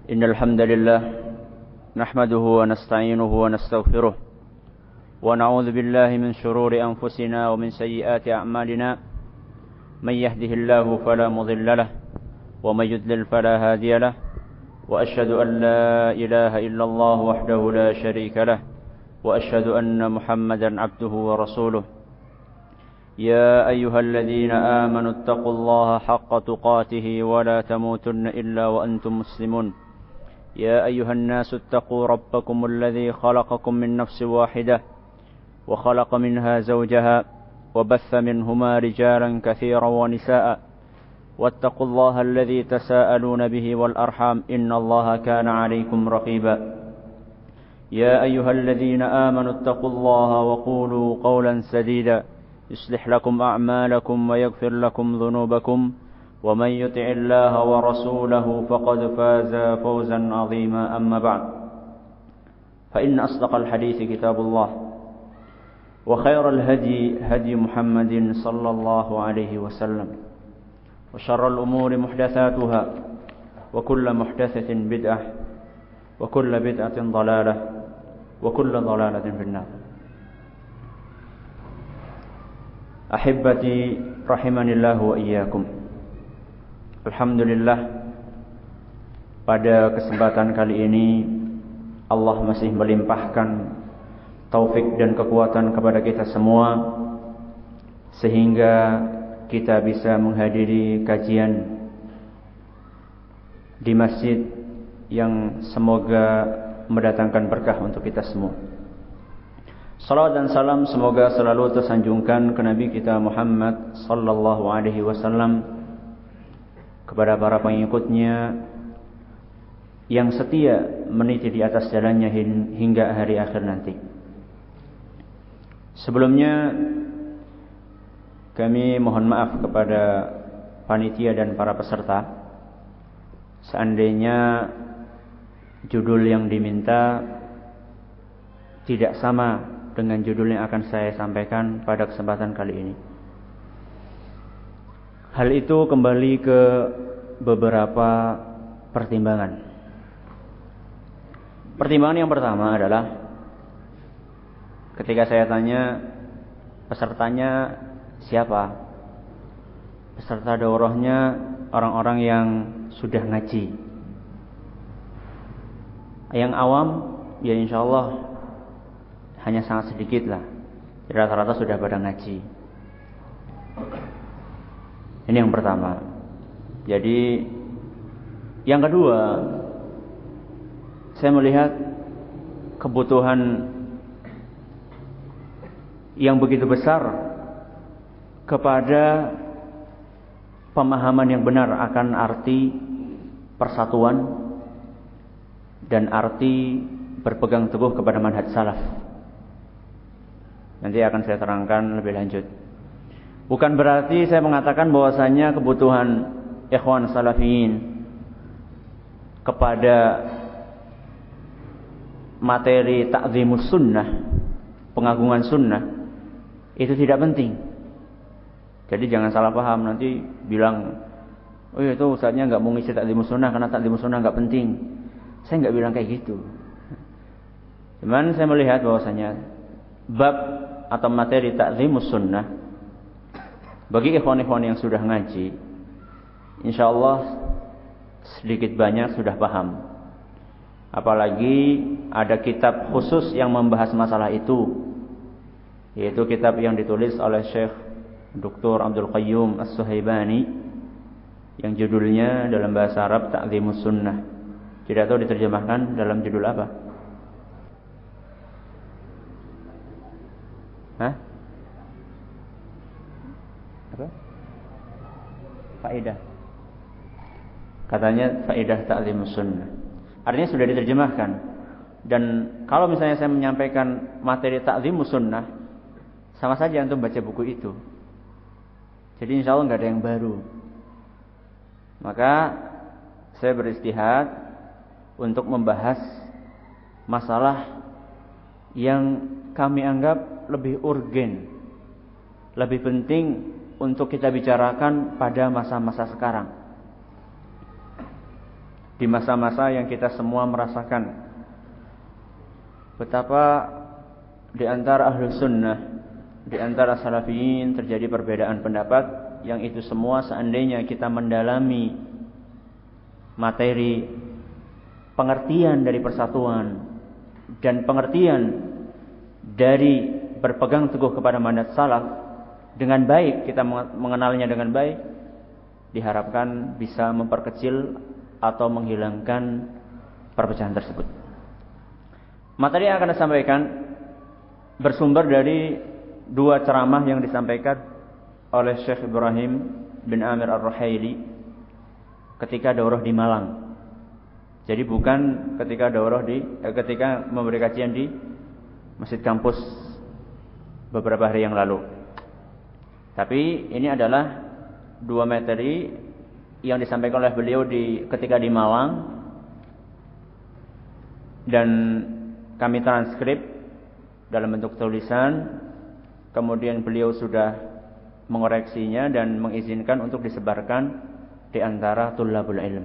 إن الحمد لله نحمده ونستعينه ونستغفره ونعوذ بالله من شرور أنفسنا ومن سيئات أعمالنا من يهده الله فلا مضل له ومن يضلل فلا هادي له وأشهد أن لا إله إلا الله وحده لا شريك له وأشهد أن محمدا عبده ورسوله يا أيها الذين آمنوا اتقوا الله حق تقاته ولا تموتن إلا وأنتم مسلمون يا أيها الناس اتقوا ربكم الذي خلقكم من نفس واحدة وخلق منها زوجها وبث منهما رجالا كثيرا ونساء واتقوا الله الذي تساءلون به والأرحام إن الله كان عليكم رقيبا يا أيها الذين آمنوا اتقوا الله وقولوا قولا سديدا يصلح لكم أعمالكم ويغفر لكم ذنوبكم ومن يطع الله ورسوله فقد فاز فوزا عظيما أما بعد فإن أصدق الحديث كتاب الله وخير الهدي هدي محمد صلى الله عليه وسلم وشر الأمور محدثاتها وكل محدثة بدعة وكل بدعة ضلالة وكل ضلالة في النار. أحبتي رحمني الله وإياكم. Alhamdulillah, pada kesempatan kali ini Allah masih melimpahkan taufik dan kekuatan kepada kita semua sehingga kita bisa menghadiri kajian di masjid yang semoga mendatangkan berkah untuk kita semua. Salawat dan salam semoga selalu tersanjungkan ke Nabi kita Muhammad sallallahu alaihi wasallam, kepada para pengikutnya yang setia meniti di atas jalannya hingga hari akhir nanti. Sebelumnya kami mohon maaf kepada panitia dan para peserta seandainya judul yang diminta tidak sama dengan judul yang akan saya sampaikan pada kesempatan kali ini. Hal itu kembali ke beberapa pertimbangan. Pertimbangan yang pertama adalah ketika saya tanya pesertanya siapa, peserta daurahnya orang-orang yang sudah ngaji. Yang awam ya insyaallah hanya sangat sedikit lah, rata-rata sudah pada ngaji. Ini yang pertama. Jadi yang kedua, saya melihat kebutuhan yang begitu besar kepada pemahaman yang benar akan arti persatuan dan arti berpegang teguh kepada manhaj salaf. Nanti akan saya terangkan lebih lanjut. Bukan berarti saya mengatakan bahwasanya kebutuhan ikhwan salafiyin kepada materi ta'zimus sunnah, pengagungan sunnah, itu tidak penting. Jadi jangan salah paham, nanti bilang, oh itu ustaznya gak mau ngisi ta'zimus sunnah karena ta'zimus sunnah gak penting. Saya gak bilang kayak gitu. Cuman saya melihat bahwasanya bab atau materi ta'zimus sunnah bagi ikhwan-ikhwan yang sudah ngaji, insyaallah sedikit banyak sudah paham. Apalagi ada kitab khusus yang membahas masalah itu, yaitu kitab yang ditulis oleh Syekh Dr. Abdul Qayyum As-Suhaibani yang judulnya dalam bahasa Arab Ta'zimus Sunnah. Tidak tahu diterjemahkan dalam judul apa? Hah? Faedah. Katanya faedah ta'zimus sunnah. Artinya sudah diterjemahkan. Dan kalau misalnya saya menyampaikan materi ta'zimus sunnah, sama saja antum baca buku itu. Jadi insya Allah nggak ada yang baru. Maka saya beristihad untuk membahas masalah yang kami anggap lebih urgen, lebih penting untuk kita bicarakan pada masa-masa sekarang. di masa-masa yang kita semua merasakan betapa di antara ahlus sunnah, di antara salafiyin terjadi perbedaan pendapat, yang itu semua seandainya kita mendalami materi pengertian dari persatuan dan pengertian dari berpegang teguh kepada manhaj salaf dengan baik, kita mengenalnya dengan baik, diharapkan bisa memperkecil atau menghilangkan perpecahan tersebut. Materi yang akan disampaikan bersumber dari dua ceramah yang disampaikan oleh Syekh Ibrahim bin Amir Ar-Ruhaili ketika daurah di Malang. Jadi bukan ketika ketika memberi kajian di Masjid Kampus beberapa hari yang lalu. Tapi ini adalah dua materi yang disampaikan oleh beliau ketika di Malang, dan kami transkrip dalam bentuk tulisan. Kemudian beliau sudah mengoreksinya dan mengizinkan untuk disebarkan di antara thullabul ilm.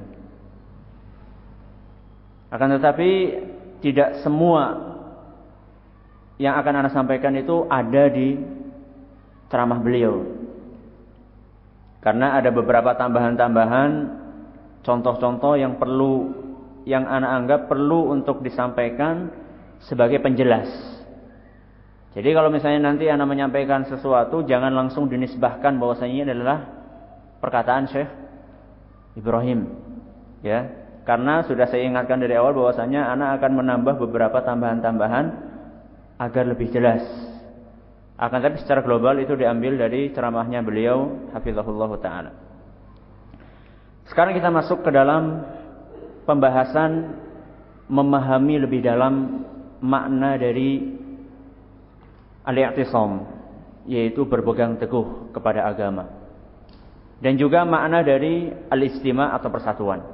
Akan tetapi tidak semua yang akan Anda sampaikan itu ada di ceramah beliau. Karena ada beberapa tambahan-tambahan, contoh-contoh yang Anda anggap perlu untuk disampaikan sebagai penjelas. Jadi kalau misalnya nanti Anda menyampaikan sesuatu, jangan langsung dinisbahkan bahwasanya ini adalah perkataan Syekh Ibrahim, ya. Karena sudah saya ingatkan dari awal bahwasanya Anda akan menambah beberapa tambahan-tambahan agar lebih jelas. Akan tapi secara global itu diambil dari ceramahnya beliau, hafizahullah ta'ala. Sekarang kita masuk ke dalam pembahasan memahami lebih dalam makna dari al-i'tisam, yaitu berpegang teguh kepada agama, dan juga makna dari al-istima atau persatuan.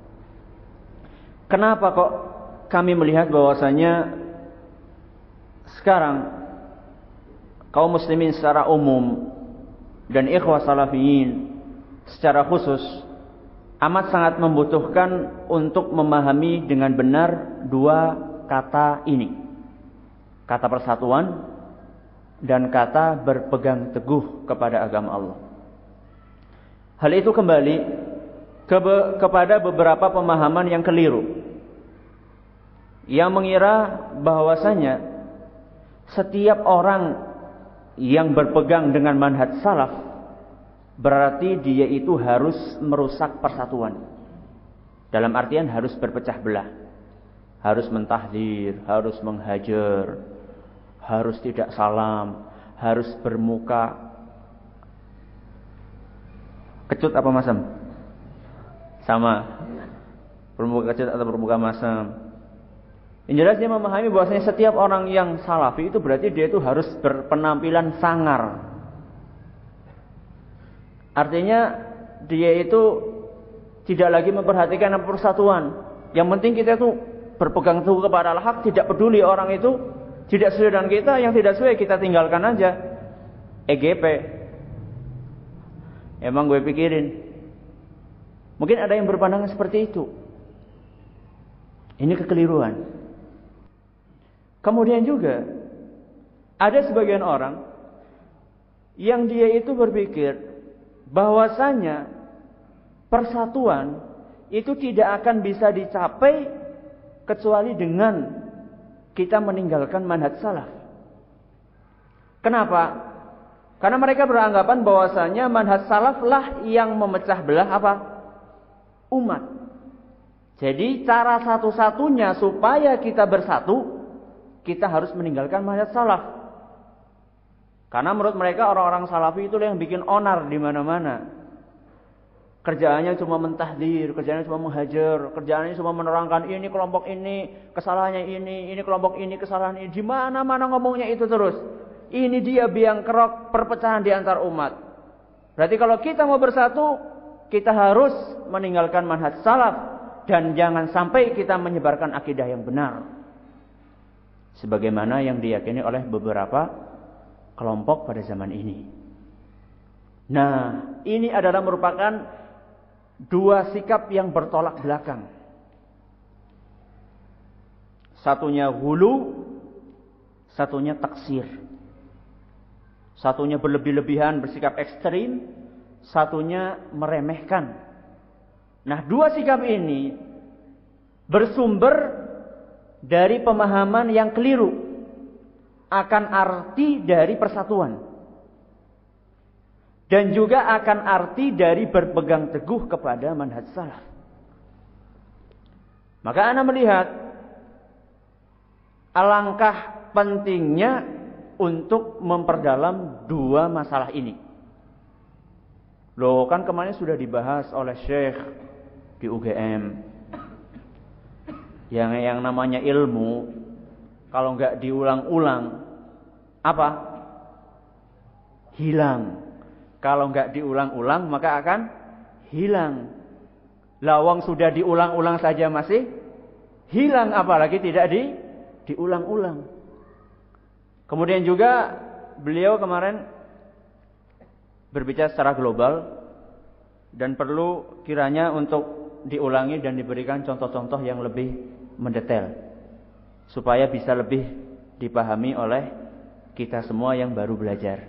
Kenapa kok kami melihat bahwasanya sekarang kaum muslimin secara umum dan ikhwah salafiyin secara khusus amat sangat membutuhkan untuk memahami dengan benar dua kata ini, kata persatuan dan kata berpegang teguh kepada agama Allah. Hal itu kembali kepada beberapa pemahaman yang keliru, yang mengira bahwasanya setiap orang yang berpegang dengan manhaj salaf berarti dia itu harus merusak persatuan. Dalam artian harus berpecah belah, harus mentahdir, harus menghajar, harus tidak salam, harus bermuka kecut apa masam? Sama. Bermuka kecut atau bermuka masam. Yang jelas dia memahami bahwasanya setiap orang yang salafi itu berarti dia itu harus berpenampilan sangar. Artinya dia itu tidak lagi memperhatikan persatuan. Yang penting kita itu berpegang teguh kepada al-haq, tidak peduli orang itu tidak sesuai dengan kita, yang tidak sesuai kita tinggalkan aja. EGP. Emang gue pikirin. Mungkin ada yang berpandangan seperti itu. Ini kekeliruan. Kemudian juga ada sebagian orang yang dia itu berpikir bahwasanya persatuan itu tidak akan bisa dicapai kecuali dengan kita meninggalkan manhaj salaf. Kenapa? Karena mereka beranggapan bahwasanya manhaj salaf lah yang memecah belah apa? Umat. Jadi cara satu-satunya supaya kita bersatu, kita harus meninggalkan manhaj salaf. Karena menurut mereka orang-orang salafi itu yang bikin onar di mana-mana. Kerjaannya cuma mentahdir, kerjaannya cuma menghajar, kerjaannya cuma menerangkan ini kelompok ini kesalahannya ini kelompok ini kesalahan ini. Di mana-mana ngomongnya itu terus. Ini dia biang kerok perpecahan di antar umat. Berarti kalau kita mau bersatu, kita harus meninggalkan manhaj salaf dan jangan sampai kita menyebarkan akidah yang benar. Sebagaimana yang diyakini oleh beberapa kelompok pada zaman ini. Nah, ini adalah merupakan dua sikap yang bertolak belakang. Satunya hulu, satunya taksir. Satunya berlebih-lebihan, bersikap ekstrim, satunya meremehkan. Nah, dua sikap ini bersumber dari pemahaman yang keliru akan arti dari persatuan. Dan juga akan arti dari berpegang teguh kepada manhaj salaf. Maka ana melihat alangkah pentingnya untuk memperdalam dua masalah ini. Loh, kan kemarin sudah dibahas oleh Syekh di UGM. Yang namanya ilmu, kalau nggak diulang-ulang, apa? Hilang. Kalau nggak diulang-ulang, maka akan hilang. Lawang sudah diulang-ulang saja masih hilang, apalagi tidak diulang-ulang. Kemudian juga beliau kemarin berbicara secara global dan perlu kiranya untuk diulangi dan diberikan contoh-contoh yang lebih mendetail supaya bisa lebih dipahami oleh kita semua yang baru belajar.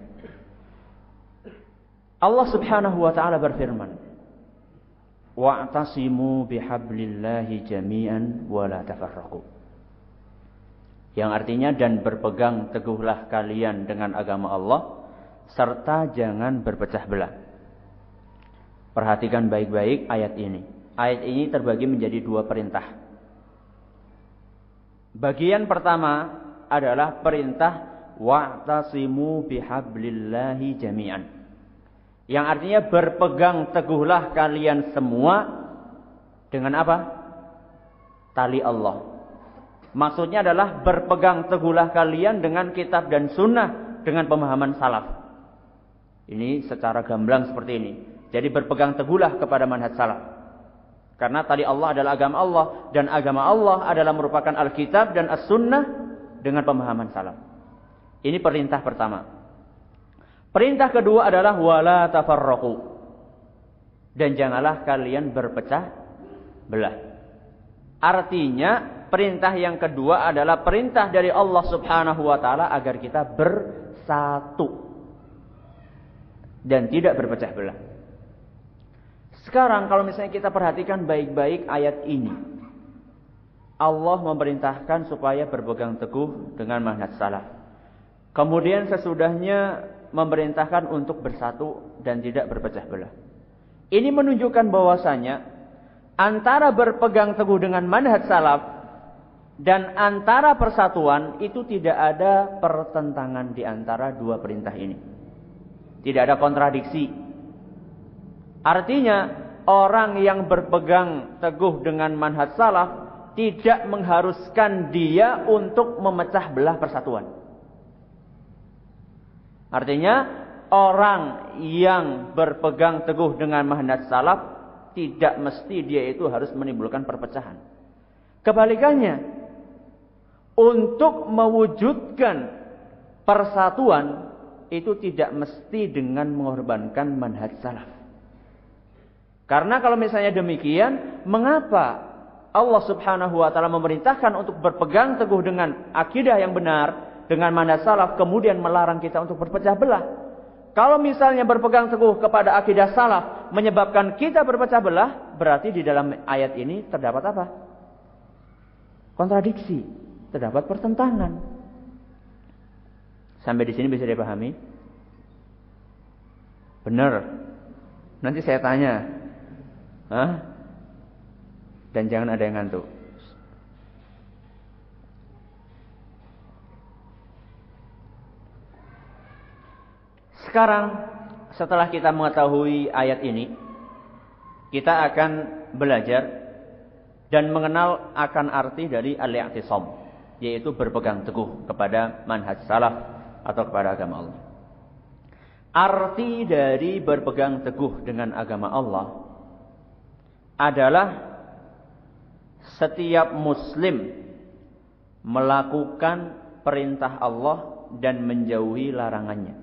Allah Subhanahu wa taala berfirman, "Wa'tasimu bihablillahi jami'an wa la tafarraqu." Yang artinya, dan berpegang teguhlah kalian dengan agama Allah serta jangan berpecah belah. Perhatikan baik-baik ayat ini. Ayat ini terbagi menjadi dua perintah. Bagian pertama adalah perintah wa'tasimu bihablillahi jami'an. Yang artinya berpegang teguhlah kalian semua dengan apa? Tali Allah. Maksudnya adalah berpegang teguhlah kalian dengan kitab dan sunnah, dengan pemahaman salaf. Ini secara gamblang seperti ini. Jadi berpegang teguhlah kepada manhaj salaf. Karena tali Allah adalah agama Allah, dan agama Allah adalah merupakan Alkitab dan As-Sunnah dengan pemahaman salaf. Ini perintah pertama. Perintah kedua adalah wala tafarraqu. Dan janganlah kalian berpecah belah. Artinya, perintah yang kedua adalah perintah dari Allah Subhanahu wa taala agar kita bersatu dan tidak berpecah belah. Sekarang kalau misalnya kita perhatikan baik-baik ayat ini, Allah memerintahkan supaya berpegang teguh dengan manhaj salaf. Kemudian sesudahnya memerintahkan untuk bersatu dan tidak berpecah belah. Ini menunjukkan bahwasanya antara berpegang teguh dengan manhaj salaf dan antara persatuan itu tidak ada pertentangan di antara dua perintah ini. Tidak ada kontradiksi. Artinya, orang yang berpegang teguh dengan manhaj salaf tidak mengharuskan dia untuk memecah belah persatuan. Artinya, orang yang berpegang teguh dengan manhaj salaf tidak mesti dia itu harus menimbulkan perpecahan. Kebalikannya, untuk mewujudkan persatuan itu tidak mesti dengan mengorbankan manhaj salaf. Karena kalau misalnya demikian, mengapa Allah Subhanahu wa taala memerintahkan untuk berpegang teguh dengan akidah yang benar, dengan manhaj salaf, kemudian melarang kita untuk berpecah belah? Kalau misalnya berpegang teguh kepada akidah salaf menyebabkan kita berpecah belah, berarti di dalam ayat ini terdapat apa? Kontradiksi, terdapat pertentangan. Sampai di sini bisa dipahami? Benar. Nanti saya tanya. Hah? Dan jangan ada yang ngantuk. Sekarang setelah kita mengetahui ayat ini, kita akan belajar dan mengenal akan arti dari al-i'tisam, yaitu berpegang teguh kepada manhaj salaf atau kepada agama Allah. Arti dari berpegang teguh dengan agama Allah adalah setiap muslim melakukan perintah Allah dan menjauhi larangannya.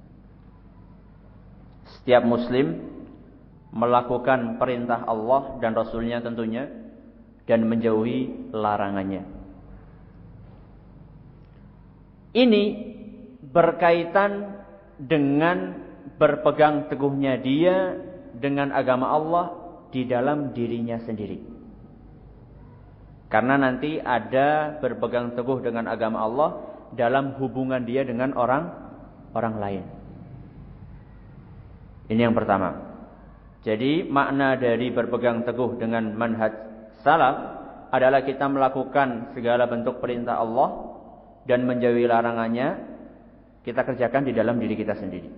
Setiap muslim melakukan perintah Allah dan Rasulnya tentunya, dan menjauhi larangannya. Ini berkaitan dengan berpegang teguhnya dia dengan agama Allah di dalam dirinya sendiri. Karena nanti ada berpegang teguh dengan agama Allah dalam hubungan dia dengan orang lain. Ini yang pertama. Jadi makna dari berpegang teguh dengan manhaj salaf adalah kita melakukan segala bentuk perintah Allah dan menjauhi larangannya, kita kerjakan di dalam diri kita sendiri.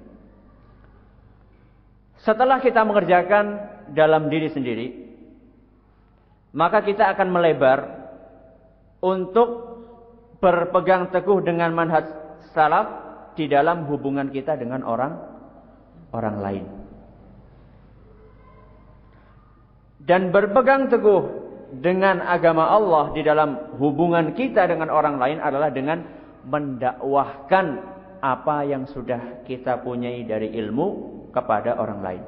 Setelah kita mengerjakan dalam diri sendiri, maka kita akan melebar untuk berpegang teguh dengan manhaj salaf di dalam hubungan kita dengan orang lain. Dan berpegang teguh dengan agama Allah di dalam hubungan kita dengan orang lain adalah dengan mendakwahkan apa yang sudah kita punyai dari ilmu kepada orang lain.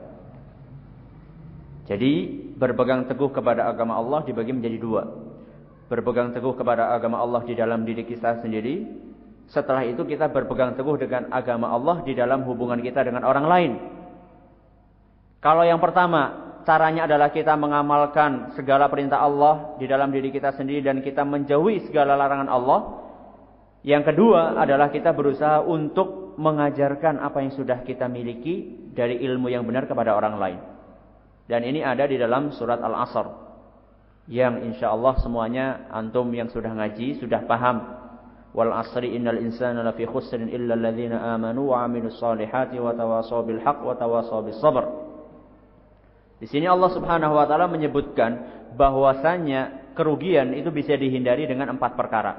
Jadi berpegang teguh kepada agama Allah dibagi menjadi dua. Berpegang teguh kepada agama Allah di dalam diri kita sendiri. Setelah itu kita berpegang teguh dengan agama Allah di dalam hubungan kita dengan orang lain. Kalau yang pertama, caranya adalah kita mengamalkan segala perintah Allah di dalam diri kita sendiri dan kita menjauhi segala larangan Allah. Yang kedua adalah kita berusaha untuk mengajarkan apa yang sudah kita miliki dari ilmu yang benar kepada orang lain. Dan ini ada di dalam surat Al-Asr, yang insya Allah semuanya antum yang sudah ngaji sudah paham. Wal asri innal insana lafi khusrin illa alladhina amanu wa amilus solihati wa tawasaw bil haqq wa tawasaw bis sabr. Di sini Allah Subhanahu wa taala menyebutkan bahwasanya kerugian itu bisa dihindari dengan 4 perkara.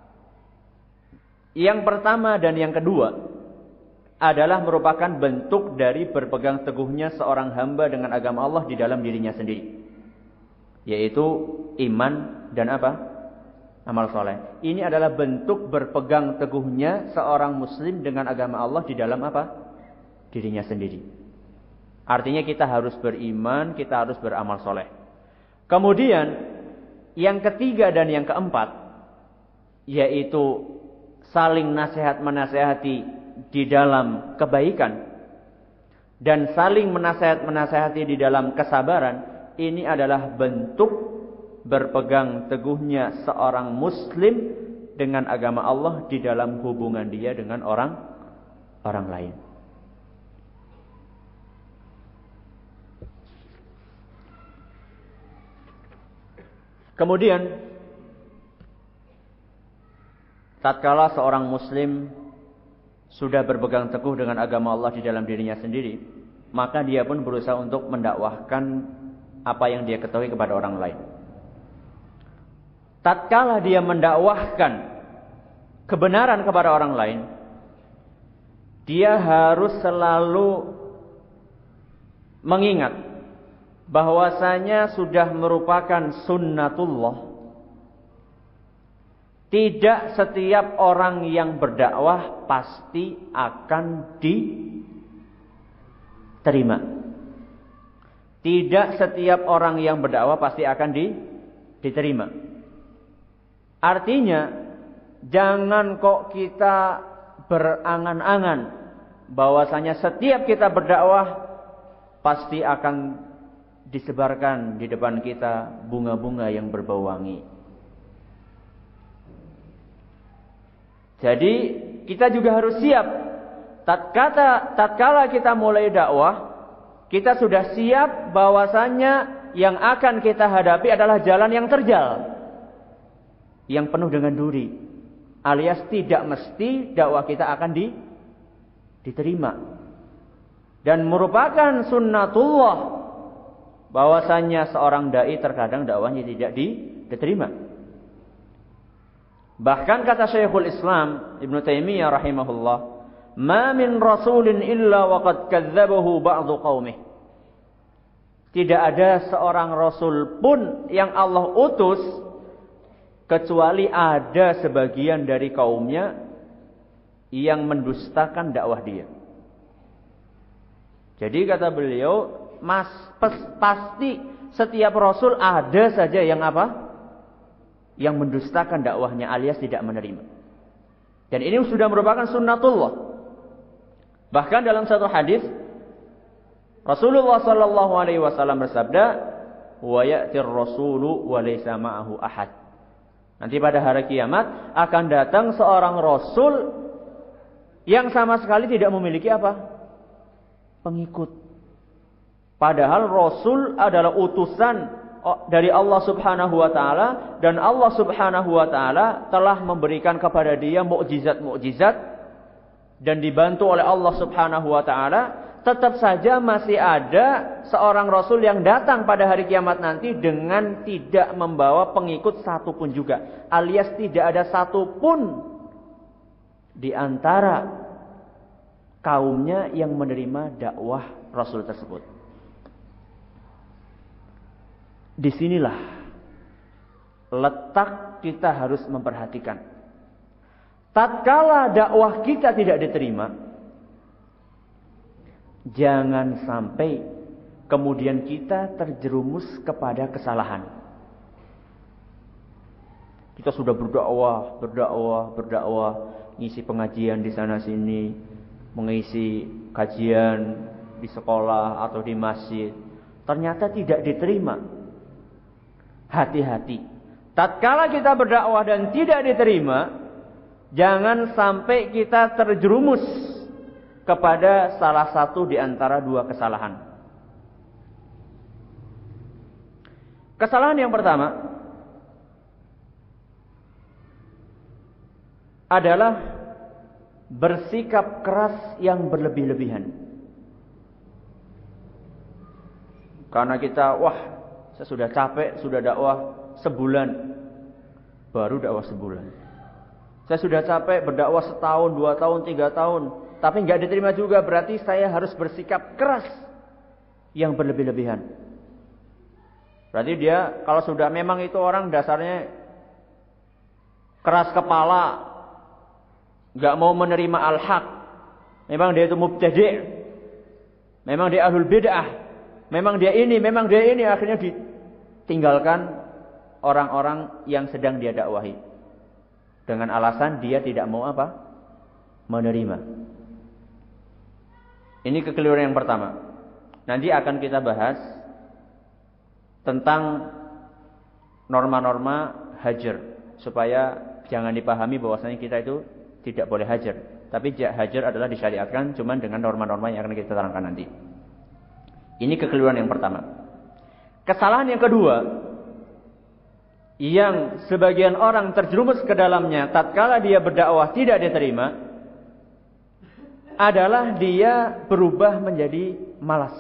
Yang pertama dan yang kedua adalah merupakan bentuk dari berpegang teguhnya seorang hamba dengan agama Allah di dalam dirinya sendiri, yaitu iman dan apa? Amal soleh. Ini adalah bentuk berpegang teguhnya seorang muslim dengan agama Allah di dalam apa? Dirinya sendiri. Artinya kita harus beriman, kita harus beramal soleh. Kemudian yang ketiga dan yang keempat, yaitu saling nasihat menasehati di dalam kebaikan dan saling menasehati di dalam kesabaran. Ini adalah bentuk berpegang teguhnya seorang muslim dengan agama Allah di dalam hubungan dia dengan orang lain. Kemudian tatkala seorang muslim sudah berpegang teguh dengan agama Allah di dalam dirinya sendiri, maka dia pun berusaha untuk mendakwahkan apa yang dia ketahui kepada orang lain. Tatkala dia mendakwahkan kebenaran kepada orang lain, dia harus selalu mengingat bahwasanya sudah merupakan sunnatullah. Tidak setiap orang yang berdakwah pasti akan diterima. Tidak setiap orang yang berdakwah pasti akan diterima. Artinya, jangan kok kita berangan-angan bahwasanya setiap kita berdakwah pasti akan disebarkan di depan kita bunga-bunga yang berbau wangi. Jadi kita juga harus siap. Tatkala kita mulai dakwah, kita sudah siap bahwasanya yang akan kita hadapi adalah jalan yang terjal, yang penuh dengan duri, alias tidak mesti dakwah kita akan diterima. Dan merupakan sunnatullah bahwasanya seorang dai terkadang dakwahnya tidak diterima. Bahkan kata Syekhul Islam Ibnu Taimiyah rahimahullah, "Ma min rasulin illa waqad kadzdzabahu ba'dhu qaumih." Tidak ada seorang rasul pun yang Allah utus kecuali ada sebagian dari kaumnya yang mendustakan dakwah dia. Jadi kata beliau, pasti setiap rasul ada saja yang apa? Yang mendustakan dakwahnya alias tidak menerima. Dan ini sudah merupakan sunnatullah. Bahkan dalam satu hadis Rasulullah sallallahu alaihi wasallam bersabda, "Wa ya'tir rasulu wa laysa ma'ahu ahad." Nanti pada hari kiamat akan datang seorang rasul yang sama sekali tidak memiliki apa? Pengikut. Padahal rasul adalah utusan dari Allah Subhanahu wa taala dan Allah Subhanahu wa taala telah memberikan kepada dia mukjizat-mukjizat dan dibantu oleh Allah Subhanahu wa taala, tetap saja masih ada seorang rasul yang datang pada hari kiamat nanti dengan tidak membawa pengikut satupun juga, alias tidak ada satupun di antara kaumnya yang menerima dakwah rasul tersebut. Disinilah letak kita harus memperhatikan. Tatkala dakwah kita tidak diterima, jangan sampai kemudian kita terjerumus kepada kesalahan. Kita sudah berdakwah, ngisi pengajian di sana sini, mengisi kajian di sekolah atau di masjid, ternyata tidak diterima. Hati-hati. Tatkala kita berdakwah dan tidak diterima, jangan sampai kita terjerumus kepada salah satu di antara dua kesalahan. Kesalahan yang pertama adalah bersikap keras yang berlebih-lebihan. Karena kita, saya sudah capek, sudah dakwah sebulan. Baru dakwah sebulan. Saya sudah capek berdakwah setahun, 2 tahun, 3 tahun. Tapi nggak diterima juga, berarti saya harus bersikap keras yang berlebih-lebihan. Berarti dia, kalau sudah memang itu orang dasarnya keras kepala, nggak mau menerima al-haq. Memang dia itu mubtadi'. Memang dia ahlul bid'ah. Memang dia ini, akhirnya ditinggalkan orang-orang yang sedang dia dakwahi. Dengan alasan dia tidak mau apa? Menerima. Ini kekeliruan yang pertama. Nanti akan kita bahas tentang norma-norma hajar. Supaya jangan dipahami bahwasanya kita itu tidak boleh hajar. Tapi hajar adalah disyariatkan cuman dengan norma-norma yang akan kita terangkan nanti. Ini kekeliruan yang pertama. Kesalahan yang kedua, yang sebagian orang terjerumus ke dalamnya tatkala dia berdakwah tidak diterima, adalah dia berubah menjadi malas,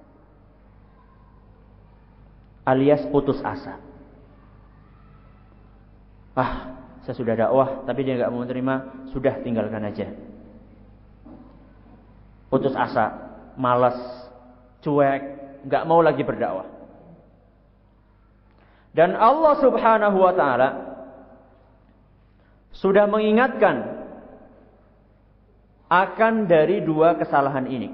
alias putus asa. Saya sudah dakwah tapi dia nggak mau menerima, sudah tinggalkan aja. Putus asa, malas, cuek, nggak mau lagi berdakwah. Dan Allah Subhanahu wa taala sudah mengingatkan akan dari dua kesalahan ini.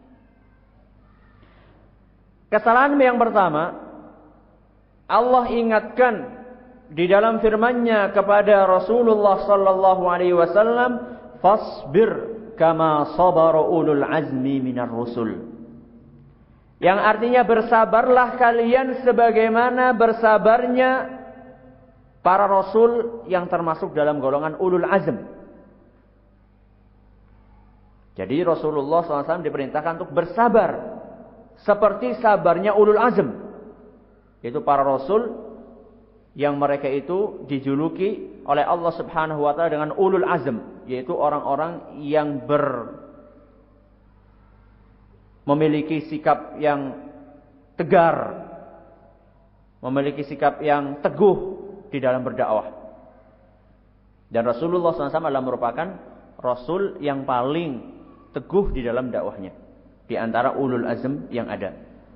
Kesalahan yang pertama, Allah ingatkan di dalam firman-Nya kepada Rasulullah sallallahu alaihi wasallam, "Fasbir kama sabara ulul azmi minar rusul." Yang artinya bersabarlah kalian sebagaimana bersabarnya para rasul yang termasuk dalam golongan ulul azm. Jadi Rasulullah SAW diperintahkan untuk bersabar seperti sabarnya ulul azm, yaitu para rasul yang mereka itu dijuluki oleh Allah Subhanahu wa taala dengan ulul azm, yaitu orang-orang yang memiliki sikap yang tegar, memiliki sikap yang teguh di dalam berdakwah. Dan Rasulullah SAW adalah merupakan Rasul yang paling teguh di dalam dakwahnya di antara ulul azm yang ada.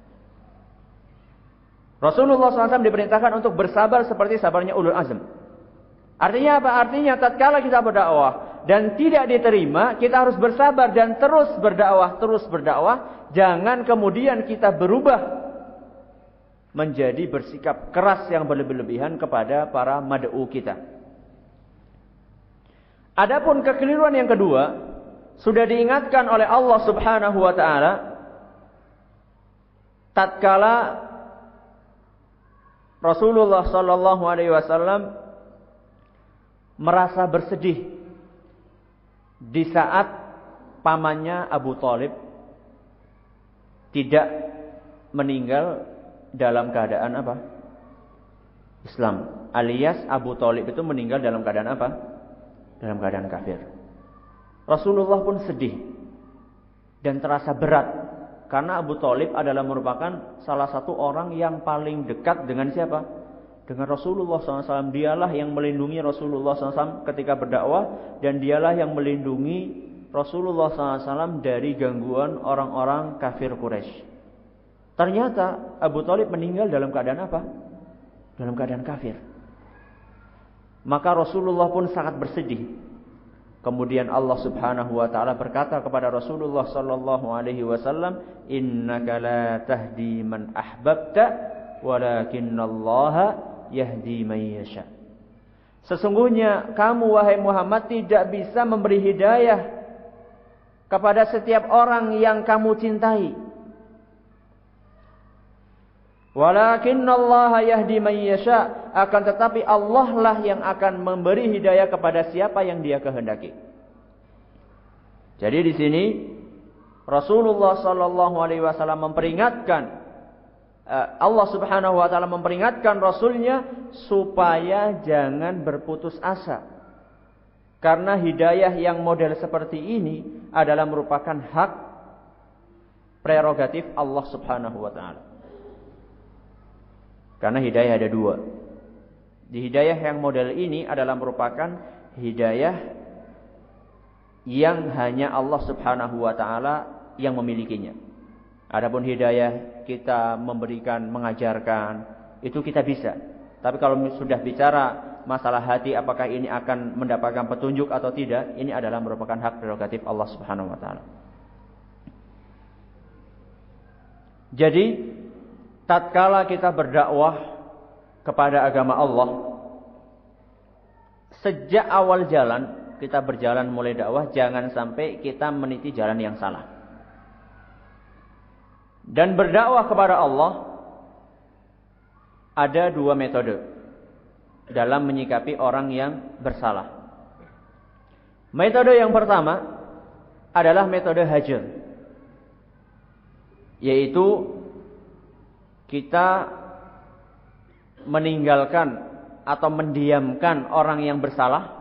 Rasulullah SAW diperintahkan untuk bersabar seperti sabarnya ulul azm. Artinya apa? Artinya tatkala kita berdakwah dan tidak diterima, kita harus bersabar dan terus berdakwah. Jangan kemudian kita berubah menjadi bersikap keras yang berlebih-lebihan kepada para mad'u kita. Adapun kekeliruan yang kedua, sudah diingatkan oleh Allah Subhanahu wa taala tatkala Rasulullah sallallahu alaihi wasallam merasa bersedih di saat pamannya Abu Thalib tidak meninggal dalam keadaan apa? Islam. Alias Abu Thalib itu meninggal dalam keadaan apa? Dalam keadaan kafir. Rasulullah pun sedih dan terasa berat karena Abu Thalib adalah merupakan salah satu orang yang paling dekat dengan siapa? Dengan Rasulullah SAW. Dialah yang melindungi Rasulullah SAW ketika berdakwah, dan dialah yang melindungi Rasulullah SAW dari gangguan orang-orang kafir Quraisy. Ternyata Abu Thalib meninggal dalam keadaan apa? Dalam keadaan kafir. Maka Rasulullah pun sangat bersedih. Kemudian Allah Subhanahu wa taala berkata kepada Rasulullah sallallahu alaihi wasallam, "Innaka la tahdi man ahbabta, walakinallaha yahdi man yasha." Sesungguhnya kamu wahai Muhammad tidak bisa memberi hidayah kepada setiap orang yang kamu cintai. Walakinallaha yahdi man yasha, akan tetapi Allah lah yang akan memberi hidayah kepada siapa yang Dia kehendaki. Jadi di sini Rasulullah sallallahu alaihi wasallam memperingatkan, Allah Subhanahu wa taala memperingatkan Rasulnya supaya jangan berputus asa. Karena hidayah yang model seperti ini adalah merupakan hak prerogatif Allah Subhanahu wa taala. Karena hidayah ada dua. Di hidayah yang model ini adalah merupakan hidayah yang hanya Allah Subhanahu wa taala yang memilikinya. Adapun hidayah kita memberikan, mengajarkan, itu kita bisa. Tapi kalau sudah bicara masalah hati, apakah ini akan mendapatkan petunjuk atau tidak, ini adalah merupakan hak prerogatif Allah Subhanahu wa taala. Jadi tatkala kita berdakwah kepada agama Allah, sejak awal jalan kita berjalan mulai dakwah, jangan sampai kita meniti jalan yang salah. Dan berdakwah kepada Allah ada dua metode dalam menyikapi orang yang bersalah. Metode yang pertama adalah metode hajar, yaitu kita meninggalkan atau mendiamkan orang yang bersalah,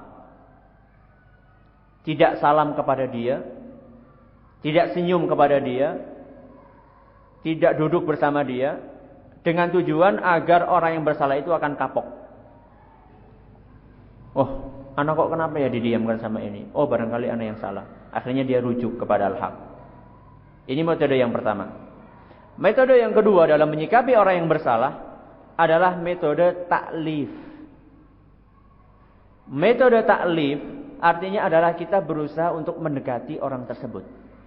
tidak salam kepada dia, tidak senyum kepada dia, tidak duduk bersama dia, dengan tujuan agar orang yang bersalah itu akan kapok. Oh, anak kok kenapa ya didiamkan sama ini? Oh, barangkali anak yang salah. Akhirnya dia rujuk kepada al-haq. Ini metode yang pertama. Metode yang kedua dalam menyikapi orang yang bersalah adalah metode taklif. Metode taklif artinya adalah kita berusaha untuk mendekati orang tersebut.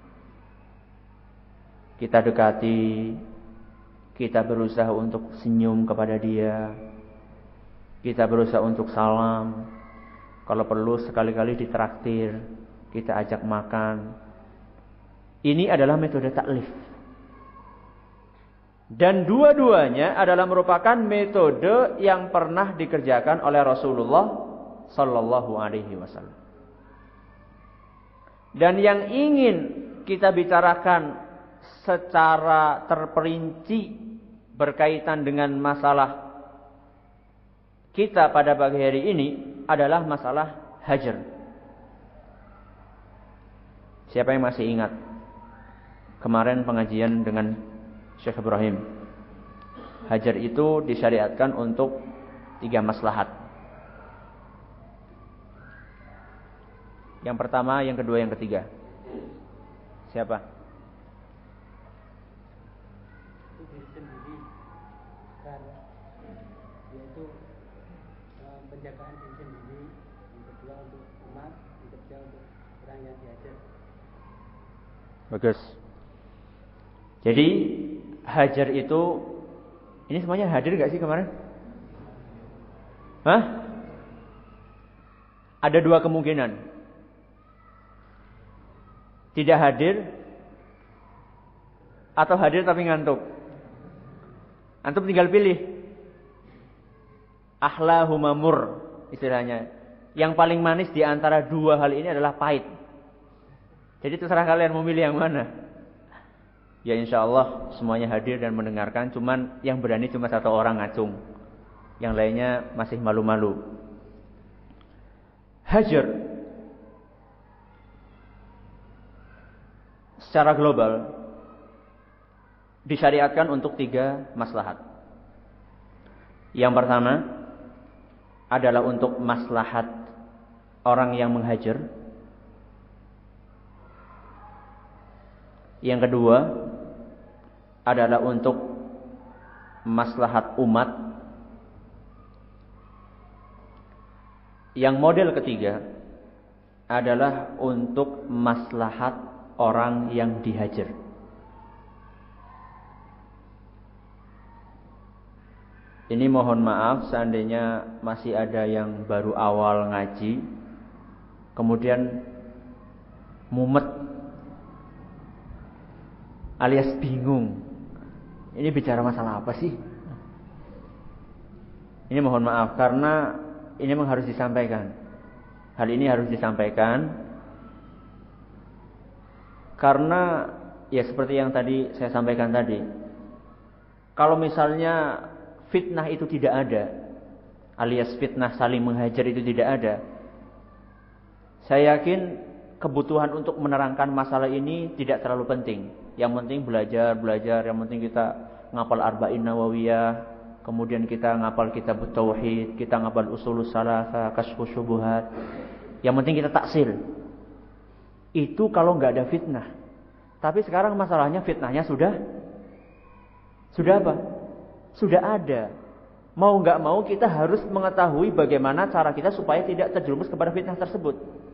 Kita dekati, kita berusaha untuk senyum kepada dia, kita berusaha untuk salam. Kalau perlu sekali-kali ditraktir, kita ajak makan. Ini adalah metode taklif. Dan dua-duanya adalah merupakan metode yang pernah dikerjakan oleh Rasulullah sallallahu alaihi wasallam. Dan yang ingin kita bicarakan secara terperinci berkaitan dengan masalah kita pada pagi hari ini adalah masalah hajar. Siapa yang masih ingat kemarin pengajian dengan Syekh Ibrahim? Hajar itu disyariatkan untuk 3 maslahat. Yang pertama, yang kedua, yang ketiga. Siapa? Diri sendiri, kan, yaitu penjagaan diri sendiri. Yang kedua untuk umat, yang ketiga untuk orang yang diajar. Bagus. Jadi hajar itu, ini semuanya hadir gak sih kemarin? Hah? Ada 2 kemungkinan. tidak hadir, atau hadir tapi ngantuk. Antum tinggal pilih. Ahlahuma mur, istilahnya. Yang paling manis di antara dua hal ini adalah pahit. Jadi terserah kalian mau milih yang mana. Ya insya Allah semuanya hadir dan mendengarkan. Cuman yang berani cuma satu orang ngacung. Yang lainnya masih malu-malu. Hajar secara global disyariatkan untuk 3 maslahat. Yang pertama adalah untuk maslahat orang yang menghajar. Yang kedua adalah untuk maslahat umat. Yang model ketiga adalah untuk maslahat orang yang dihajar. Ini mohon maaf seandainya masih ada yang baru awal ngaji, kemudian mumet alias bingung. Ini bicara masalah apa sih? Ini mohon maaf karena ini memang harus disampaikan. Hal ini harus disampaikan karena ya seperti yang tadi saya sampaikan tadi. Kalau misalnya fitnah itu tidak ada, alias fitnah saling menghajar itu tidak ada, saya yakin kebutuhan untuk menerangkan masalah ini tidak terlalu penting. Yang penting belajar, yang penting kita ngapal Arba'in Nawawiyah, kemudian kita ngapal kitab Tauhid, kita ngapal Ushulus Salasah, Kasyfus Syubuhat. Yang penting kita taksil. Itu kalau nggak ada fitnah. Tapi sekarang masalahnya fitnahnya sudah apa? Sudah ada. Mau nggak mau kita harus mengetahui bagaimana cara kita supaya tidak terjerumus kepada fitnah tersebut.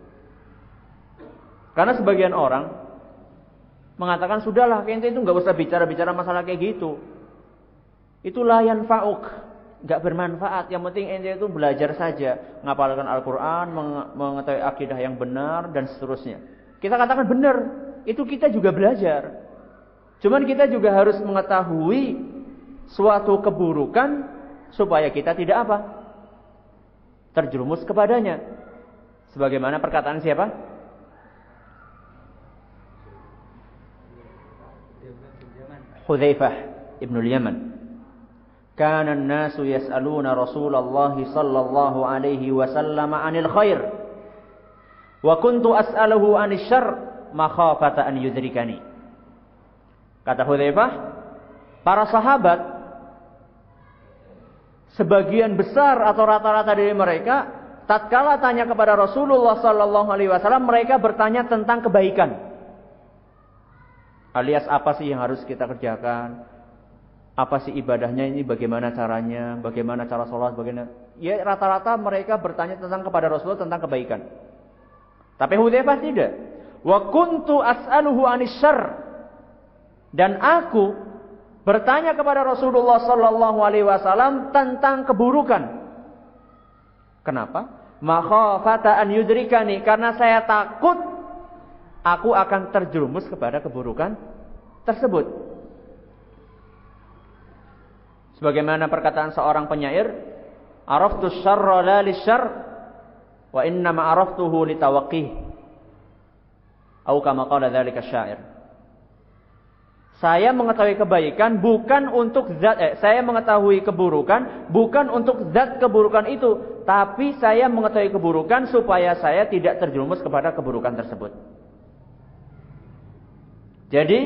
Karena sebagian orang mengatakan sudahlah, ente itu nggak usah bicara masalah kayak gitu. Itulah yang yanfa'uk, nggak bermanfaat. Yang penting ente itu belajar saja, ngapalkan Al-Quran, mengetahui akidah yang benar dan seterusnya. Kita katakan benar, itu kita juga belajar. Cuman kita juga harus mengetahui suatu keburukan supaya kita tidak apa? Terjerumus kepadanya. Sebagaimana perkataan siapa? Hudzaifah ibnul Yaman. Kana an-nasu yas'aluna Rasulullah sallallahu alaihi wasallam 'anil khair. Wa kuntu as'aluhu 'anil syarr makhafata an yudrikani. Kata Hudzaifah, para sahabat sebagian besar atau rata-rata dari mereka tatkala tanya kepada Rasulullah sallallahu alaihi wasallam, mereka bertanya tentang kebaikan. Alias apa sih yang harus kita kerjakan? Apa sih ibadahnya ini, bagaimana caranya, bagaimana cara sholat, bagaimana. Ya rata-rata mereka bertanya kepada Rasulullah tentang kebaikan. Tapi Hudzaifah tidak. Wa kuntu as'aluhu 'anis syarr. Dan aku bertanya kepada Rasulullah sallallahu alaihi wasallam tentang keburukan. Kenapa? Makhafata an yudrikani, karena saya takut aku akan terjerumus kepada keburukan tersebut. Sebagaimana perkataan seorang penyair, araftu syarra la lisyarr wa inna ma araftuhu litawaqqih. Atau kama qala dzalika syair. Saya mengetahui kebaikan bukan untuk zat saya mengetahui keburukan bukan untuk zat keburukan itu, tapi saya mengetahui keburukan supaya saya tidak terjerumus kepada keburukan tersebut. Jadi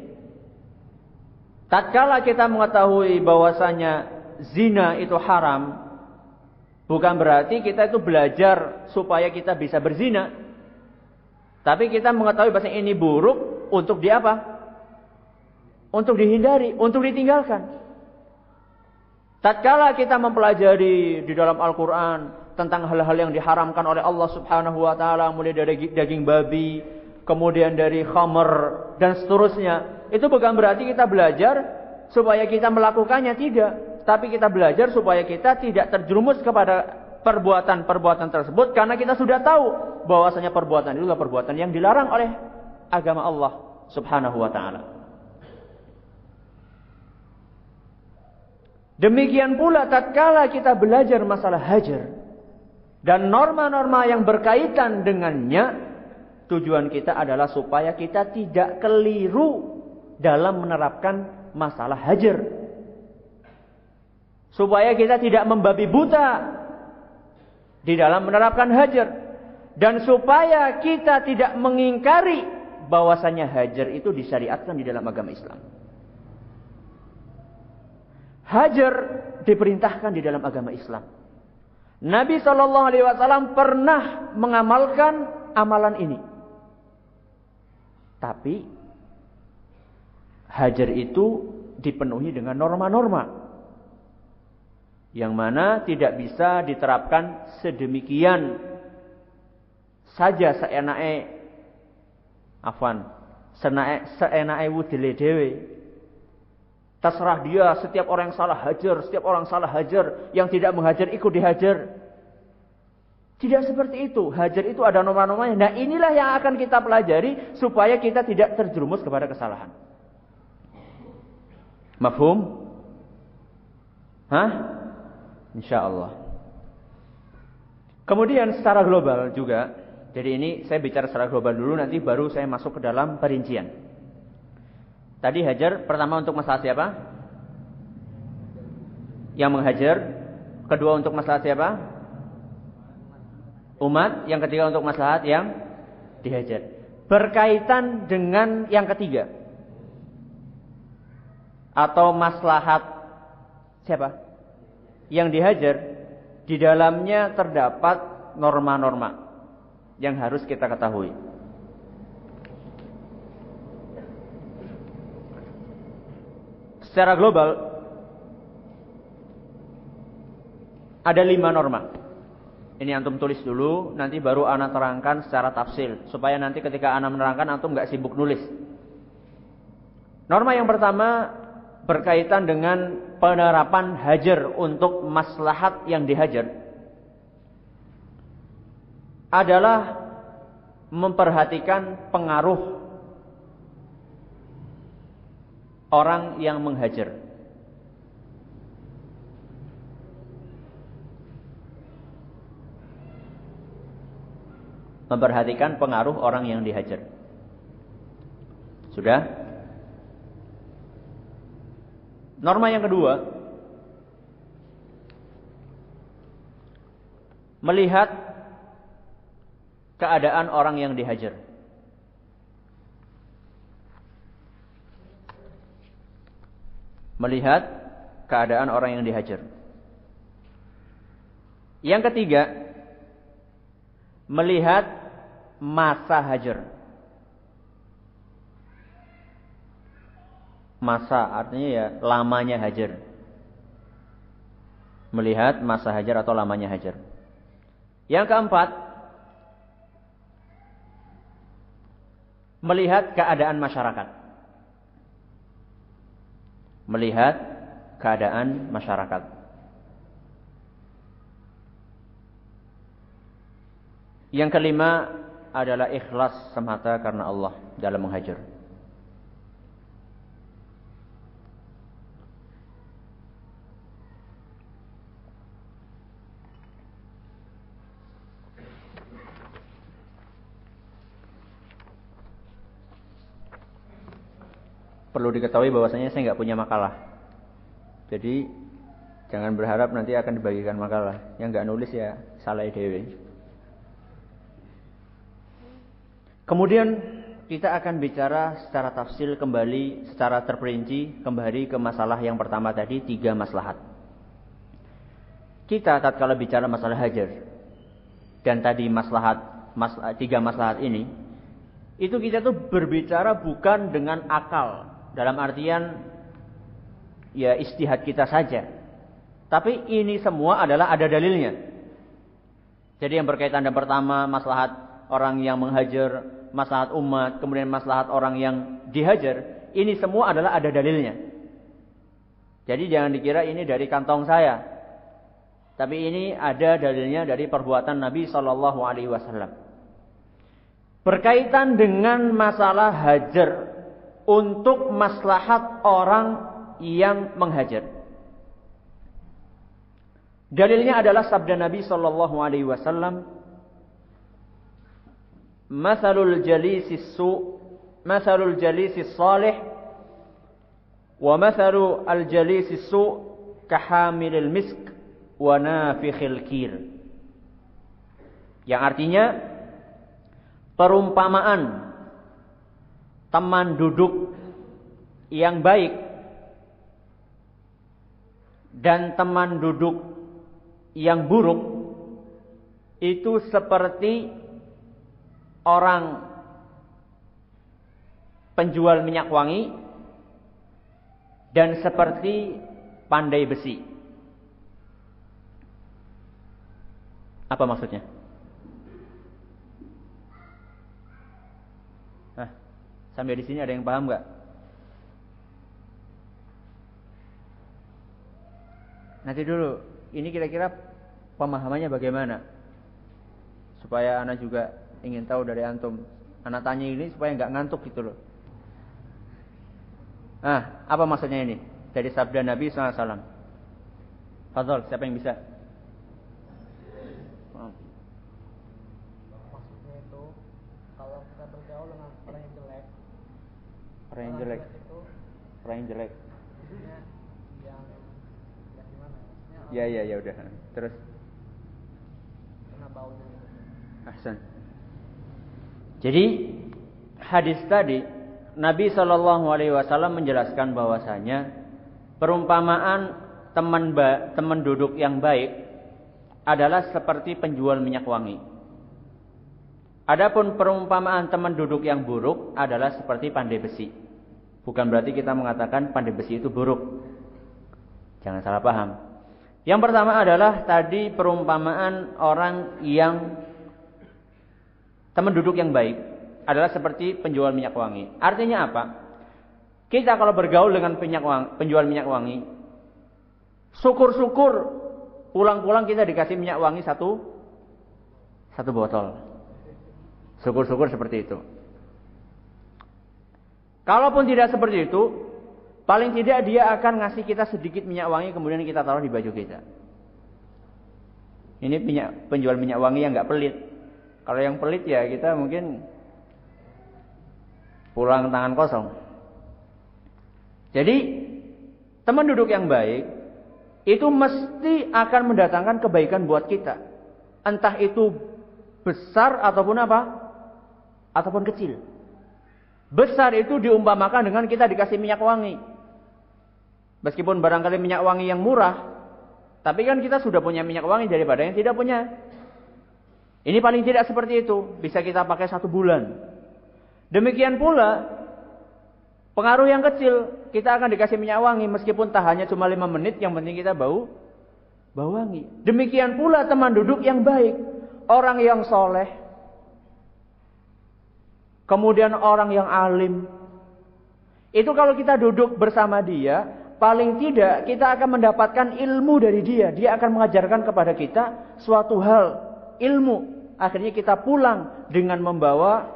tatkala kita mengetahui bahwasanya zina itu haram, bukan berarti kita itu belajar supaya kita bisa berzina. Tapi kita mengetahui bahwa ini buruk untuk di apa? Untuk dihindari, untuk ditinggalkan. Tatkala kita mempelajari di dalam Al-Quran tentang hal-hal yang diharamkan oleh Allah Subhanahu wa taala, mulai dari daging babi, kemudian dari khamr dan seterusnya, itu bukan berarti kita belajar supaya kita melakukannya, tidak. Tapi kita belajar supaya kita tidak terjerumus kepada perbuatan-perbuatan tersebut, karena kita sudah tahu bahwasanya perbuatan itu adalah perbuatan yang dilarang oleh agama Allah Subhanahu wa taala. Demikian pula tatkala kita belajar masalah hajar dan norma-norma yang berkaitan dengannya, tujuan kita adalah supaya kita tidak keliru dalam menerapkan masalah hajar. Supaya kita tidak membabi buta di dalam menerapkan hajar. Dan supaya kita tidak mengingkari bahwasanya hajar itu disyariatkan di dalam agama Islam. Hajar diperintahkan di dalam agama Islam. Nabi SAW pernah mengamalkan amalan ini. Tapi hajar itu dipenuhi dengan norma-norma yang mana tidak bisa diterapkan sedemikian saja seenake wudele dhewe. Terserah dia, setiap orang salah hajar, yang tidak menghajar ikut dihajar. Tidak seperti itu. Hajar itu ada norma-normanya. Nah, inilah yang akan kita pelajari supaya kita tidak terjerumus kepada kesalahan. Mafhum? Hah? Insyaallah. Kemudian secara global juga. Jadi ini saya bicara secara global dulu, nanti baru saya masuk ke dalam perincian. Tadi hajar pertama untuk masalah siapa? Yang menghajar. Kedua untuk masalah siapa? Umat. Yang ketiga untuk maslahat yang dihajar. Berkaitan dengan yang ketiga. Atau maslahat siapa? Yang dihajar. Di dalamnya terdapat norma-norma yang harus kita ketahui. Secara global ada 5 norma. Ini antum tulis dulu, nanti baru ana terangkan secara tafsil supaya nanti ketika ana menerangkan antum enggak sibuk nulis. Norma yang pertama berkaitan dengan penerapan hajar untuk maslahat yang dihajar adalah memperhatikan pengaruh orang yang menghajar. Memperhatikan pengaruh orang yang dihajar. Sudah? Norma yang kedua, melihat keadaan orang yang dihajar. Melihat keadaan orang yang dihajar. Yang ketiga, melihat masa hajar. Masa artinya ya lamanya hajar. Melihat masa hajar atau lamanya hajar. Yang keempat, melihat keadaan masyarakat. Melihat keadaan masyarakat. Yang kelima adalah ikhlas semata karena Allah dalam menghajar. Perlu diketahui bahwasanya saya nggak punya makalah. Jadi jangan berharap nanti akan dibagikan makalah. Yang nggak nulis ya salah dewe. Kemudian kita akan bicara secara tafsil kembali, secara terperinci kembali ke masalah yang pertama tadi, 3 maslahat. Kita tatkala bicara masalah hajar dan tadi maslahat 3 maslahat ini, itu kita tuh berbicara bukan dengan akal. Dalam artian ya istihad kita saja. Tapi ini semua adalah ada dalilnya. Jadi yang berkaitan dengan pertama maslahat orang yang menghajar, maslahat umat, kemudian maslahat orang yang dihajar, ini semua adalah ada dalilnya. Jadi jangan dikira ini dari kantong saya. Tapi ini ada dalilnya dari perbuatan Nabi SAW. berkaitan dengan masalah hajar untuk maslahat orang yang menghajar. Dalilnya adalah sabda Nabi sallallahu alaihi wasallam, "Matsalul jalisis salih wa matsalu al-jalisis su' kahamilil misk wa nafikhil kir." Yang artinya, perumpamaan teman duduk yang baik dan teman duduk yang buruk itu seperti orang penjual minyak wangi dan seperti pandai besi. Apa maksudnya? Sampai di sini ada yang paham nggak? Nanti dulu, ini kira-kira pemahamannya bagaimana? Supaya anak juga ingin tahu dari antum. Anak tanya ini supaya nggak ngantuk gitu loh. Apa maksudnya ini? Dari sabda Nabi SAW. Fadhol, siapa yang bisa? Maksudnya itu, kalau kita bergaul dengan orang yang jelek, orang yang jelek, maksudnya yang gimana? Ya udah. Terus? Kena baunya. Ahsan. Jadi hadis tadi Nabi SAW menjelaskan bahwasanya perumpamaan teman duduk yang baik adalah seperti penjual minyak wangi. Adapun perumpamaan teman duduk yang buruk adalah seperti pandai besi. Bukan berarti kita mengatakan pandai besi itu buruk. Jangan salah paham. Yang pertama adalah tadi perumpamaan orang yang teman duduk yang baik adalah seperti penjual minyak wangi. Artinya apa? Kita kalau bergaul dengan penjual minyak wangi, syukur-syukur pulang-pulang kita dikasih minyak wangi satu botol. Syukur-syukur seperti itu. Kalaupun tidak seperti itu, paling tidak dia akan ngasih kita sedikit minyak wangi kemudian kita taruh di baju kita. Ini penjual minyak wangi yang nggak pelit. Kalau yang pelit ya kita mungkin pulang tangan kosong. Jadi teman duduk yang baik itu mesti akan mendatangkan kebaikan buat kita. Entah itu besar ataupun apa? Ataupun kecil. Besar itu diumpamakan dengan kita dikasih minyak wangi. Meskipun barangkali minyak wangi yang murah, tapi kan kita sudah punya minyak wangi daripada yang tidak punya. Ini paling tidak seperti itu. Bisa kita pakai 1 bulan. Demikian pula, pengaruh yang kecil, kita akan dikasih minyak wangi. Meskipun tahannya cuma 5 menit, yang penting kita bau wangi. Demikian pula teman duduk yang baik. Orang yang soleh. Kemudian orang yang alim. Itu kalau kita duduk bersama dia, paling tidak kita akan mendapatkan ilmu dari dia. Dia akan mengajarkan kepada kita suatu hal, ilmu. Akhirnya kita pulang dengan membawa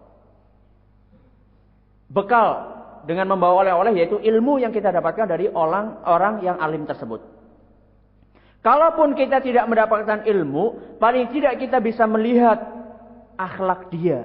bekal, dengan membawa oleh-oleh, yaitu ilmu yang kita dapatkan dari orang yang alim tersebut. Kalaupun kita tidak mendapatkan ilmu, paling tidak kita bisa melihat akhlak dia.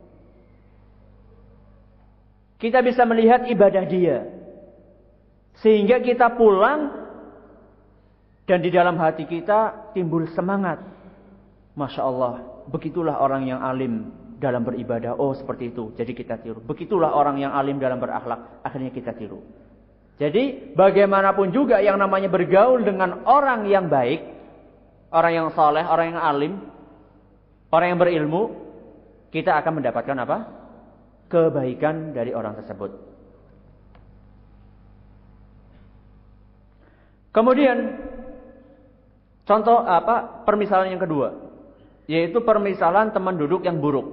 Kita bisa melihat ibadah dia. Sehingga kita pulang dan di dalam hati kita timbul semangat. Masya Allah, begitulah orang yang alim dalam beribadah. Oh seperti itu, jadi kita tiru. Begitulah orang yang alim dalam berakhlak, akhirnya kita tiru. Jadi bagaimanapun juga yang namanya bergaul dengan orang yang baik, orang yang saleh, orang yang alim, orang yang berilmu, kita akan mendapatkan apa? Kebaikan dari orang tersebut. Kemudian contoh permisalan yang kedua, yaitu permisalan teman duduk yang buruk.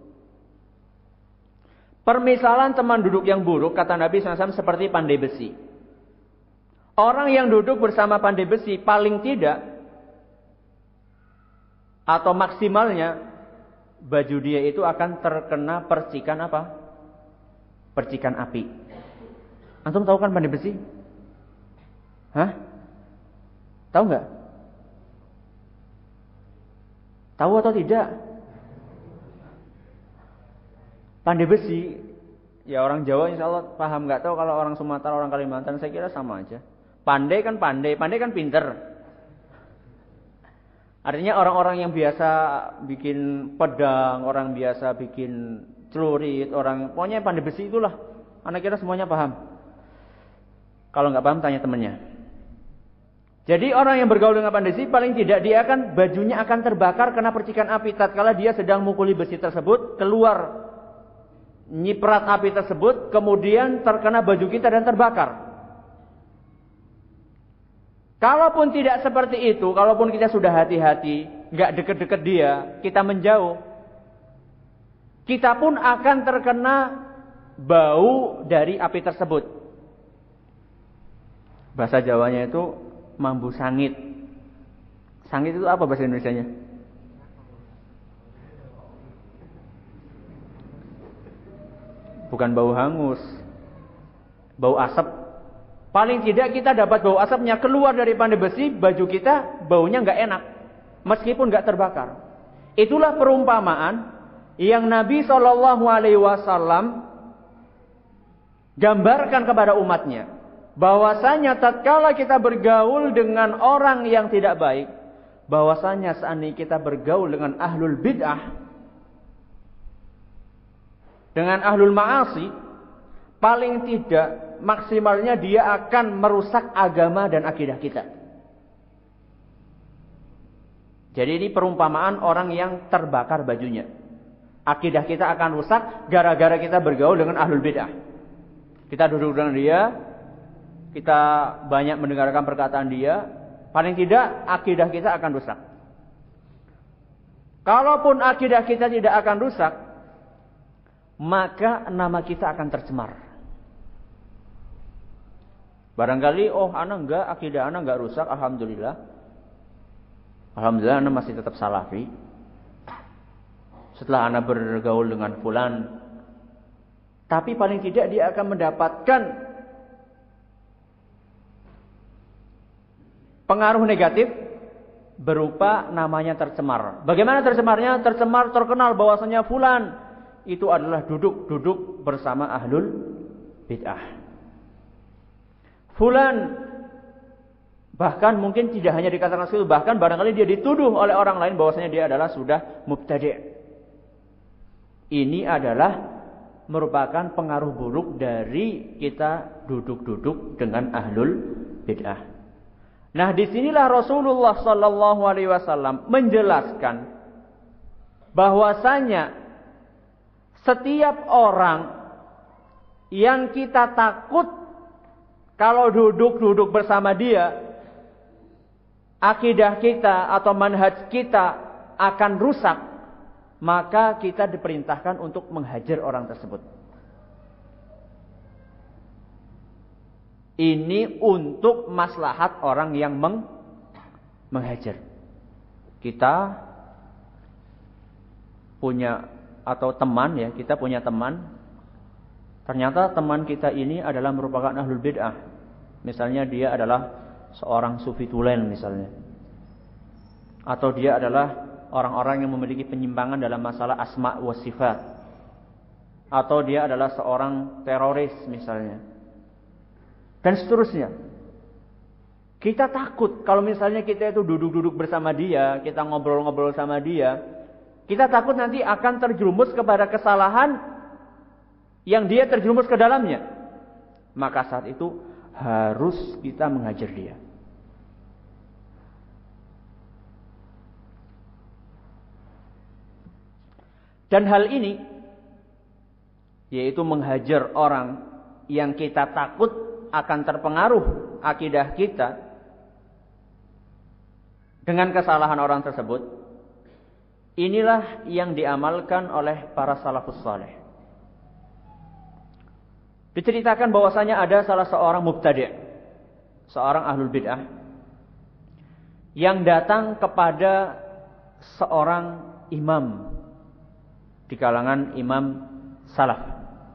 Permisalan teman duduk yang buruk, kata Nabi SAW, seperti pandai besi. Orang yang duduk bersama pandai besi paling tidak atau maksimalnya baju dia itu akan terkena percikan apa? Percikan api. Antum tahu kan pandai besi? Hah? Tahu nggak? Tahu atau tidak? Pandai besi, ya orang Jawa insya Allah paham. Nggak tahu kalau orang Sumatera, orang Kalimantan, saya kira sama aja. Pandai kan pinter. Artinya orang-orang yang biasa bikin pedang, orang biasa bikin celurit, pokoknya pandai besi itulah. Anak kira semuanya paham. Kalau nggak paham tanya temannya. Jadi orang yang bergaul dengan pandai besi paling tidak bajunya akan terbakar karena percikan api tatkala dia sedang mukuli besi tersebut, keluar nyiprat api tersebut, kemudian terkena baju kita dan terbakar. Kalaupun tidak seperti itu, kalaupun kita sudah hati-hati, nggak deket-deket dia, kita menjauh, kita pun akan terkena bau dari api tersebut. Bahasa Jawanya itu mambu sangit. Sangit itu apa bahasa Indonesianya? Bukan bau hangus, bau asap. Paling tidak kita dapat bau asapnya keluar dari pandai besi, baju kita baunya nggak enak, meskipun nggak terbakar. Itulah perumpamaan yang Nabi SAW gambarkan kepada umatnya, bahwasanya tatkala kita bergaul dengan orang yang tidak baik, bahwasanya seandainya kita bergaul dengan ahlul bid'ah, dengan ahlul ma'asi, paling tidak maksimalnya dia akan merusak agama dan akidah kita. Jadi ini perumpamaan orang yang terbakar bajunya. Akidah kita akan rusak gara-gara kita bergaul dengan ahlul bid'ah. Kita duduk dengan dia, kita banyak mendengarkan perkataan dia, paling tidak akidah kita akan rusak. Kalaupun akidah kita tidak akan rusak, maka nama kita akan tercemar. Barangkali, akidah anak enggak rusak, alhamdulillah. Alhamdulillah anak masih tetap salafi. Setelah anak bergaul dengan fulan, tapi paling tidak dia akan mendapatkan pengaruh negatif berupa namanya tercemar. Bagaimana tercemarnya? Tercemar terkenal bahwasanya fulan itu adalah duduk bersama ahlul bid'ah. Fulan bahkan mungkin tidak hanya dikatakan seperti itu, bahkan barangkali dia dituduh oleh orang lain bahwasanya dia adalah sudah mubtadi'. Ini adalah merupakan pengaruh buruk dari kita duduk-duduk dengan ahlul bid'ah. Nah, disinilah Rasulullah Sallallahu Alaihi Wasallam menjelaskan bahwasanya setiap orang yang kita takut kalau duduk-duduk bersama dia, akidah kita atau manhaj kita akan rusak, maka kita diperintahkan untuk menghajar orang tersebut. Ini untuk maslahat orang yang menghajar. Kita punya atau teman ya, kita punya teman. Ternyata teman kita ini adalah merupakan ahlul bid'ah. Misalnya dia adalah seorang sufi tulen misalnya. Atau dia adalah orang-orang yang memiliki penyimpangan dalam masalah asma wa sifat. Atau dia adalah seorang teroris misalnya. Dan seterusnya. Kita takut kalau misalnya kita itu duduk-duduk bersama dia, kita ngobrol-ngobrol sama dia, kita takut nanti akan terjerumus kepada kesalahan yang dia terjerumus ke dalamnya. Maka saat itu harus kita menghajar dia. Dan hal ini, yaitu menghajar orang yang kita takut akan terpengaruh akidah kita dengan kesalahan orang tersebut, inilah yang diamalkan oleh para salafus saleh. Diceritakan bahwasanya ada salah seorang mubtadi', seorang ahlul bid'ah, yang datang kepada seorang imam di kalangan imam salaf.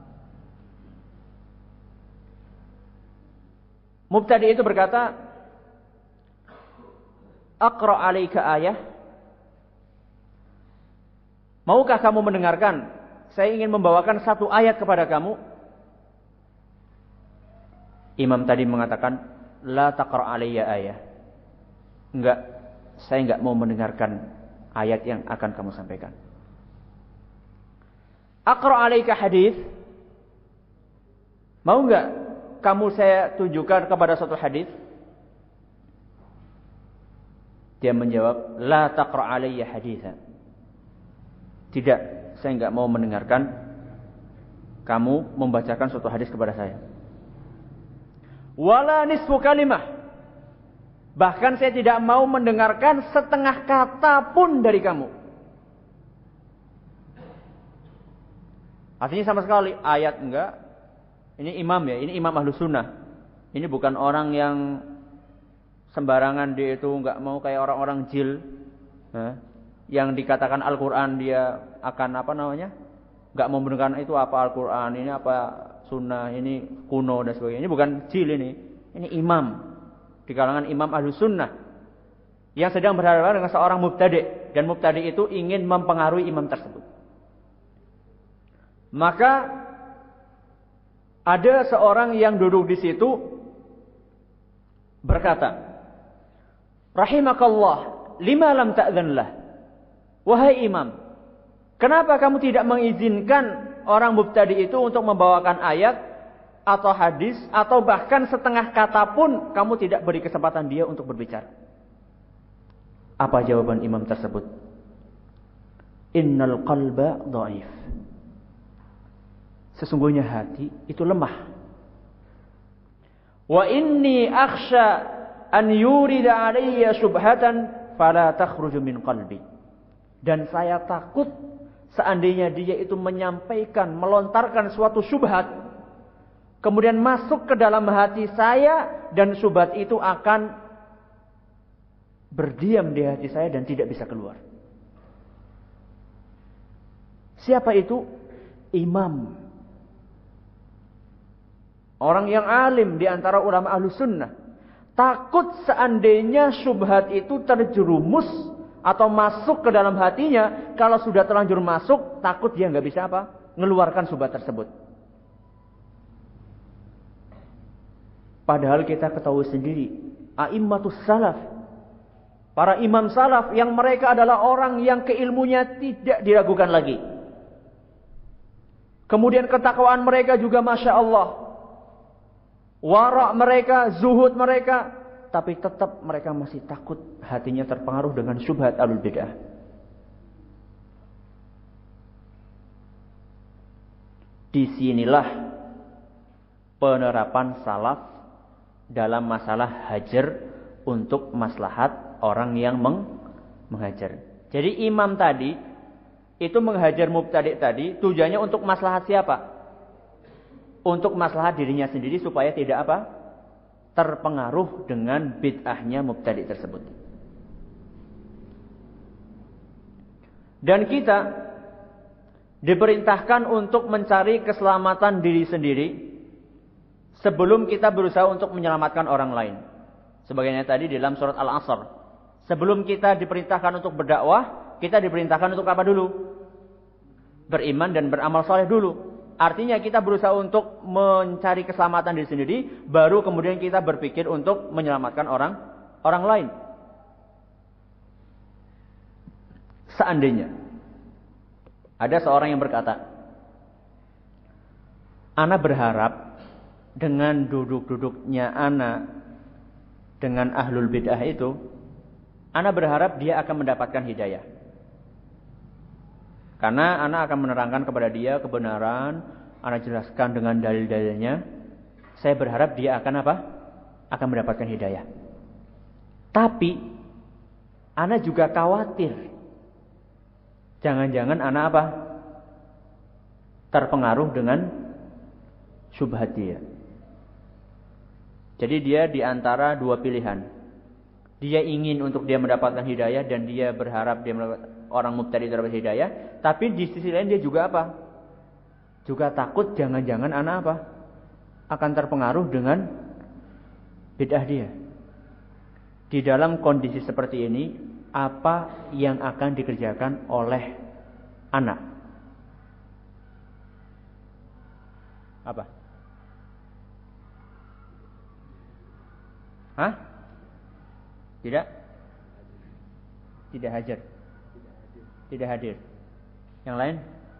Mubtadi itu berkata, "Aqra 'alaika ayah." Maukah kamu mendengarkan? Saya ingin membawakan satu ayat kepada kamu. Imam tadi mengatakan, "La taqra 'alayya ayah." Enggak, saya enggak mau mendengarkan ayat yang akan kamu sampaikan. "Aqra 'alaika hadis." Mau enggak kamu saya tunjukkan kepada suatu hadis? Dia menjawab, "La taqra 'alayya haditsan." Tidak, saya enggak mau mendengarkan kamu membacakan suatu hadis kepada saya. "Wala nisfu kalimah." Bahkan saya tidak mau mendengarkan setengah kata pun dari kamu. Artinya sama sekali ayat enggak. Ini imam ya, ini imam Ahlus Sunnah. Ini bukan orang yang sembarangan, dia itu enggak mau kayak orang-orang jil. Yang dikatakan Al-Quran dia akan enggak mau mendengarkan itu apa Al-Quran, ini apa sunnah, ini kuno dan sebagainya. Ini bukan jil ini. Ini imam di kalangan imam Ahlus Sunnah yang sedang berhadapan dengan seorang mubtadi, dan mubtadi itu ingin mempengaruhi imam tersebut. Maka ada seorang yang duduk di situ berkata, "Rahimakallah, lima lam ta'dzan lah." Wahai imam, kenapa kamu tidak mengizinkan orang mubtadi itu untuk membawakan ayat atau hadis, atau bahkan setengah kata pun kamu tidak beri kesempatan dia untuk berbicara? Apa jawaban imam tersebut? "Innal qalba dhaif." Sesungguhnya hati itu lemah. "Wa inni akhsha an yurida alayya subhatan fala takhruju min qalbi." Dan saya takut seandainya dia itu menyampaikan, melontarkan suatu syubhat, kemudian masuk ke dalam hati saya, dan syubhat itu akan berdiam di hati saya dan tidak bisa keluar. Siapa itu? Imam. Orang yang alim di antara ulama Ahlus Sunnah. Takut seandainya syubhat itu terjerumus atau masuk ke dalam hatinya. Kalau sudah terlanjur masuk, takut dia nggak bisa mengeluarkan syubhat tersebut. Padahal kita ketahui sendiri, a'immatus salaf, para imam salaf yang mereka adalah orang yang keilmunya tidak diragukan lagi. Kemudian ketakwaan mereka juga Masya Allah. Wara' mereka, zuhud mereka, tapi tetap mereka masih takut hatinya terpengaruh dengan syubhat ahlul bid'ah. Disinilah penerapan salaf dalam masalah hajar untuk maslahat orang yang menghajar. Jadi imam tadi itu menghajar mubtadi tadi tujuannya untuk maslahat siapa? Untuk maslahat dirinya sendiri supaya tidak terpengaruh dengan bid'ahnya mubtadi tersebut. Dan kita diperintahkan untuk mencari keselamatan diri sendiri sebelum kita berusaha untuk menyelamatkan orang lain. Sebagaimana tadi di dalam surat Al-Asr. Sebelum kita diperintahkan untuk berdakwah, kita diperintahkan untuk apa dulu? Beriman dan beramal saleh dulu. Artinya kita berusaha untuk mencari keselamatan diri sendiri, baru kemudian kita berpikir untuk menyelamatkan orang lain. Seandainya ada seorang yang berkata, "Ana berharap dengan duduk-duduknya ana dengan ahlul bid'ah itu, ana berharap dia akan mendapatkan hidayah. Karena ana akan menerangkan kepada dia kebenaran, ana jelaskan dengan dalil-dalilnya. Saya berharap dia akan akan mendapatkan hidayah. Tapi ana juga khawatir, jangan-jangan ana terpengaruh dengan syubhat dia. Jadi dia di antara dua pilihan. dia ingin untuk dia mendapatkan hidayah dan dia berharap dia orang mubtadi itu dapat hidayah, tapi di sisi lain dia juga apa? Juga takut jangan-jangan anak apa? Akan terpengaruh dengan bid'ah dia. Di dalam kondisi seperti ini, apa yang akan dikerjakan oleh anak? Apa? Hah? Tidak? Tidak hajar. Tidak hadir. Yang lain?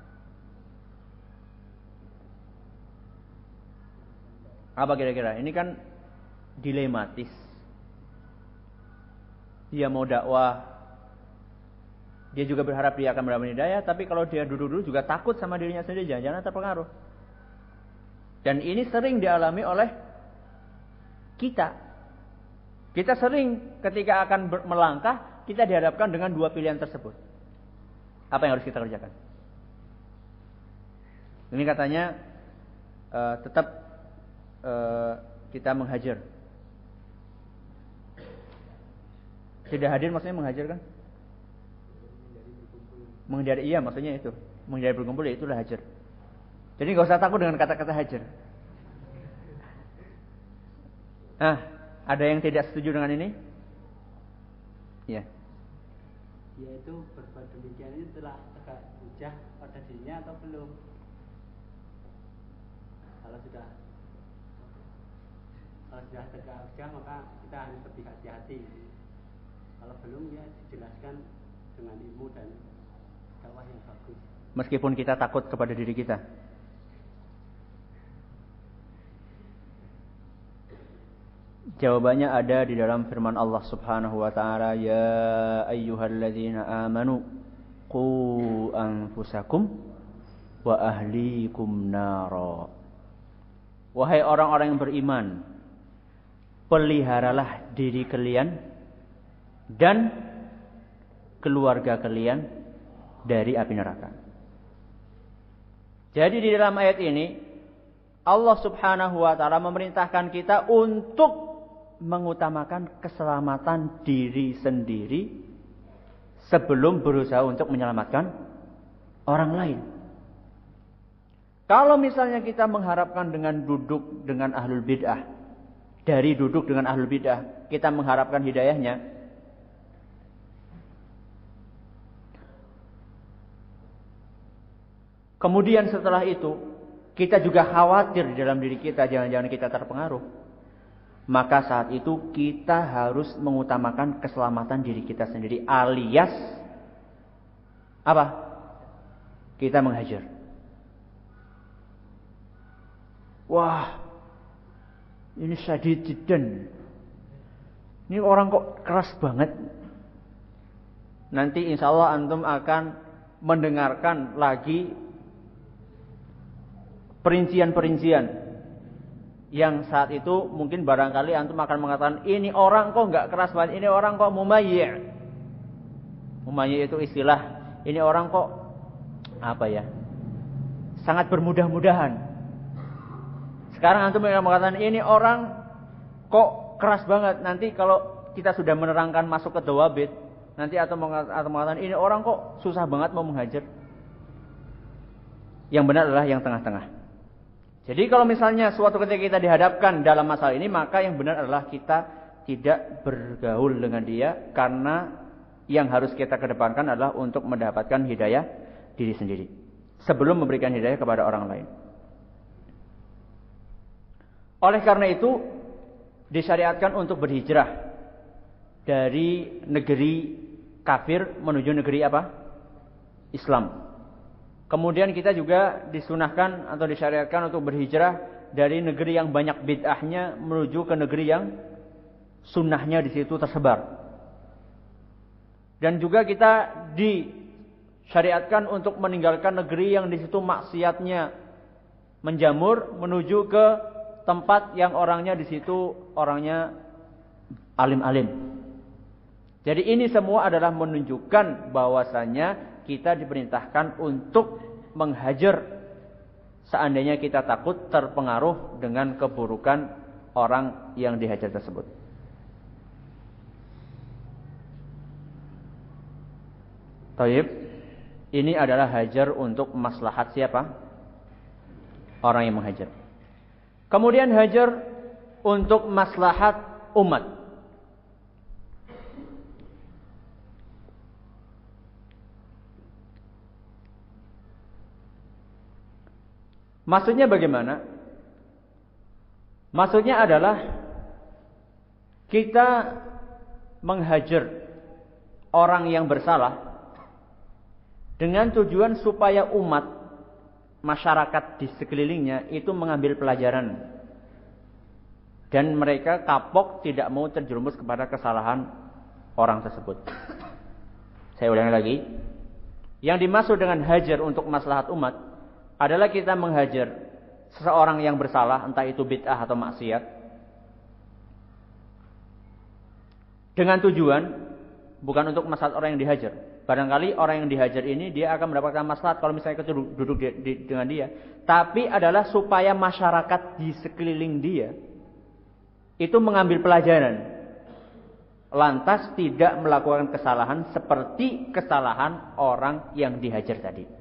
Apa kira-kira? Ini kan dilematis. Dia mau dakwah, dia juga berharap dia akan mendapat hidayah, tapi kalau dia duduk-duduk juga takut sama dirinya sendiri, jangan-jangan terpengaruh. Dan ini sering dialami oleh kita. Kita sering ketika akan melangkah, kita dihadapkan dengan dua pilihan tersebut. Apa yang harus kita kerjakan? Ini katanya tetap kita menghajar. Tidak hadir maksudnya menghajar kan? Menghindari, iya maksudnya itu. Menghindari berkumpul ya itulah hajar. Jadi gak usah takut dengan kata-kata hajar. Ada yang tidak setuju dengan ini? Ya. Yaitu berbuat demikian ini telah tegak hujah pada dirinya atau belum? Kalau sudah tegak hujah maka kita harus lebih hati-hati. Kalau belum ya dijelaskan dengan ilmu dan dakwah yang bagus. Meskipun kita takut kepada diri kita. Jawabannya ada di dalam firman Allah Subhanahu wa taala, ya ayyuhalladzina amanu qu anfusakum wa ahlikum nara. Wahai orang-orang yang beriman, peliharalah diri kalian dan keluarga kalian dari api neraka. Jadi di dalam ayat ini Allah Subhanahu wa taala memerintahkan kita untuk mengutamakan keselamatan diri sendiri sebelum berusaha untuk menyelamatkan orang lain. Kalau misalnya kita mengharapkan dengan duduk dengan ahlul bid'ah, dari duduk dengan ahlul bid'ah kita mengharapkan hidayahnya, kemudian setelah itu kita juga khawatir di dalam diri kita jangan-jangan kita terpengaruh, maka saat itu kita harus mengutamakan keselamatan diri kita sendiri, alias apa? Kita menghajar. Wah, ini syadid jiddan. Ini orang kok keras banget. Nanti insya Allah antum akan mendengarkan lagi perincian-perincian yang saat itu mungkin barangkali antum akan mengatakan ini orang kok nggak keras banget, ini orang kok mumayyi'. Mumayyi' itu istilah, ini orang kok apa ya, sangat bermudah-mudahan. Sekarang antum yang mengatakan ini orang kok keras banget. Nanti kalau kita sudah menerangkan masuk ke dawabit, nanti atau mengatakan ini orang kok susah banget mau menghajar. Yang benar adalah yang tengah-tengah. Jadi kalau misalnya suatu ketika kita dihadapkan dalam masalah ini, maka yang benar adalah kita tidak bergaul dengan dia, karena yang harus kita kedepankan adalah untuk mendapatkan hidayah diri sendiri sebelum memberikan hidayah kepada orang lain. Oleh karena itu disyariatkan untuk berhijrah dari negeri kafir menuju negeri apa? Islam. Kemudian kita juga disunahkan atau disyariatkan untuk berhijrah dari negeri yang banyak bid'ahnya menuju ke negeri yang sunnahnya di situ tersebar. Dan juga kita disyariatkan untuk meninggalkan negeri yang di situ maksiatnya menjamur menuju ke tempat yang orangnya di situ orangnya alim-alim. Jadi ini semua adalah menunjukkan bahwasanya kita diperintahkan untuk menghajar seandainya kita takut terpengaruh dengan keburukan orang yang dihajar tersebut. Taib. Ini adalah hajar untuk maslahat siapa? Orang yang menghajar. Kemudian hajar untuk maslahat umat. Maksudnya bagaimana? Maksudnya adalah kita menghajar orang yang bersalah dengan tujuan supaya umat, masyarakat di sekelilingnya itu mengambil pelajaran. Dan mereka kapok tidak mau terjerumus kepada kesalahan orang tersebut. Saya ulangi lagi. Yang dimaksud dengan hajar untuk maslahat umat adalah kita menghajar seseorang yang bersalah, entah itu bid'ah atau maksiat, dengan tujuan bukan untuk maslahat orang yang dihajar. Barangkali orang yang dihajar ini dia akan mendapatkan maslahat kalau misalnya kita duduk dengan dia. Tapi adalah supaya masyarakat di sekeliling dia itu mengambil pelajaran. Lantas tidak melakukan kesalahan seperti kesalahan orang yang dihajar tadi.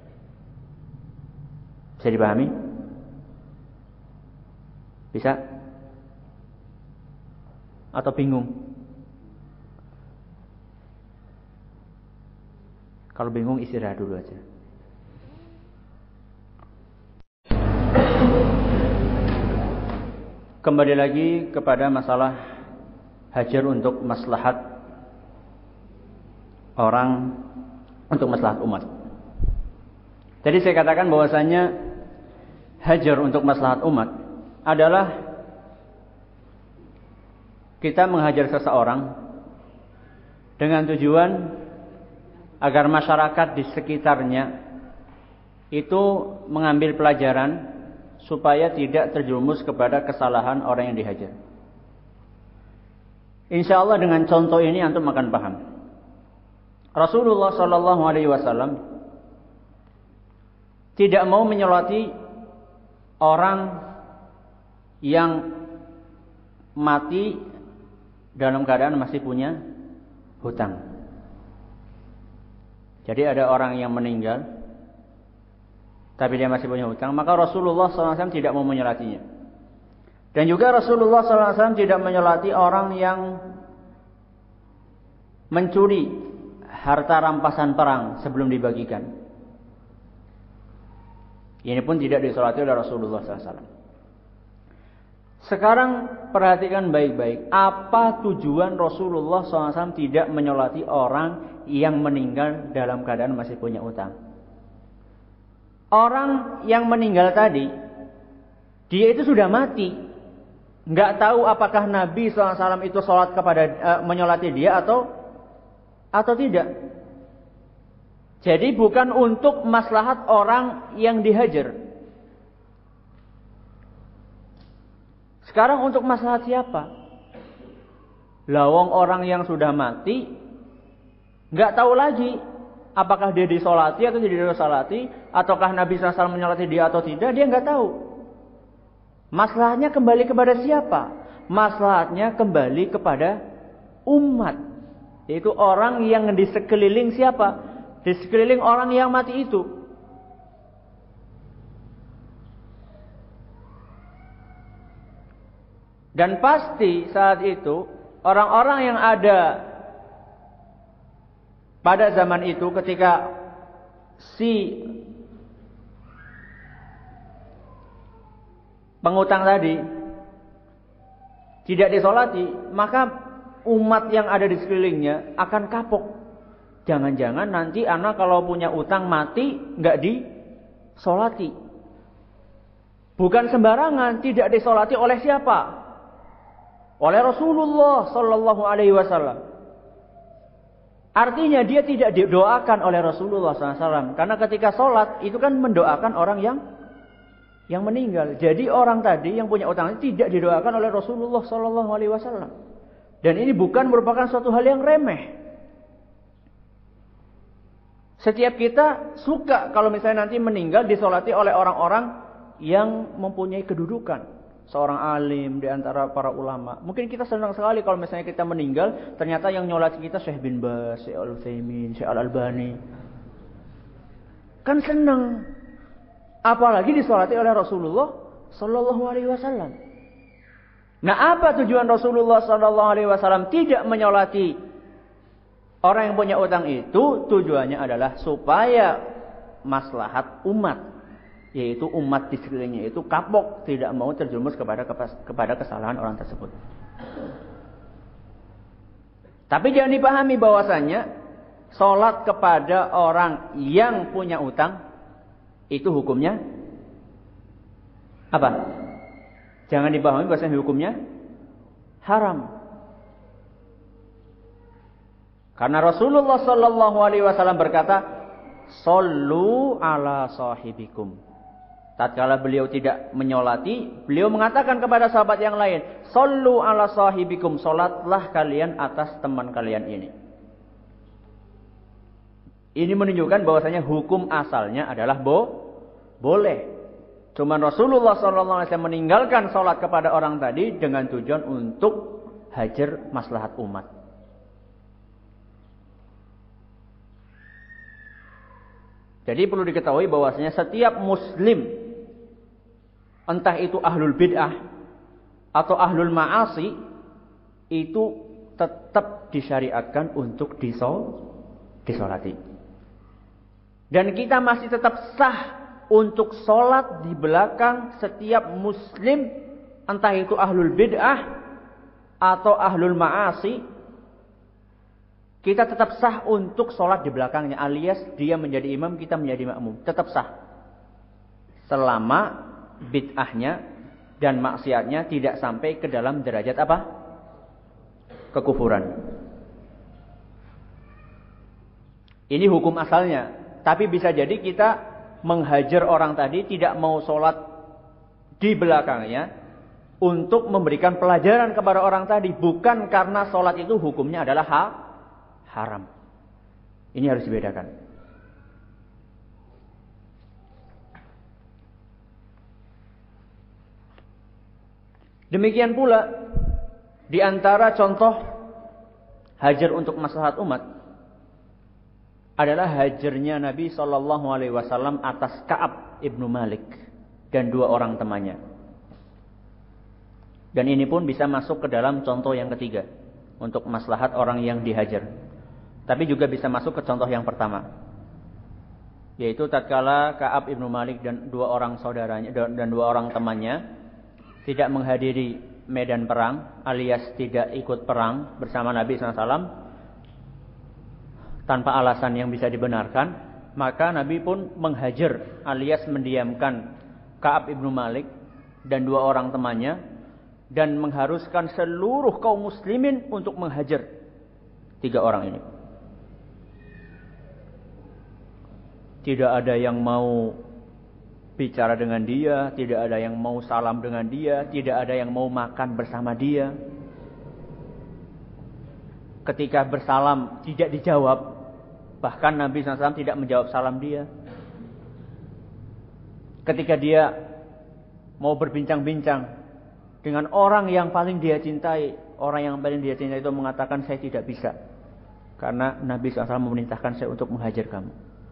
Bisa dipahami? Bisa? Atau bingung? Kalau bingung istirahat dulu aja. Kembali lagi kepada masalah hajar untuk maslahat orang, untuk maslahat umat. Jadi saya katakan bahwasanya hajar untuk maslahat umat adalah kita menghajar seseorang dengan tujuan agar masyarakat di sekitarnya itu mengambil pelajaran supaya tidak terjerumus kepada kesalahan orang yang dihajar. Insya Allah dengan contoh ini antum akan paham. Rasulullah Shallallahu Alaihi Wasallam tidak mau menyolati orang yang mati dalam keadaan masih punya hutang. Jadi ada orang yang meninggal, tapi dia masih punya hutang, maka Rasulullah SAW tidak mau menyolatinya. Dan juga Rasulullah SAW tidak menyolati orang yang mencuri harta rampasan perang sebelum dibagikan. Ini pun tidak disolati oleh Rasulullah SAW. Sekarang perhatikan baik-baik. Apa tujuan Rasulullah SAW tidak menyolati orang yang meninggal dalam keadaan masih punya utang? Orang yang meninggal tadi, dia itu sudah mati. Nggak tahu apakah Nabi SAW itu sholat kepada menyolati dia atau tidak. Jadi bukan untuk maslahat orang yang dihajar. Sekarang untuk maslahat siapa? Lawang orang yang sudah mati nggak tahu lagi apakah dia disolati atau tidak disolati, ataukah Nabi SAW menyolati dia atau tidak, dia nggak tahu. Maslahatnya kembali kepada siapa? Maslahatnya kembali kepada umat, yaitu orang yang di sekeliling siapa? Di sekeliling orang yang mati itu. Dan pasti saat itu orang-orang yang ada pada zaman itu ketika si pengutang tadi tidak disolati, maka umat yang ada di sekelilingnya akan kapok. Jangan-jangan nanti anak kalau punya utang mati nggak disolati. Bukan sembarangan, tidak disolati oleh siapa? Oleh Rasulullah Sallallahu Alaihi Wasallam. Artinya dia tidak didoakan oleh Rasulullah SAW. Karena ketika sholat itu kan mendoakan orang yang meninggal. Jadi orang tadi yang punya utang itu tidak didoakan oleh Rasulullah Sallallahu Alaihi Wasallam. Dan ini bukan merupakan suatu hal yang remeh. Setiap kita suka kalau misalnya nanti meninggal disolati oleh orang-orang yang mempunyai kedudukan. Seorang alim di antara para ulama. Mungkin kita senang sekali kalau misalnya kita meninggal, ternyata yang nyolati kita Syekh bin Baz, Syekh Al-Utsaimin, Syekh Al-Albani. Kan senang. Apalagi disolati oleh Rasulullah Sallallahu Alaihi Wasallam. Nah, apa tujuan Rasulullah Sallallahu Alaihi Wasallam tidak menyolati orang yang punya utang itu? Tujuannya adalah supaya maslahat umat, yaitu umat di sekelilingnya itu kapok, tidak mau terjerumus kepada kesalahan orang tersebut. Tapi jangan dipahami bahwasannya sholat kepada orang yang punya utang itu hukumnya apa? Jangan dipahami bahwasanya hukumnya haram. Karena Rasulullah Sallallahu Alaihi Wasallam berkata, "Shollu ala sahibikum." Tatkala beliau tidak menyolati, beliau mengatakan kepada sahabat yang lain, "Shollu ala sahibikum." Salatlah kalian atas teman kalian ini. Ini menunjukkan bahwasanya hukum asalnya adalah boleh. Cuman Rasulullah SAW meninggalkan sholat kepada orang tadi dengan tujuan untuk hajar maslahat umat. Jadi perlu diketahui bahwasanya setiap muslim, entah itu ahlul bid'ah atau ahlul ma'asi, itu tetap disyariatkan untuk disolati. Dan kita masih tetap sah untuk sholat di belakang setiap muslim, entah itu ahlul bid'ah atau ahlul ma'asi. Kita tetap sah untuk sholat di belakangnya, alias dia menjadi imam, kita menjadi makmum. Tetap sah. Selama bid'ahnya dan maksiatnya tidak sampai ke dalam derajat apa? Kekufuran. Ini hukum asalnya. Tapi bisa jadi kita menghajar orang tadi, tidak mau sholat di belakangnya untuk memberikan pelajaran kepada orang tadi. Bukan karena sholat itu hukumnya adalah haram. Ini harus dibedakan. Demikian pula di antara contoh hajar untuk maslahat umat adalah hajarnya Nabi Shallallahu Alaihi Wasallam atas Ka'ab ibnu Malik dan dua orang temannya. Dan ini pun bisa masuk ke dalam contoh yang ketiga untuk maslahat orang yang dihajar. Tapi juga bisa masuk ke contoh yang pertama, yaitu tatkala Ka'ab ibnu Malik dan dua orang saudaranya dan dua orang temannya tidak menghadiri medan perang, alias tidak ikut perang bersama Nabi SAW. Tanpa alasan yang bisa dibenarkan, maka Nabi pun menghajar alias mendiamkan Ka'ab ibnu Malik dan dua orang temannya dan mengharuskan seluruh kaum muslimin untuk menghajar tiga orang ini. Tidak ada yang mau bicara dengan dia, tidak ada yang mau salam dengan dia, tidak ada yang mau makan bersama dia. Ketika bersalam tidak dijawab. Bahkan Nabi SAW tidak menjawab salam dia. Ketika dia mau berbincang-bincang dengan orang yang paling dia cintai, orang yang paling dia cintai itu mengatakan, saya tidak bisa. Karena Nabi SAW memerintahkan saya untuk menghajar kamu.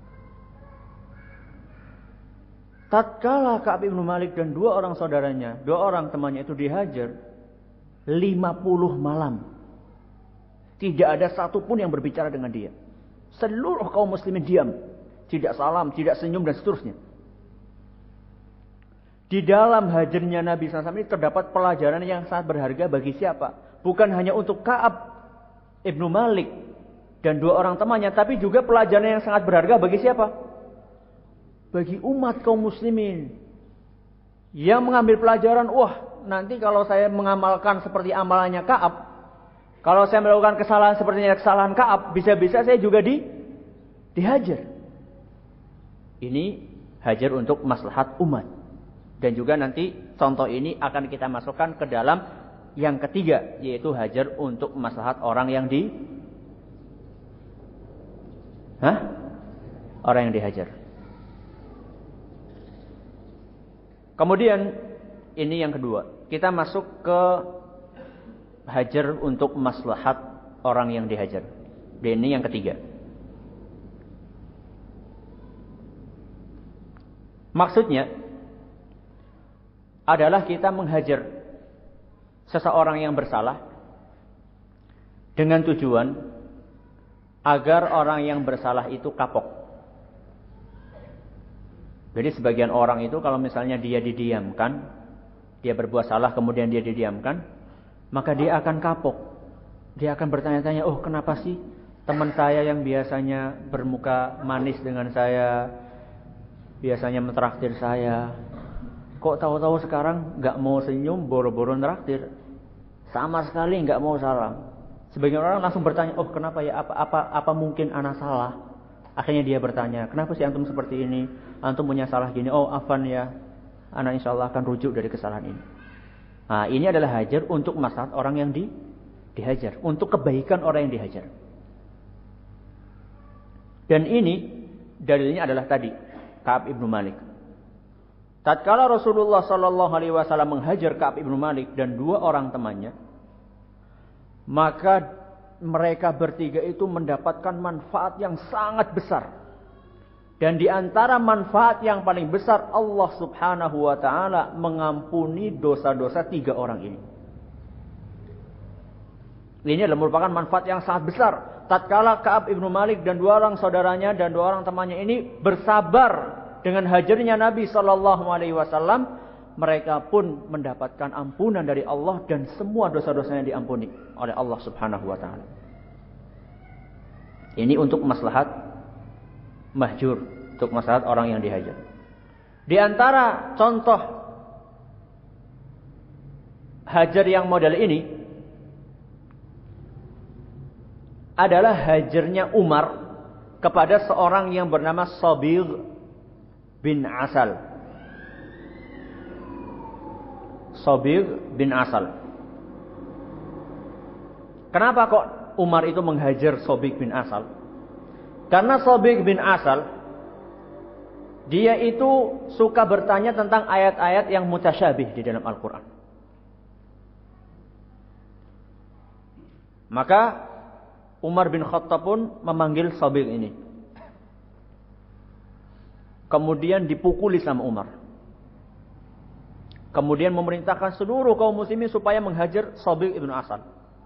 Tatkala Ka'ab ibnu Malik dan dua orang saudaranya, dua orang temannya itu dihajar 50 malam. Tidak ada satupun yang berbicara dengan dia. Seluruh kaum muslimin diam. Tidak salam, tidak senyum dan seterusnya. Di dalam hajarnya Nabi SAW ini terdapat pelajaran yang sangat berharga bagi siapa? Bukan hanya untuk Ka'ab ibnu Malik dan dua orang temannya, tapi juga pelajaran yang sangat berharga bagi siapa? Bagi umat kaum muslimin. Yang mengambil pelajaran, wah nanti kalau saya mengamalkan seperti amalannya Ka'ab, kalau saya melakukan kesalahan seperti kesalahan Ka'ab, bisa-bisa saya juga dihajar. Ini hajar untuk maslahat umat. Dan juga nanti contoh ini akan kita masukkan ke dalam yang ketiga, yaitu hajar untuk maslahat orang yang orang yang dihajar. Kemudian ini yang kedua, kita masuk ke hajar untuk maslahat orang yang dihajar. Dan ini yang ketiga. Maksudnya adalah kita menghajar seseorang yang bersalah dengan tujuan agar orang yang bersalah itu kapok. Jadi sebagian orang itu kalau misalnya dia didiamkan, dia berbuat salah kemudian dia didiamkan, maka dia akan kapok. Dia akan bertanya-tanya, oh kenapa sih teman saya yang biasanya bermuka manis dengan saya, biasanya mentraktir saya, kok tahu-tahu sekarang nggak mau senyum, boro-boro traktir, sama sekali nggak mau salam. Sebagian orang langsung bertanya, oh kenapa ya, apa mungkin anak salah? Akhirnya dia bertanya, kenapa sih antum seperti ini? Antum punya salah gini, oh afan ya, anak insya Allah akan rujuk dari kesalahan ini. Nah ini adalah hajar untuk maslahat orang yang dihajar, untuk kebaikan orang yang dihajar. Dan ini dalilnya adalah tadi Ka'ab ibnu Malik. Tatkala Rasulullah Sallallahu Alaihi Wasallam menghajar Ka'ab ibnu Malik dan 2 orang temannya, maka mereka bertiga itu mendapatkan manfaat yang sangat besar. Dan di antara manfaat yang paling besar, Allah Subhanahu Wa Taala mengampuni dosa-dosa 3 orang ini. Ini adalah merupakan manfaat yang sangat besar. Tatkala Ka'ab ibnu Malik dan 2 orang saudaranya dan 2 orang temannya ini bersabar dengan hajarnya Nabi Sallallahu Alaihi Wasallam, mereka pun mendapatkan ampunan dari Allah dan semua dosa-dosanya diampuni oleh Allah Subhanahu Wa Taala. Ini untuk maslahat mahjur, untuk maslahat orang yang dihajar. Di antara contoh hajar yang model ini adalah hajarnya Umar kepada seorang yang bernama Sabigh bin Asal. Sabigh bin Asal. Kenapa kok Umar itu menghajar Sabigh bin Asal? Karena Sabigh bin Asal dia itu suka bertanya tentang ayat-ayat yang mutasyabih di dalam Al-Quran. Maka Umar bin Khattab pun memanggil Sabigh ini. Kemudian dipukuli sama Umar. Kemudian memerintahkan seluruh kaum muslimin supaya menghajar Sabigh ibn Asal.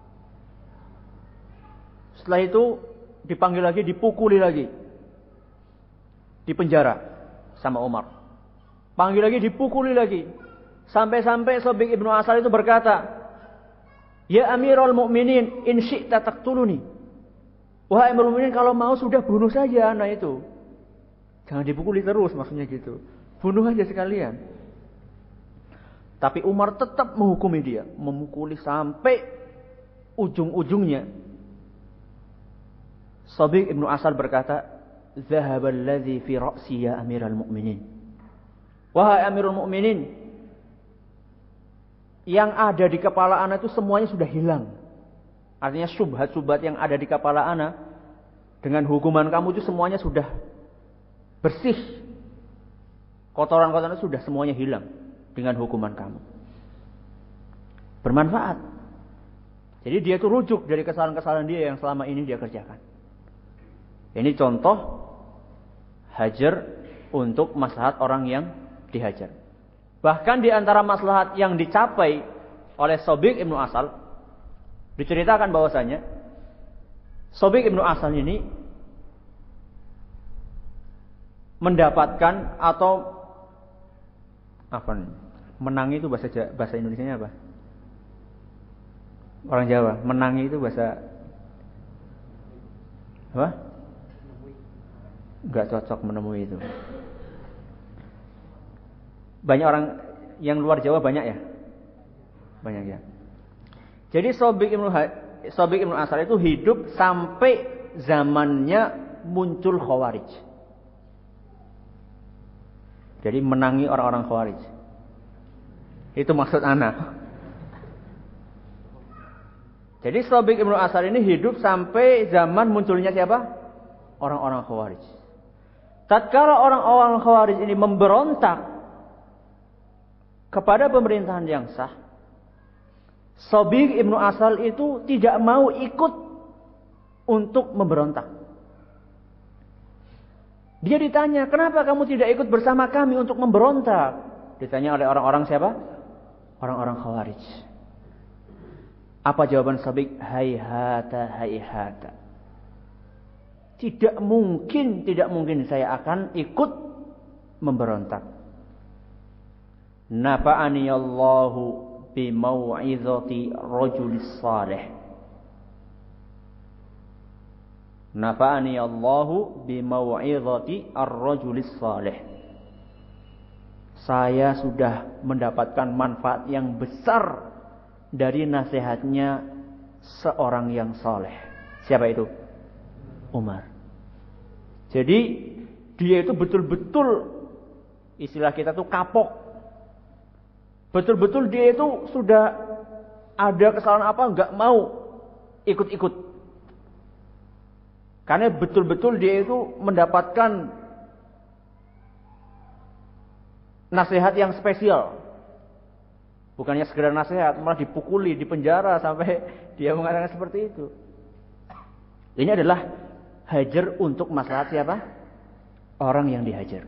Setelah itu dipanggil lagi, dipukuli lagi. Dipenjara sama Umar. Panggil lagi, dipukuli lagi. Sampai-sampai Sabigh ibn Asal itu berkata, "Ya Amirul Mukminin, in syi'ta taqtuluni." Wahai Amirul Mukminin, kalau mau sudah bunuh saja anak itu. Jangan dipukuli terus, maksudnya gitu. Bunuh aja sekalian. Tapi Umar tetap menghukumi dia, memukuli sampai ujung-ujungnya. Sabigh ibn Asal berkata, "Dhahaba alladhi fi ra'si ya Amirul Mukminin." Wahai Amirul Mukminin, yang ada di kepala anak itu semuanya sudah hilang. Artinya syubhat-syubhat yang ada di kepala anak dengan hukuman kamu itu semuanya sudah bersih. Kotoran-kotoran itu sudah semuanya hilang dengan hukuman kamu. Bermanfaat. Jadi dia itu rujuk dari kesalahan-kesalahan dia yang selama ini dia kerjakan. Ini contoh hajar untuk maslahat orang yang dihajar. Bahkan di antara maslahat yang dicapai oleh Sabigh ibn Asal, diceritakan bahwasanya Sabigh ibn Asal ini mendapatkan atau apa nih? Menangi itu bahasa Indonesianya apa? Orang Jawa, menangi itu bahasa apa? Enggak cocok menemui itu. Banyak orang yang luar Jawa banyak ya? Banyak ya. Jadi Sabigh ibn Asal itu hidup sampai zamannya muncul Khawarij. Jadi menangi orang-orang Khawarij. Itu maksud ana. Jadi Sabigh ibn Asal ini hidup sampai zaman munculnya siapa? Orang-orang Khawarij. Tatkala orang-orang Khawarij ini memberontak kepada pemerintahan yang sah, Sabigh ibn Asal itu tidak mau ikut untuk memberontak. Dia ditanya, kenapa kamu tidak ikut bersama kami untuk memberontak? Ditanya oleh orang-orang siapa? Orang-orang Khawarij. Apa jawaban Sabiq? Hayhata, hayhata. Tidak mungkin saya akan ikut memberontak. Nafa'ani Allahu bimau'izati rajulis salih. Nafa'ani Allahu bimau'izati ar-rajulis salih. Saya sudah mendapatkan manfaat yang besar dari nasihatnya seorang yang saleh. Siapa itu? Umar. Jadi dia itu betul-betul, istilah kita tuh kapok. Betul-betul dia itu sudah ada kesalahan apa nggak mau ikut-ikut. Karena betul-betul dia itu mendapatkan nasihat yang spesial. Bukannya sekedar nasihat, malah dipukuli, dipenjara sampai dia mengatakan seperti itu. Ini adalah hajar untuk maslahat siapa? Orang yang dihajar.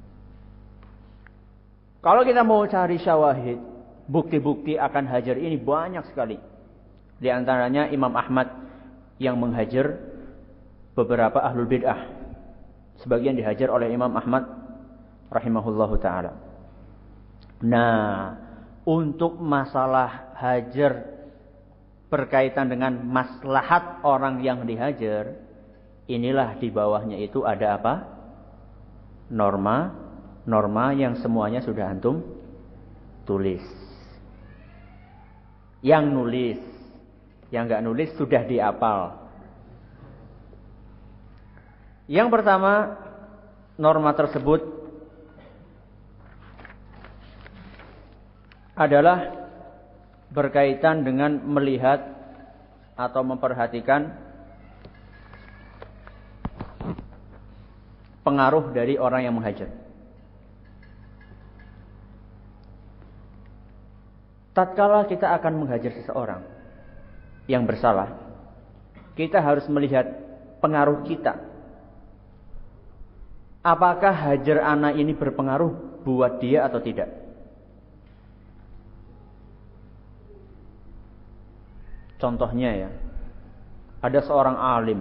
Kalau kita mau cari syawahid, bukti-bukti akan hajar ini banyak sekali. Di antaranya Imam Ahmad yang menghajar beberapa ahlul bid'ah. Sebagian dihajar oleh Imam Ahmad rahimahullahu ta'ala. Nah, untuk masalah hajar berkaitan dengan maslahat orang yang dihajar, inilah di bawahnya itu ada apa? Norma yang semuanya sudah antum tulis. Yang nulis, yang enggak nulis sudah dihafal. Yang pertama, norma tersebut adalah berkaitan dengan melihat atau memperhatikan pengaruh dari orang yang menghajar. Tatkala kita akan menghajar seseorang yang bersalah, kita harus melihat pengaruh kita. Apakah hajar anak ini berpengaruh buat dia atau tidak? Contohnya ya, ada seorang alim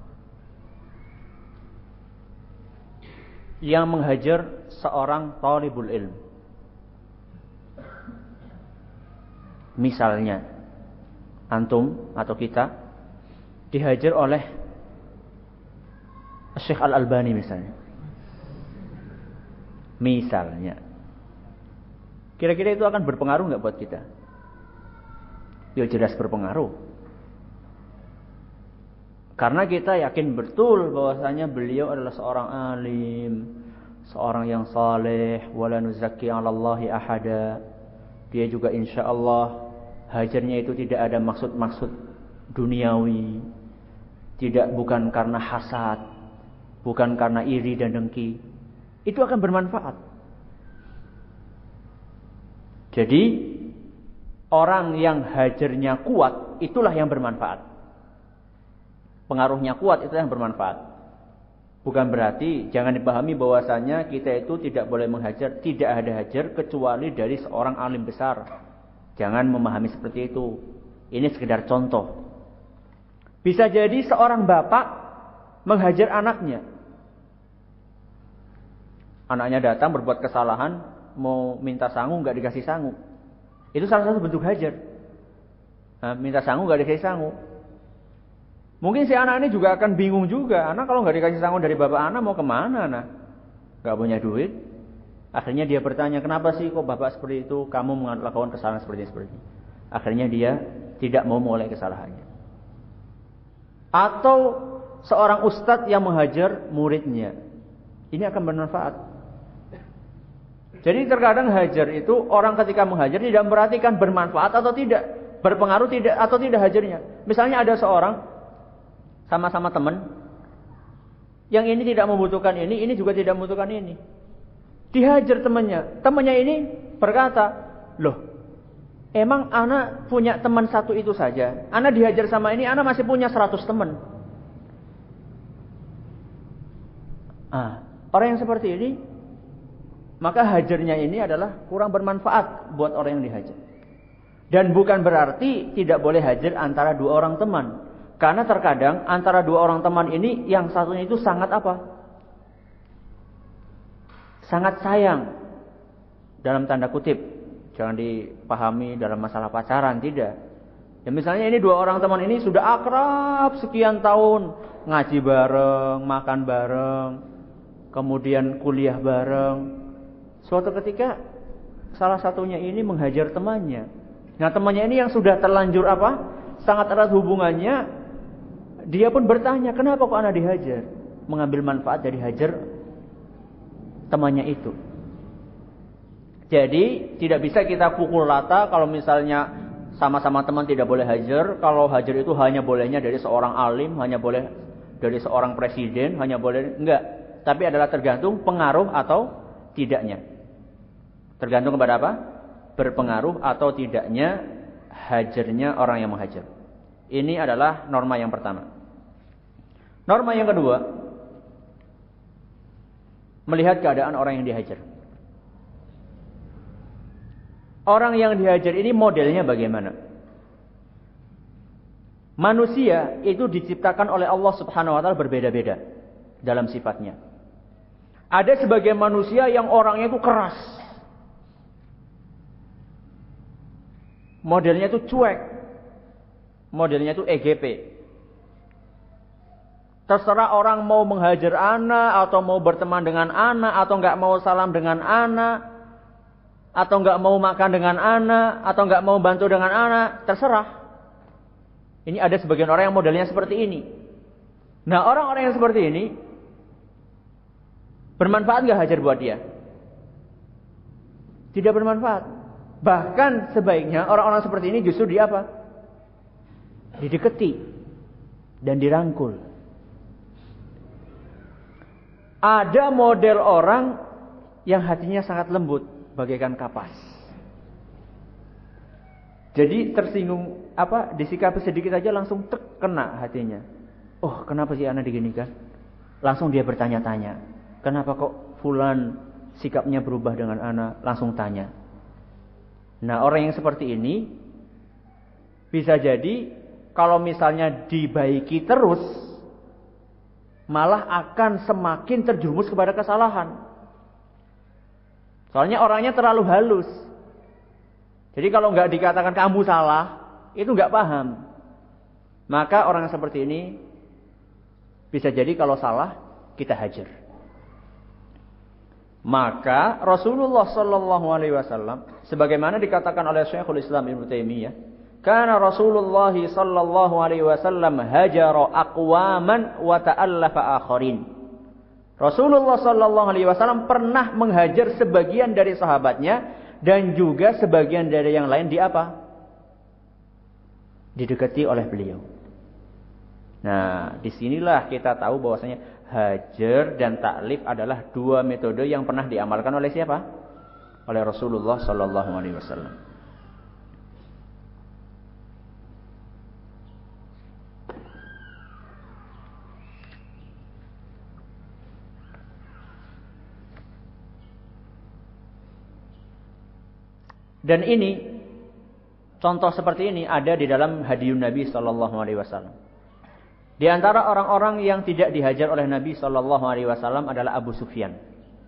yang menghajar seorang talibul ilm. Misalnya, antum atau kita dihajar oleh Syekh Al-Albani misalnya. Kira-kira itu akan berpengaruh nggak buat kita? Ya jelas berpengaruh. Karena kita yakin betul bahwasanya beliau adalah seorang alim, seorang yang saleh, wala nuzakki 'alallahi ahada. Dia juga insyaallah hajarnya itu tidak ada maksud-maksud duniawi, bukan karena hasad, bukan karena iri dan dengki. Itu akan bermanfaat. Jadi orang yang hajarnya kuat itulah yang bermanfaat. Pengaruhnya kuat itu yang bermanfaat. Bukan berarti jangan dipahami bahwasanya kita itu tidak boleh menghajar, tidak ada hajar kecuali dari seorang alim besar. Jangan memahami seperti itu. Ini sekedar contoh. Bisa jadi seorang bapak menghajar anaknya. Anaknya datang berbuat kesalahan, mau minta sangu nggak dikasih sangu. Itu salah satu bentuk hajar. Nah, minta sangu nggak dikasih sangu. Mungkin si anak ini juga akan bingung juga. Anak kalau nggak dikasih sangu dari bapak anak mau kemana anak? Nggak punya duit. Akhirnya dia bertanya, kenapa sih kok bapak seperti itu? Kamu melakukan kesalahan seperti ini. Akhirnya dia tidak mau mengulangi kesalahannya. Atau seorang ustadz yang menghajar muridnya. Ini akan bermanfaat. Jadi terkadang hajar itu orang ketika menghajar tidak memperhatikan bermanfaat atau tidak, berpengaruh tidak atau tidak hajarnya. Misalnya ada seorang sama-sama teman, yang ini tidak membutuhkan ini juga tidak membutuhkan ini. Dihajar temannya ini berkata, loh, emang anak punya teman satu itu saja? Anak dihajar sama ini, anak masih punya 100 teman. Orang yang seperti ini, maka hajarnya ini adalah kurang bermanfaat buat orang yang dihajar. Dan bukan berarti tidak boleh hajar antara dua orang teman. Karena terkadang antara dua orang teman ini yang satunya itu sangat apa? Sangat sayang. Dalam tanda kutip. Jangan dipahami dalam masalah pacaran, tidak. Ya misalnya ini dua orang teman ini sudah akrab sekian tahun. Ngaji bareng, makan bareng. Kemudian kuliah bareng. Suatu ketika salah satunya ini menghajar temannya. Nah temannya ini yang sudah terlanjur apa? Sangat erat hubungannya. Dia pun bertanya, kenapa kok anak dihajar? Mengambil manfaat dari hajar temannya itu. Jadi tidak bisa kita pukul rata kalau misalnya sama-sama teman tidak boleh hajar. Kalau hajar itu hanya bolehnya dari seorang alim, hanya boleh dari seorang presiden, hanya boleh enggak. Tapi adalah tergantung pengaruh atau tidaknya. Tergantung kepada apa? Berpengaruh atau tidaknya hajarnya orang yang menghajar. Ini adalah norma yang pertama. Norma yang kedua, melihat keadaan orang yang dihajar. Orang yang dihajar ini modelnya bagaimana? Manusia itu diciptakan oleh Allah Subhanahu wa taala berbeda-beda dalam sifatnya. Ada sebagian manusia yang orangnya itu keras. Modelnya itu cuek. Modelnya itu EGP. Terserah orang mau menghajar anak, atau mau berteman dengan anak, atau enggak mau salam dengan anak, atau enggak mau makan dengan anak, atau enggak mau bantu dengan anak, terserah. Ini ada sebagian orang yang modelnya seperti ini. Nah orang-orang yang seperti ini, bermanfaat enggak hajar buat dia? Tidak bermanfaat. Bahkan sebaiknya orang-orang seperti ini justru di apa? Dideketi dan dirangkul. Ada model orang yang hatinya sangat lembut bagaikan kapas. Jadi tersinggung apa? Disikapi sedikit aja langsung kena hatinya. Oh, kenapa sih anak diginikan? Langsung dia bertanya-tanya. Kenapa kok fulan sikapnya berubah dengan anak? Langsung tanya. Nah orang yang seperti ini bisa jadi kalau misalnya dibaiki terus malah akan semakin terjerumus kepada kesalahan. Soalnya orangnya terlalu halus. Jadi kalau nggak dikatakan kamu salah, itu nggak paham. Maka orang yang seperti ini bisa jadi kalau salah kita hajar. Maka Rasulullah sallallahu alaihi wasallam sebagaimana dikatakan oleh Syekhul Islam Ibnu Taimiyah, kana Rasulullah sallallahu alaihi wasallam hajara aqwaman wa ta'allafa akharin. Rasulullah sallallahu alaihi wasallam pernah menghajar sebagian dari sahabatnya dan juga sebagian dari yang lain di apa? Didekati oleh beliau. Nah, disinilah kita tahu bahwasanya hajar dan taklif adalah dua metode yang pernah diamalkan oleh siapa? Oleh Rasulullah sallallahu alaihi wasallam. Dan ini contoh seperti ini ada di dalam hadiyun Nabi sallallahu alaihi wasallam. Di antara orang-orang yang tidak dihajar oleh Nabi sallallahu alaihi wasallam adalah Abu Sufyan.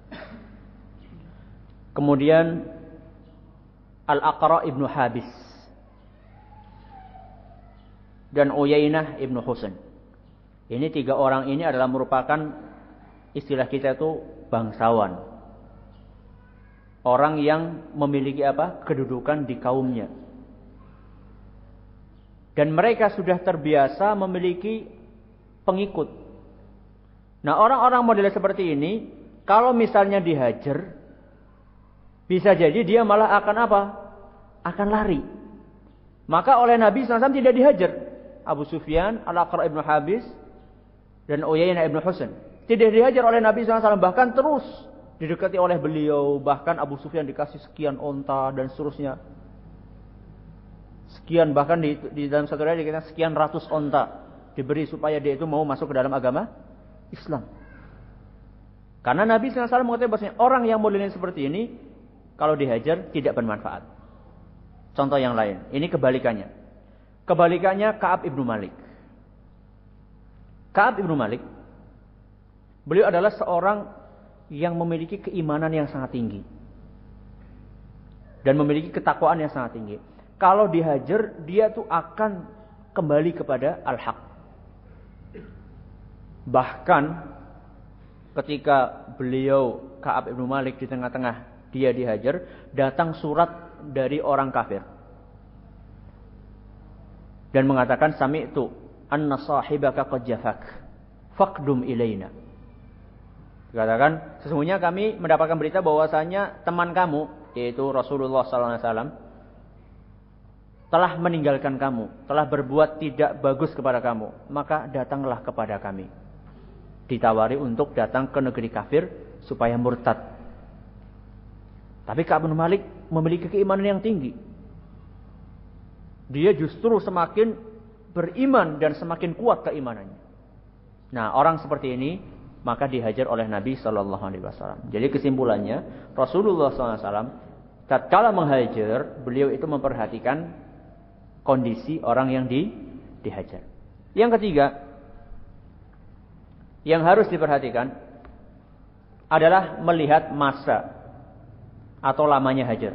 Kemudian Al-Aqra ibnu Habis dan Uyainah ibnu Husain. Ini tiga orang ini adalah merupakan istilah kita itu bangsawan. Orang yang memiliki apa? Kedudukan di kaumnya. Dan mereka sudah terbiasa memiliki pengikut. Nah, orang-orang model seperti ini, kalau misalnya dihajar, bisa jadi dia malah akan apa? Akan lari. Maka oleh Nabi SAW tidak dihajar. Abu Sufyan, Al-Aqra ibnu Habis, dan Uyainah ibnu Husain. Tidak dihajar oleh Nabi SAW, bahkan terus didekati oleh beliau. Bahkan Abu Sufyan dikasih sekian onta dan seterusnya. Sekian, bahkan di dalam satu riwayat dikatakan sekian ratus onta diberi supaya dia itu mau masuk ke dalam agama Islam. Karena Nabi SAW mengatakan bahwasanya orang yang modelnya seperti ini, kalau dihajar tidak bermanfaat. Contoh yang lain, ini kebalikannya. Kebalikannya Ka'ab ibnu Malik. Ka'ab ibnu Malik, beliau adalah seorang yang memiliki keimanan yang sangat tinggi. Dan memiliki ketakwaan yang sangat tinggi. Kalau dihajar, dia tuh akan kembali kepada al-haq. Bahkan ketika beliau Ka'ab ibnu Malik di tengah-tengah dia dihajar, datang surat dari orang kafir dan mengatakan, sami'tu anna sahibaka qad jafak faqdum ilaina. Dikatakan, sesungguhnya kami mendapatkan berita bahwasanya teman kamu, yaitu Rasulullah SAW, telah meninggalkan kamu, telah berbuat tidak bagus kepada kamu, maka datanglah kepada kami. Ditawari untuk datang ke negeri kafir supaya murtad. Tapi Ka'ab bin Malik memiliki keimanan yang tinggi. Dia justru semakin beriman dan semakin kuat keimanannya. Nah, orang seperti ini maka dihajar oleh Nabi Shallallahu Alaihi Wasallam. Jadi kesimpulannya, Rasulullah SAW tatkala menghajar, beliau itu memperhatikan kondisi orang yang dihajar. Yang ketiga, yang harus diperhatikan adalah melihat masa atau lamanya hajar.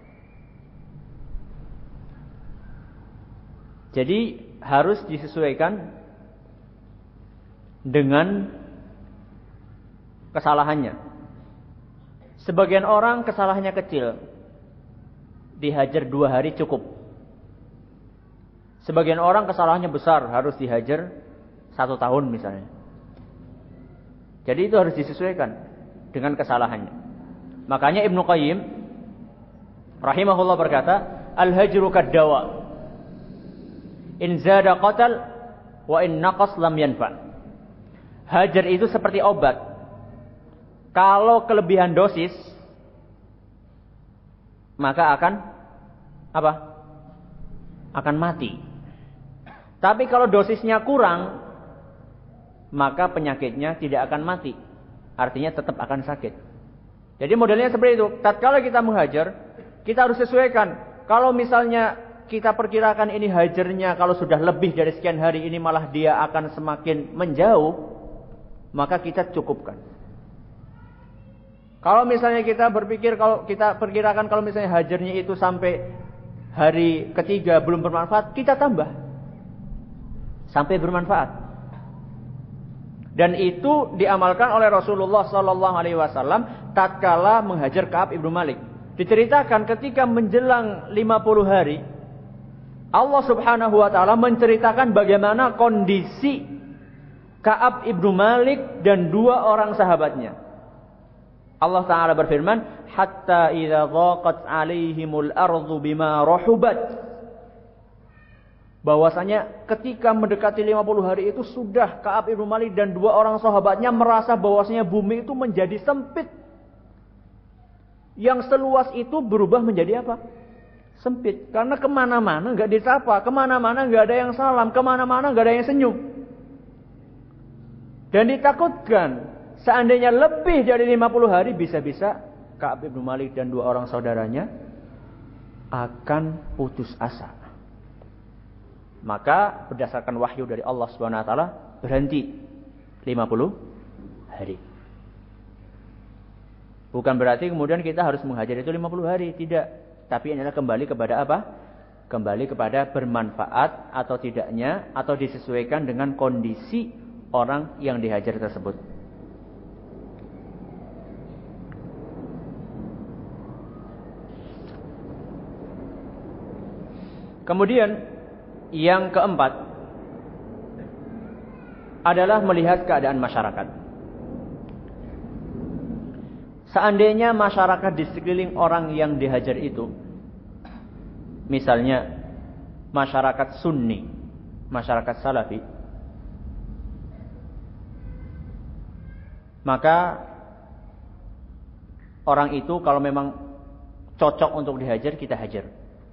Jadi harus disesuaikan dengan kesalahannya. Sebagian orang kesalahannya kecil, dihajar 2 hari cukup. Sebagian orang kesalahannya besar, harus dihajar 1 tahun misalnya. Jadi itu harus disesuaikan dengan kesalahannya. Makanya Ibnu Qayyim rahimahullah berkata, al-hajru kaddawa. In zada qatal wa in naqas lam yanfa. Hajar itu seperti obat. Kalau kelebihan dosis, maka akan apa? Akan mati. Tapi kalau dosisnya kurang, maka penyakitnya tidak akan mati. Artinya tetap akan sakit. Jadi modelnya seperti itu. Tatkala kita menghajar, kita harus sesuaikan. Kalau misalnya kita perkirakan ini hajarnya kalau sudah lebih dari sekian hari ini malah dia akan semakin menjauh, maka kita cukupkan. Kalau misalnya kita berpikir, kalau kita perkirakan kalau misalnya hajarnya itu sampai hari ketiga belum bermanfaat, kita tambah sampai bermanfaat. Dan itu diamalkan oleh Rasulullah SAW tatkala menghajar Ka'ab ibnu Malik. Diceritakan ketika menjelang 50 hari, Allah Subhanahu wa taala menceritakan bagaimana kondisi Ka'ab ibnu Malik dan 2 orang sahabatnya. Allah Ta'ala berfirman, hatta idza dhaqat 'alaihimul ardu bima rahubat. Bahwasanya ketika mendekati 50 hari itu sudah Ka'ab ibnu Malik dan 2 orang sahabatnya merasa bahwasanya bumi itu menjadi sempit. Yang seluas itu berubah menjadi apa? Sempit. Karena kemana-mana gak disapa, kemana-mana gak ada yang salam, kemana-mana gak ada yang senyum. Dan ditakutkan seandainya lebih dari 50 hari bisa-bisa Ka'ab ibnu Malik dan 2 orang saudaranya akan putus asa. Maka berdasarkan wahyu dari Allah Subhanahu wa taala berhenti 50 hari. Bukan berarti kemudian kita harus menghajar itu 50 hari, tidak. Tapi ini adalah kembali kepada apa? Kembali kepada bermanfaat atau tidaknya, atau disesuaikan dengan kondisi orang yang dihajar tersebut. Kemudian yang keempat adalah melihat keadaan masyarakat. Seandainya masyarakat di sekeliling orang yang dihajar itu, misalnya masyarakat Sunni, masyarakat Salafi, maka orang itu kalau memang cocok untuk dihajar, kita hajar.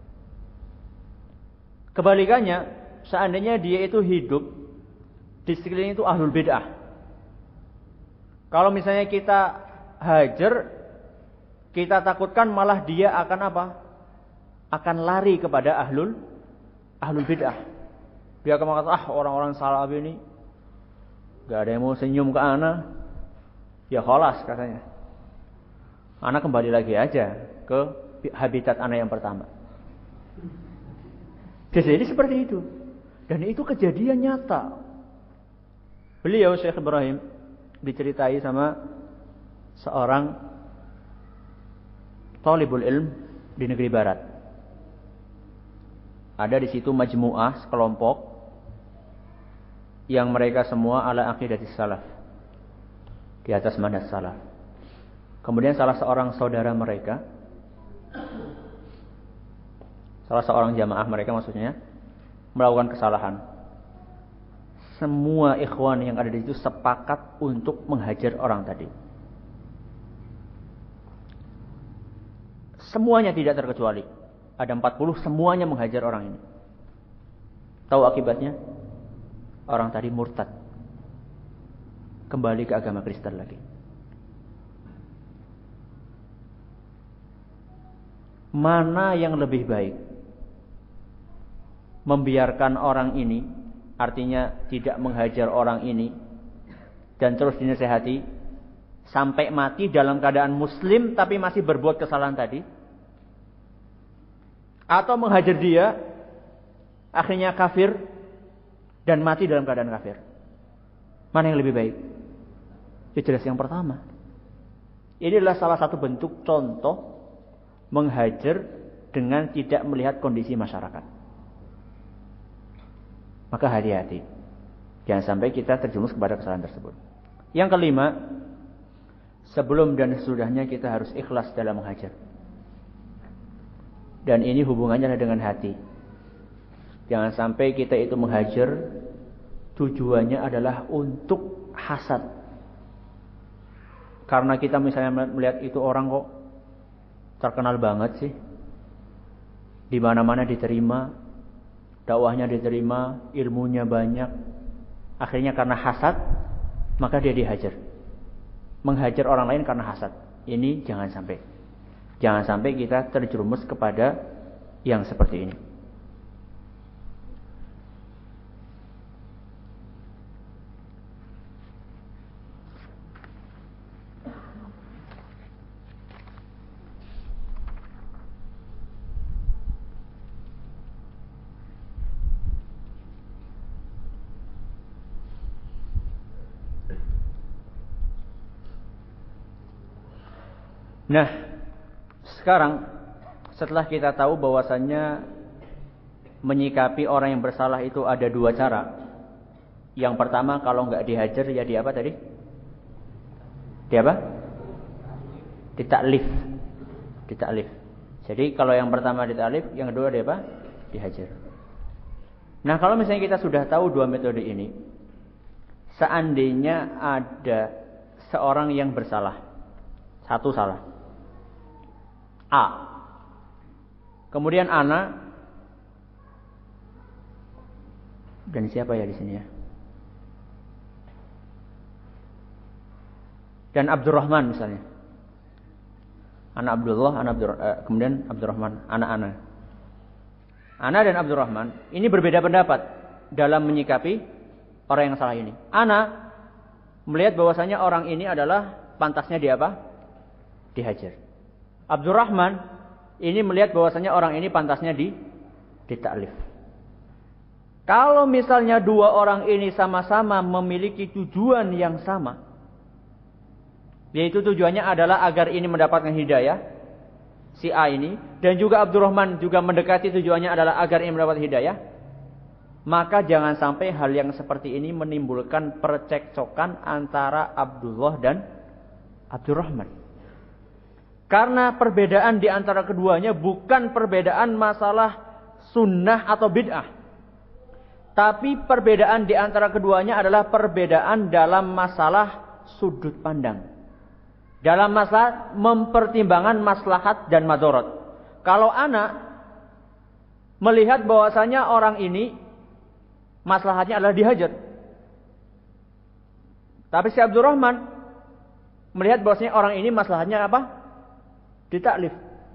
Kebalikannya, seandainya dia itu hidup di sekeliling itu ahlul bid'ah, Kalau misalnya kita hajar, kita takutkan malah dia akan apa? Akan lari kepada ahlul bid'ah. Dia akan mengatakan, orang-orang salafi ini gak ada yang mau senyum ke ana. Ya kholas katanya. Ana kembali lagi aja ke habitat ana yang pertama. Jadi seperti itu. Dan itu kejadian nyata. Beliau Syekh Ibrahim diceritai sama seorang talibul ilm di negeri barat. Ada di situ majmu'ah, sekelompok yang mereka semua ala aqidatis salaf, di atas manhaj salaf. Kemudian salah seorang saudara mereka, salah seorang jamaah mereka maksudnya, melakukan kesalahan. Semua ikhwan yang ada di situ sepakat untuk menghajar orang tadi. Semuanya tidak terkecuali. Ada 40, semuanya menghajar orang ini. Tahu akibatnya? Orang tadi murtad. Kembali ke agama Kristen lagi. Mana yang lebih baik? Membiarkan orang ini, artinya tidak menghajar orang ini, dan terus dinasehati sampai mati dalam keadaan muslim tapi masih berbuat kesalahan tadi, atau menghajar dia akhirnya kafir dan mati dalam keadaan kafir. Mana yang lebih baik? Ya jelas yang pertama. Ini adalah salah satu bentuk contoh menghajar dengan tidak melihat kondisi masyarakat. Maka hati-hati, jangan sampai kita terjerumus kepada kesalahan tersebut. Yang kelima, sebelum dan sesudahnya kita harus ikhlas dalam menghajar. Dan ini hubungannya dengan hati. Jangan sampai kita itu menghajar tujuannya adalah untuk hasad. Karena kita misalnya melihat itu orang kok terkenal banget sih, di mana-mana diterima, dakwahnya diterima, ilmunya banyak. Akhirnya karena hasad, maka dia dihajar. Menghajar orang lain karena hasad. Ini jangan sampai. Jangan sampai kita terjerumus kepada yang seperti ini. Nah, sekarang setelah kita tahu bahwasannya menyikapi orang yang bersalah itu ada dua cara. Yang pertama, kalau nggak dihajar ya di apa tadi? Di apa? Ditaklif. Ditaklif. Jadi kalau yang pertama ditaklif, yang kedua di apa? Dihajar. Nah, kalau misalnya kita sudah tahu dua metode ini, seandainya ada seorang yang bersalah, satu salah, A, kemudian ana, dan siapa ya di sini ya? Dan Abdurrahman misalnya. Anak Abdullah, kemudian Abdurrahman, anak Ana. Ana dan Abdurrahman ini berbeda pendapat dalam menyikapi orang yang salah ini. Ana melihat bahwasanya orang ini adalah pantasnya di apa? Dihajar. Abdurrahman ini melihat bahwasanya orang ini pantasnya ditaklif. Kalau misalnya dua orang ini sama-sama memiliki tujuan yang sama, yaitu tujuannya adalah agar ini mendapatkan hidayah, si A ini, dan juga Abdurrahman juga mendekati tujuannya adalah agar ini mendapat hidayah, maka jangan sampai hal yang seperti ini menimbulkan percekcokan antara Abdullah dan Abdurrahman. Karena perbedaan di antara keduanya bukan perbedaan masalah sunnah atau bid'ah, tapi perbedaan di antara keduanya adalah perbedaan dalam masalah sudut pandang, dalam masalah mempertimbangkan maslahat dan madarat. Kalau anak melihat bahwasanya orang ini maslahatnya adalah dihajar, tapi si Abdurrahman melihat bahwasanya orang ini masalahnya apa? Ditaklif.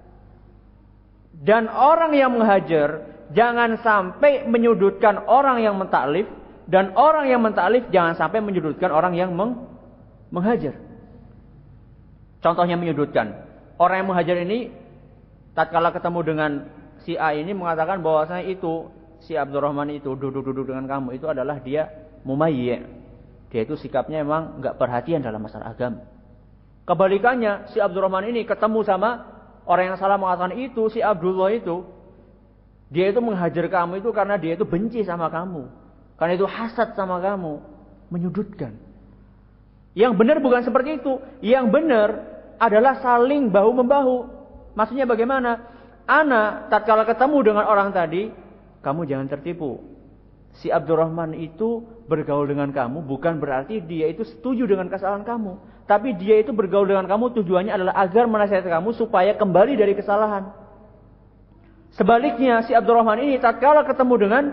Dan orang yang menghajar jangan sampai menyudutkan orang yang mentaklif, dan orang yang mentaklif jangan sampai menyudutkan orang yang menghajar. Contohnya menyudutkan. Orang yang menghajar ini tatkala ketemu dengan si A ini mengatakan bahwasanya itu si Abdurrahman itu duduk-duduk dengan kamu itu adalah dia mumayyi'. Dia itu sikapnya memang enggak perhatian dalam masalah agama. Kebalikannya si Abdurrahman ini ketemu sama orang yang salah mengatakan itu si Abdullah itu dia itu menghajar kamu itu karena dia itu benci sama kamu. Karena itu hasad sama kamu, menyudutkan. Yang benar bukan seperti itu. Yang benar adalah saling bahu-membahu. Maksudnya bagaimana? Ana tatkala ketemu dengan orang tadi, kamu jangan tertipu. Si Abdurrahman itu bergaul dengan kamu bukan berarti dia itu setuju dengan kesalahan kamu. Tapi dia itu bergaul dengan kamu tujuannya adalah agar menasihati kamu supaya kembali dari kesalahan. Sebaliknya si Abdurrahman ini tatkala ketemu dengan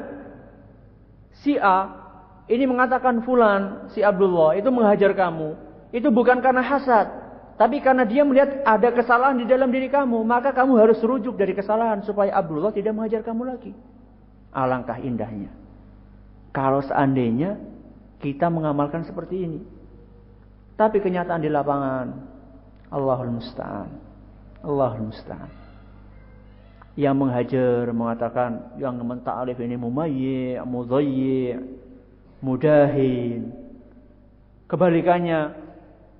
si A, ini mengatakan fulan, si Abdullah itu menghajar kamu. Itu bukan karena hasad. Tapi karena dia melihat ada kesalahan di dalam diri kamu, maka kamu harus rujuk dari kesalahan supaya Abdullah tidak menghajar kamu lagi. Alangkah indahnya kalau seandainya kita mengamalkan seperti ini. Tapi kenyataan di lapangan, Allahul Musta'an. Allahul Musta'an. Yang menghajar mengatakan yang mentaklif ini mumayyi', mudayyi', mudahin. Kebalikannya,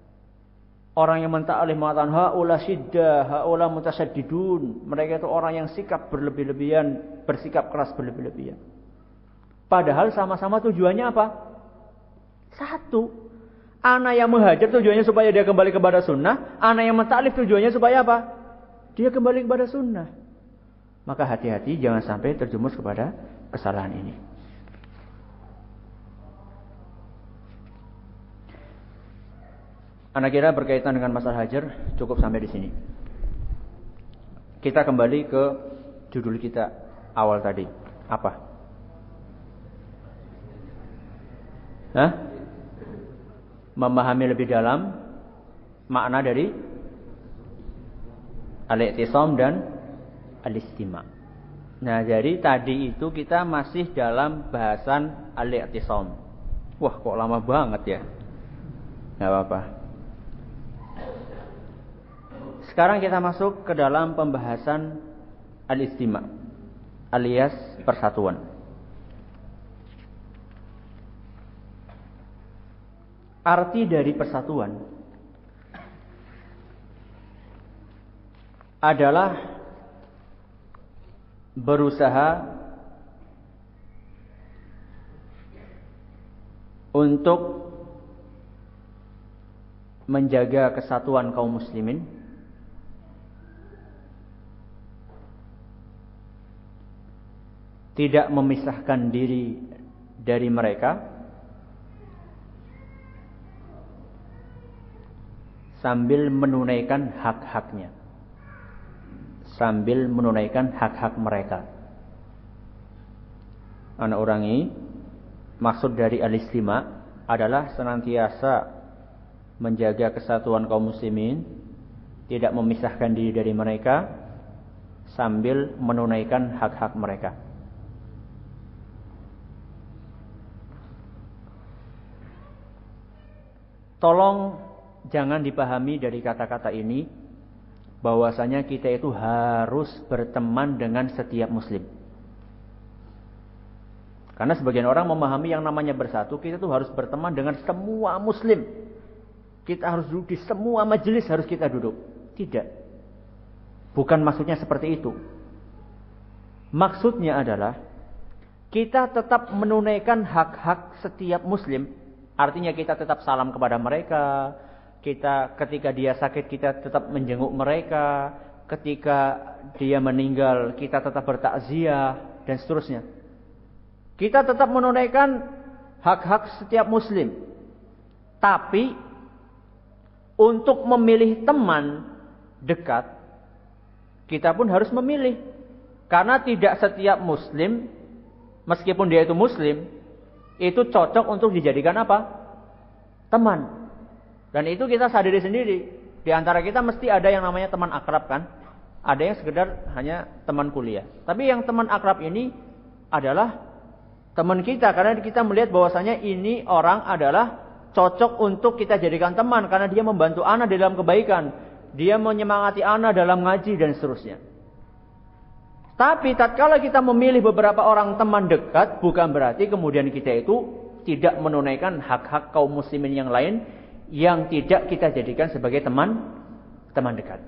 orang yang mentaklif mengatakan haula syiddah, haula mutasaddidun. Mereka itu orang yang sikap berlebih-lebihan, bersikap keras berlebih-lebihan. Padahal sama-sama tujuannya apa? Satu. Ana yang menghajar tujuannya supaya dia kembali kepada sunnah. Ana yang mentaklif tujuannya supaya apa? Dia kembali kepada sunnah. Maka hati-hati jangan sampai terjumus kepada kesalahan ini. Anak kira berkaitan dengan masalah hajar cukup sampai di sini. Kita kembali ke judul kita awal tadi. Apa? Hah? Memahami lebih dalam makna dari al-i'tisam dan al-istima'. Nah, jadi tadi itu kita masih dalam bahasan al-i'tisam. Wah, kok lama banget ya? Gak apa-apa. Sekarang kita masuk ke dalam pembahasan al-istima' alias persatuan. Arti dari persatuan adalah berusaha untuk menjaga kesatuan kaum muslimin, tidak memisahkan diri dari mereka, sambil menunaikan hak-haknya, sambil menunaikan hak-hak mereka. Anak ulangi, maksud dari al-istima' adalah senantiasa menjaga kesatuan kaum muslimin, tidak memisahkan diri dari mereka, sambil menunaikan hak-hak mereka. Tolong jangan dipahami dari kata-kata ini bahwasanya kita itu harus berteman dengan setiap muslim. Karena sebagian orang memahami yang namanya bersatu, kita tuh harus berteman dengan semua muslim. Kita harus duduk di semua majelis, harus kita duduk. Tidak. Bukan maksudnya seperti itu. Maksudnya adalah kita tetap menunaikan hak-hak setiap muslim. Artinya kita tetap salam kepada mereka. Kita ketika dia sakit kita tetap menjenguk mereka. Ketika dia meninggal kita tetap bertakziah dan seterusnya. Kita tetap menunaikan hak-hak setiap muslim. Tapi untuk memilih teman dekat kita pun harus memilih. Karena tidak setiap muslim, meskipun dia itu muslim, itu cocok untuk dijadikan apa? Teman. Dan itu kita sadari sendiri. Di antara kita mesti ada yang namanya teman akrab kan? Ada yang sekedar hanya teman kuliah. Tapi yang teman akrab ini adalah teman kita. Karena kita melihat bahwasanya ini orang adalah cocok untuk kita jadikan teman. Karena dia membantu ana dalam kebaikan. Dia menyemangati ana dalam ngaji dan seterusnya. Tapi tatkala kita memilih beberapa orang teman dekat, bukan berarti kemudian kita itu tidak menunaikan hak-hak kaum muslimin yang lain yang tidak kita jadikan sebagai teman dekat.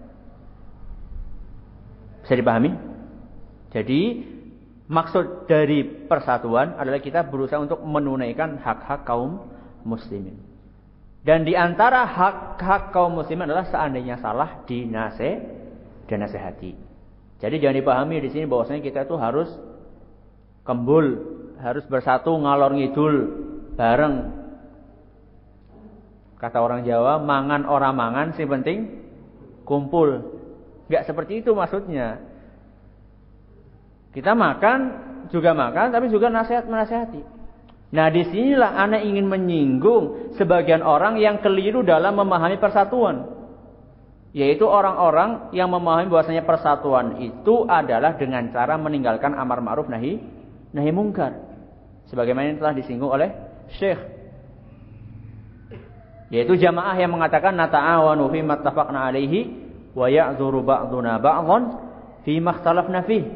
Bisa dipahami? Jadi maksud dari persatuan adalah kita berusaha untuk menunaikan hak-hak kaum muslimin. Dan di antara hak-hak kaum muslimin adalah seandainya salah dinasehati. Jadi jangan dipahami di sini bahwasanya kita itu harus kembul, harus bersatu ngalor ngidul bareng. Kata orang Jawa, mangan ora mangan, sing penting kumpul. Enggak seperti itu maksudnya. Kita makan, tapi juga menasehati. Nah, disinilah ana ingin menyinggung sebagian orang yang keliru dalam memahami persatuan. Yaitu orang-orang yang memahami bahwasanya persatuan itu adalah dengan cara meninggalkan amar ma'ruf nahi mungkar. Sebagaimana yang telah disinggung oleh Syekh. Yaitu jamaah yang mengatakan nata'awanu fi mattafaqna alaihi wa ya'dzuru ba'duna ba'dhan fi makhtalafna fihi.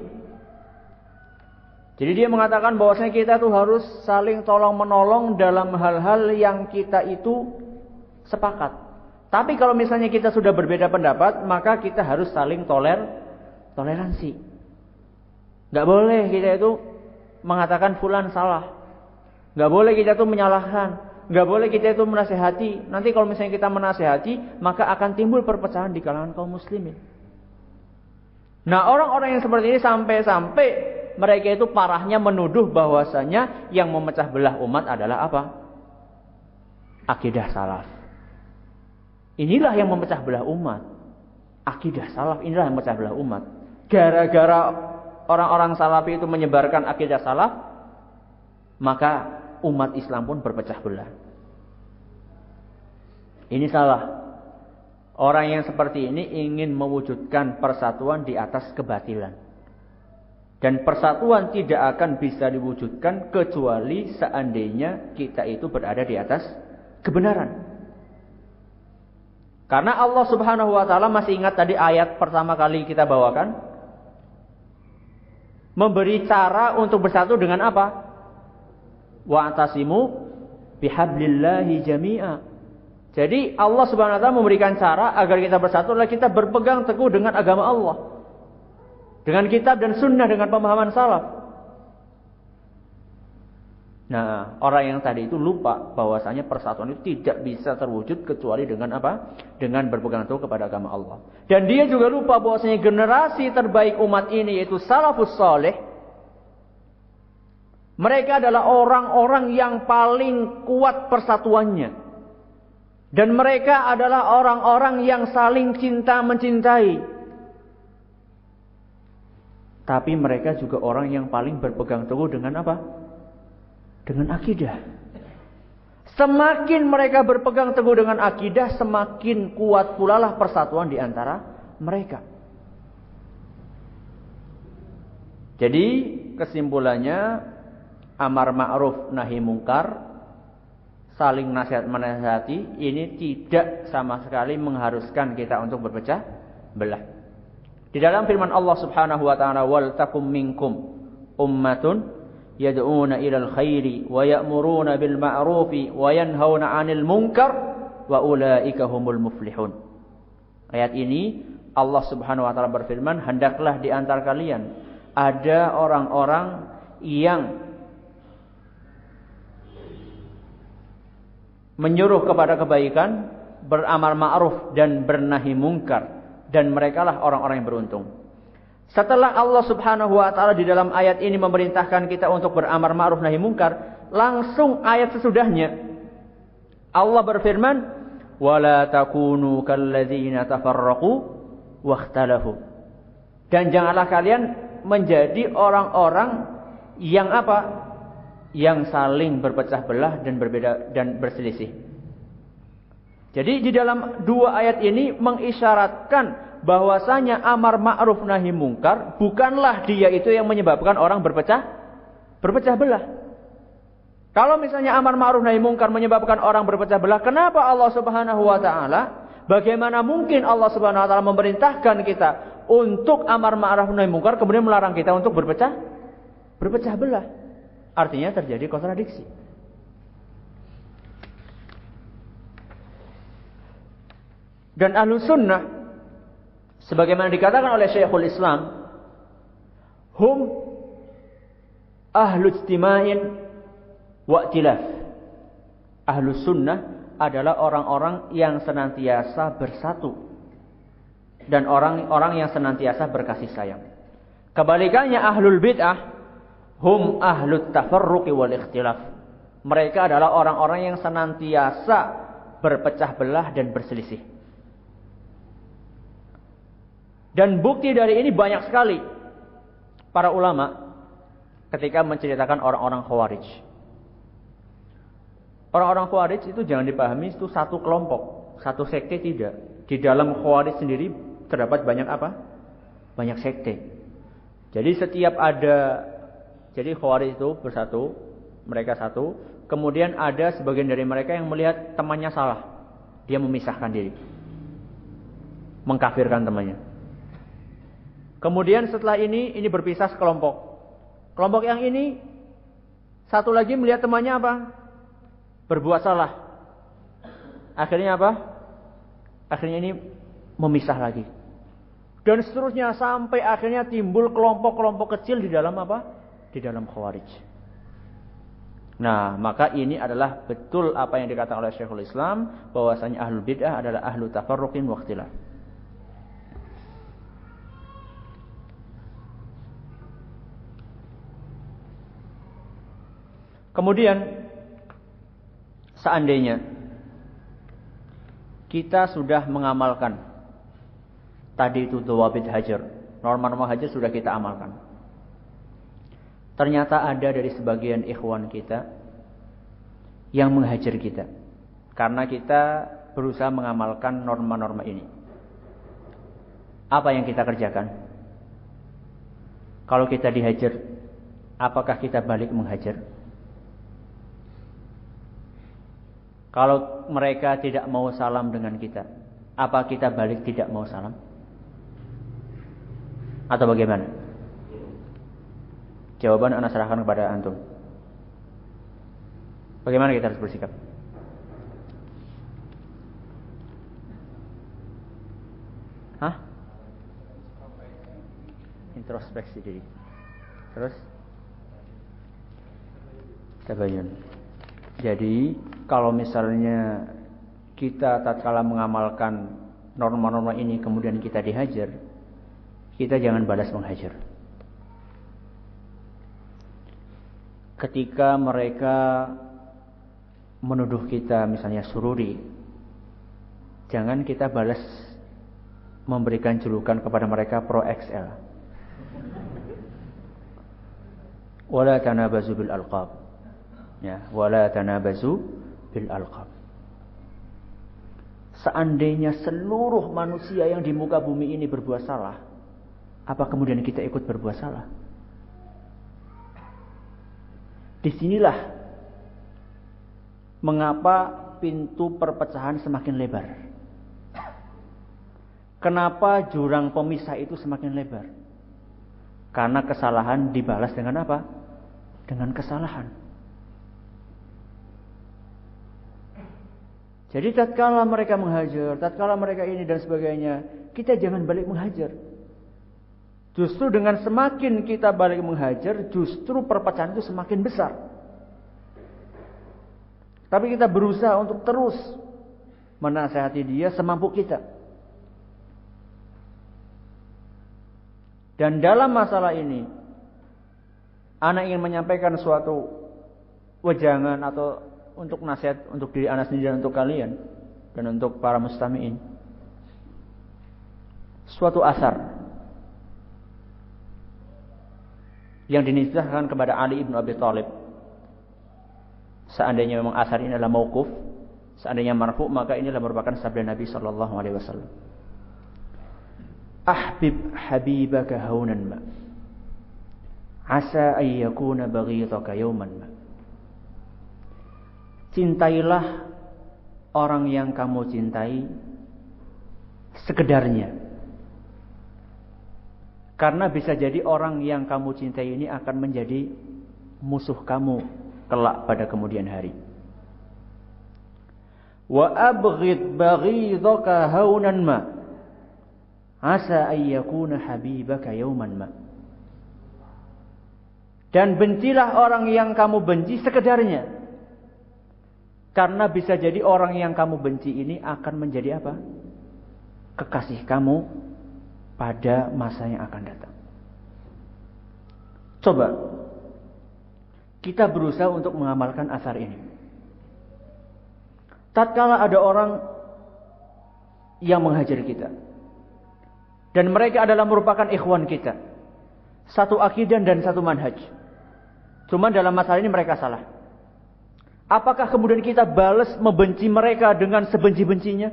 Jadi dia mengatakan bahwasanya kita tuh harus saling tolong menolong dalam hal-hal yang kita itu sepakat. Tapi kalau misalnya kita sudah berbeda pendapat, maka kita harus saling toleransi. Gak boleh kita itu mengatakan fulan salah. Gak boleh kita itu menyalahkan. Gak boleh kita itu menasehati. Nanti kalau misalnya kita menasehati, maka akan timbul perpecahan di kalangan kaum muslimin. Nah, orang-orang yang seperti ini sampai-sampai mereka itu parahnya menuduh bahwasanya yang memecah belah umat adalah apa? Akidah salaf. Inilah yang memecah belah umat. Akidah salaf inilah yang memecah belah umat. Gara-gara orang-orang salafi itu menyebarkan akidah salaf, maka umat Islam pun berpecah belah. Ini salah. Orang yang seperti ini ingin mewujudkan persatuan di atas kebatilan. Dan persatuan tidak akan bisa diwujudkan kecuali seandainya kita itu berada di atas kebenaran. Karena Allah Subhanahu wa taala, masih ingat tadi ayat pertama kali kita bawakan, memberi cara untuk bersatu dengan apa? Wa'tasimu bihablillahi jami'a. Jadi Allah Subhanahu wa taala memberikan cara agar kita bersatu adalah kita berpegang teguh dengan agama Allah. Dengan kitab dan sunnah, dengan pemahaman salaf. Nah, orang yang tadi itu lupa bahwasanya persatuan itu tidak bisa terwujud kecuali dengan apa? Dengan berpegang teguh kepada agama Allah. Dan dia juga lupa bahwasanya generasi terbaik umat ini yaitu salafus saleh. Mereka adalah orang-orang yang paling kuat persatuannya. Dan mereka adalah orang-orang yang saling cinta mencintai. Tapi mereka juga orang yang paling berpegang teguh dengan apa? Dengan akidah. Semakin mereka berpegang teguh dengan akidah, semakin kuat pula lah persatuan di antara mereka. Jadi kesimpulannya, amar ma'ruf nahi mungkar, saling nasihat menasihati, ini tidak sama sekali mengharuskan kita untuk berpecah belah. Di dalam firman Allah Subhanahu wa taala, wal takum minkum ummatun yad'una ilal khairi wa ya'muruna bil ma'rufi wa yanhauna 'anil munkar wa ulaika humul muflihun. Ayat ini Allah Subhanahu wa taala berfirman, hendaklah di antara kalian ada orang-orang yang menyuruh kepada kebaikan, beramar ma'ruf dan bernahi mungkar, dan merekalah orang-orang yang beruntung. Setelah Allah Subhanahu wa taala di dalam ayat ini memerintahkan kita untuk beramar ma'ruf nahi mungkar, langsung ayat sesudahnya Allah berfirman, "Wala takunu kalladzina tafarraqu wakhtalafu." Dan janganlah kalian menjadi orang-orang yang apa? Yang saling berpecah belah dan berbeda dan berselisih. Jadi di dalam dua ayat ini mengisyaratkan bahwasanya amar ma'ruf nahi mungkar bukanlah dia itu yang menyebabkan orang berpecah belah. Kalau misalnya amar ma'ruf nahi mungkar menyebabkan orang berpecah belah, kenapa Allah Subhanahu wa taala, bagaimana mungkin Allah Subhanahu wa taala memerintahkan kita untuk amar ma'ruf nahi mungkar kemudian melarang kita untuk berpecah belah? Artinya terjadi kontradiksi. Dan ahlu sunnah, sebagaimana dikatakan oleh Syekhul Islam, hum ahlu istima'in wa tilaf. Ahlu sunnah adalah orang-orang yang senantiasa bersatu dan orang-orang yang senantiasa berkasih sayang. Kebalikannya ahlul bid'ah, hum ahlut tafarruqi wal ikhtilaf. Mereka adalah orang-orang yang senantiasa berpecah belah dan berselisih. Dan bukti dari ini banyak sekali para ulama ketika menceritakan orang-orang Khawarij. Orang-orang Khawarij itu jangan dipahami itu satu kelompok, satu sekte, tidak. Di dalam Khawarij sendiri terdapat banyak apa? Banyak sekte. Jadi jadi Khawarij itu bersatu, mereka satu. Kemudian ada sebagian dari mereka yang melihat temannya salah, dia memisahkan diri, mengkafirkan temannya. Kemudian setelah ini berpisah sekelompok. Kelompok yang ini satu lagi melihat temannya apa? Berbuat salah. Akhirnya apa? Akhirnya ini memisah lagi. Dan seterusnya sampai akhirnya timbul kelompok-kelompok kecil di dalam apa? Di dalam Khawarij. Nah, maka ini adalah betul apa yang dikatakan oleh Syekhul Islam, bahwasanya ahlul bid'ah adalah ahlu tafarruqin wa ikhtilaf. Kemudian seandainya kita sudah mengamalkan tadi itu dhawabit hajar, norma-norma hajar sudah kita amalkan. Ternyata ada dari sebagian ikhwan kita yang menghajar kita karena kita berusaha mengamalkan norma-norma ini. Apa yang kita kerjakan? Kalau kita dihajar, apakah kita balik menghajar? Kalau mereka tidak mau salam dengan kita, apa kita balik tidak mau salam? Atau bagaimana? Jawaban ana serahkan kepada antum. Bagaimana kita harus bersikap? Hah? Introspeksi diri. Terus? Tabayun. Jadi kalau misalnya kita tatkala mengamalkan norma-norma ini kemudian kita dihajar, kita jangan balas menghajar. Ketika mereka menuduh kita misalnya sururi, jangan kita balas memberikan julukan kepada mereka Pro XL. Wala tanabazu bil alqab. Ya, wala tanabazu bil alqab. Seandainya seluruh manusia yang di muka bumi ini berbuat salah, apa kemudian kita ikut berbuat salah? Disinilah mengapa pintu perpecahan semakin lebar. Kenapa jurang pemisah itu semakin lebar? Karena kesalahan dibalas dengan apa? Dengan kesalahan. Jadi tatkala mereka menghajar, tatkala mereka ini dan sebagainya, kita jangan balik menghajar. Justru dengan semakin kita balik menghajar, justru perpecahan itu semakin besar. Tapi kita berusaha untuk terus menasihati dia semampu kita. Dan dalam masalah ini, ana ingin menyampaikan suatu wejangan atau untuk nasihat untuk diri ana sendiri dan untuk kalian dan untuk para mustami'in. Suatu asar yang dinisbahkan kepada Ali ibn Abi Thalib. Seandainya memang asar ini adalah mauquf, Seandainya marfu, maka inilah merupakan sabda Nabi sallallahu alaihi wasallam. Ahbib habibaka haunan ma, asa ay yakuna baghidaka yawman ma. Cintailah orang yang kamu cintai sekedarnya. Karena bisa jadi orang yang kamu cintai ini akan menjadi musuh kamu kelak pada kemudian hari. Wa abghid baghidaka haunan ma, asa ay yakuna habibaka yawman ma. Dan bencilah orang yang kamu benci sekedarnya. Karena bisa jadi orang yang kamu benci ini akan menjadi apa? Kekasih kamu pada masa yang akan datang. Coba kita berusaha untuk mengamalkan asar ini. Tatkala ada orang yang menghajar kita, dan mereka adalah merupakan ikhwan kita, satu akidah dan satu manhaj, cuman dalam masalah ini mereka salah. Apakah kemudian kita balas membenci mereka dengan sebenci-bencinya?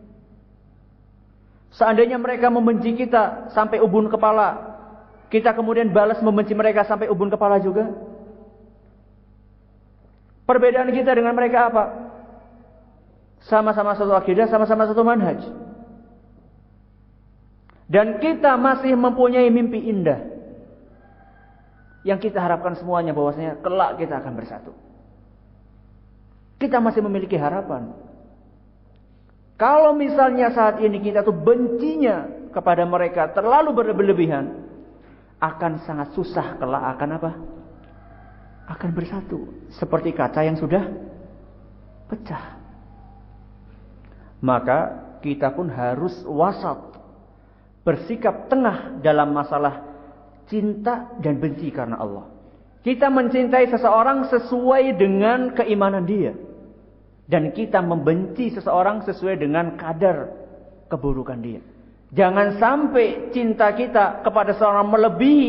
Seandainya mereka membenci kita sampai ubun kepala, kita kemudian balas membenci mereka sampai ubun kepala juga? Perbedaan kita dengan mereka apa? Sama-sama satu akidah, sama-sama satu manhaj. Dan kita masih mempunyai mimpi indah yang kita harapkan semuanya, bahwasanya kelak kita akan bersatu. Kita masih memiliki harapan. Kalau misalnya saat ini kita tuh bencinya kepada mereka terlalu berlebihan, akan sangat susah kelak akan apa? Akan bersatu. Seperti kaca yang sudah pecah. Maka kita pun harus wasat, bersikap tengah dalam masalah cinta dan benci karena Allah. Kita mencintai seseorang sesuai dengan keimanan dia. Dan kita membenci seseorang sesuai dengan kadar keburukan dia. Jangan sampai cinta kita kepada seseorang melebihi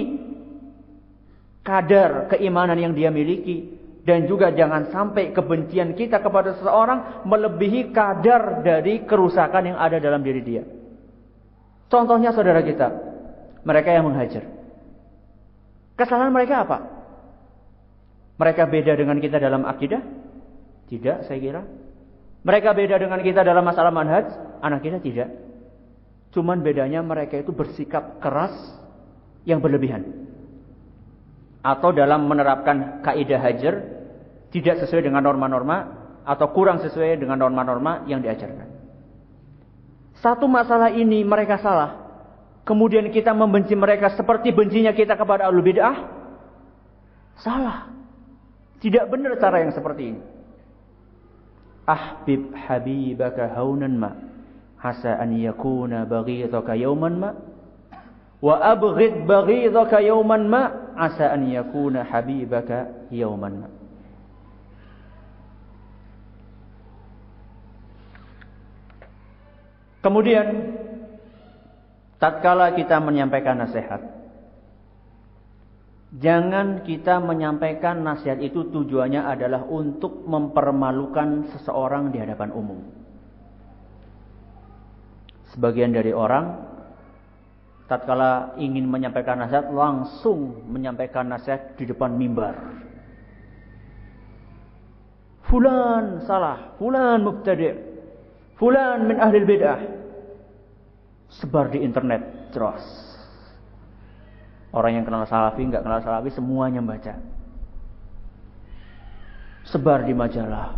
kadar keimanan yang dia miliki. Dan juga jangan sampai kebencian kita kepada seseorang melebihi kadar dari kerusakan yang ada dalam diri dia. Contohnya saudara kita, mereka yang menghajar. Kesalahan mereka apa? Mereka beda dengan kita dalam akidah? Tidak, saya kira. Mereka beda dengan kita dalam masalah manhaj? Anak kita tidak. Cuman bedanya mereka itu bersikap keras yang berlebihan. Atau dalam menerapkan kaidah hajar tidak sesuai dengan norma-norma atau kurang sesuai dengan norma-norma yang diajarkan. Satu masalah ini mereka salah. Kemudian kita membenci mereka seperti bencinya kita kepada ahlul bid'ah? Salah. Tidak benar cara yang seperti ini. Ahbib habibaka haunan ma, asa an yakuna baghidaka yawman ma, wa abghid baghidaka yawman ma, asa an yakuna habibaka yawman ma. Kemudian tatkala kita menyampaikan nasihat, jangan kita menyampaikan nasihat itu tujuannya adalah untuk mempermalukan seseorang di hadapan umum. Sebagian dari orang tatkala ingin menyampaikan nasihat langsung menyampaikan nasihat di depan mimbar. Fulan salah, fulan mubtadi', fulan min ahli bid'ah. Sebar di internet terus. Orang yang kenal salafi, enggak kenal salafi, semuanya baca. Sebar di majalah.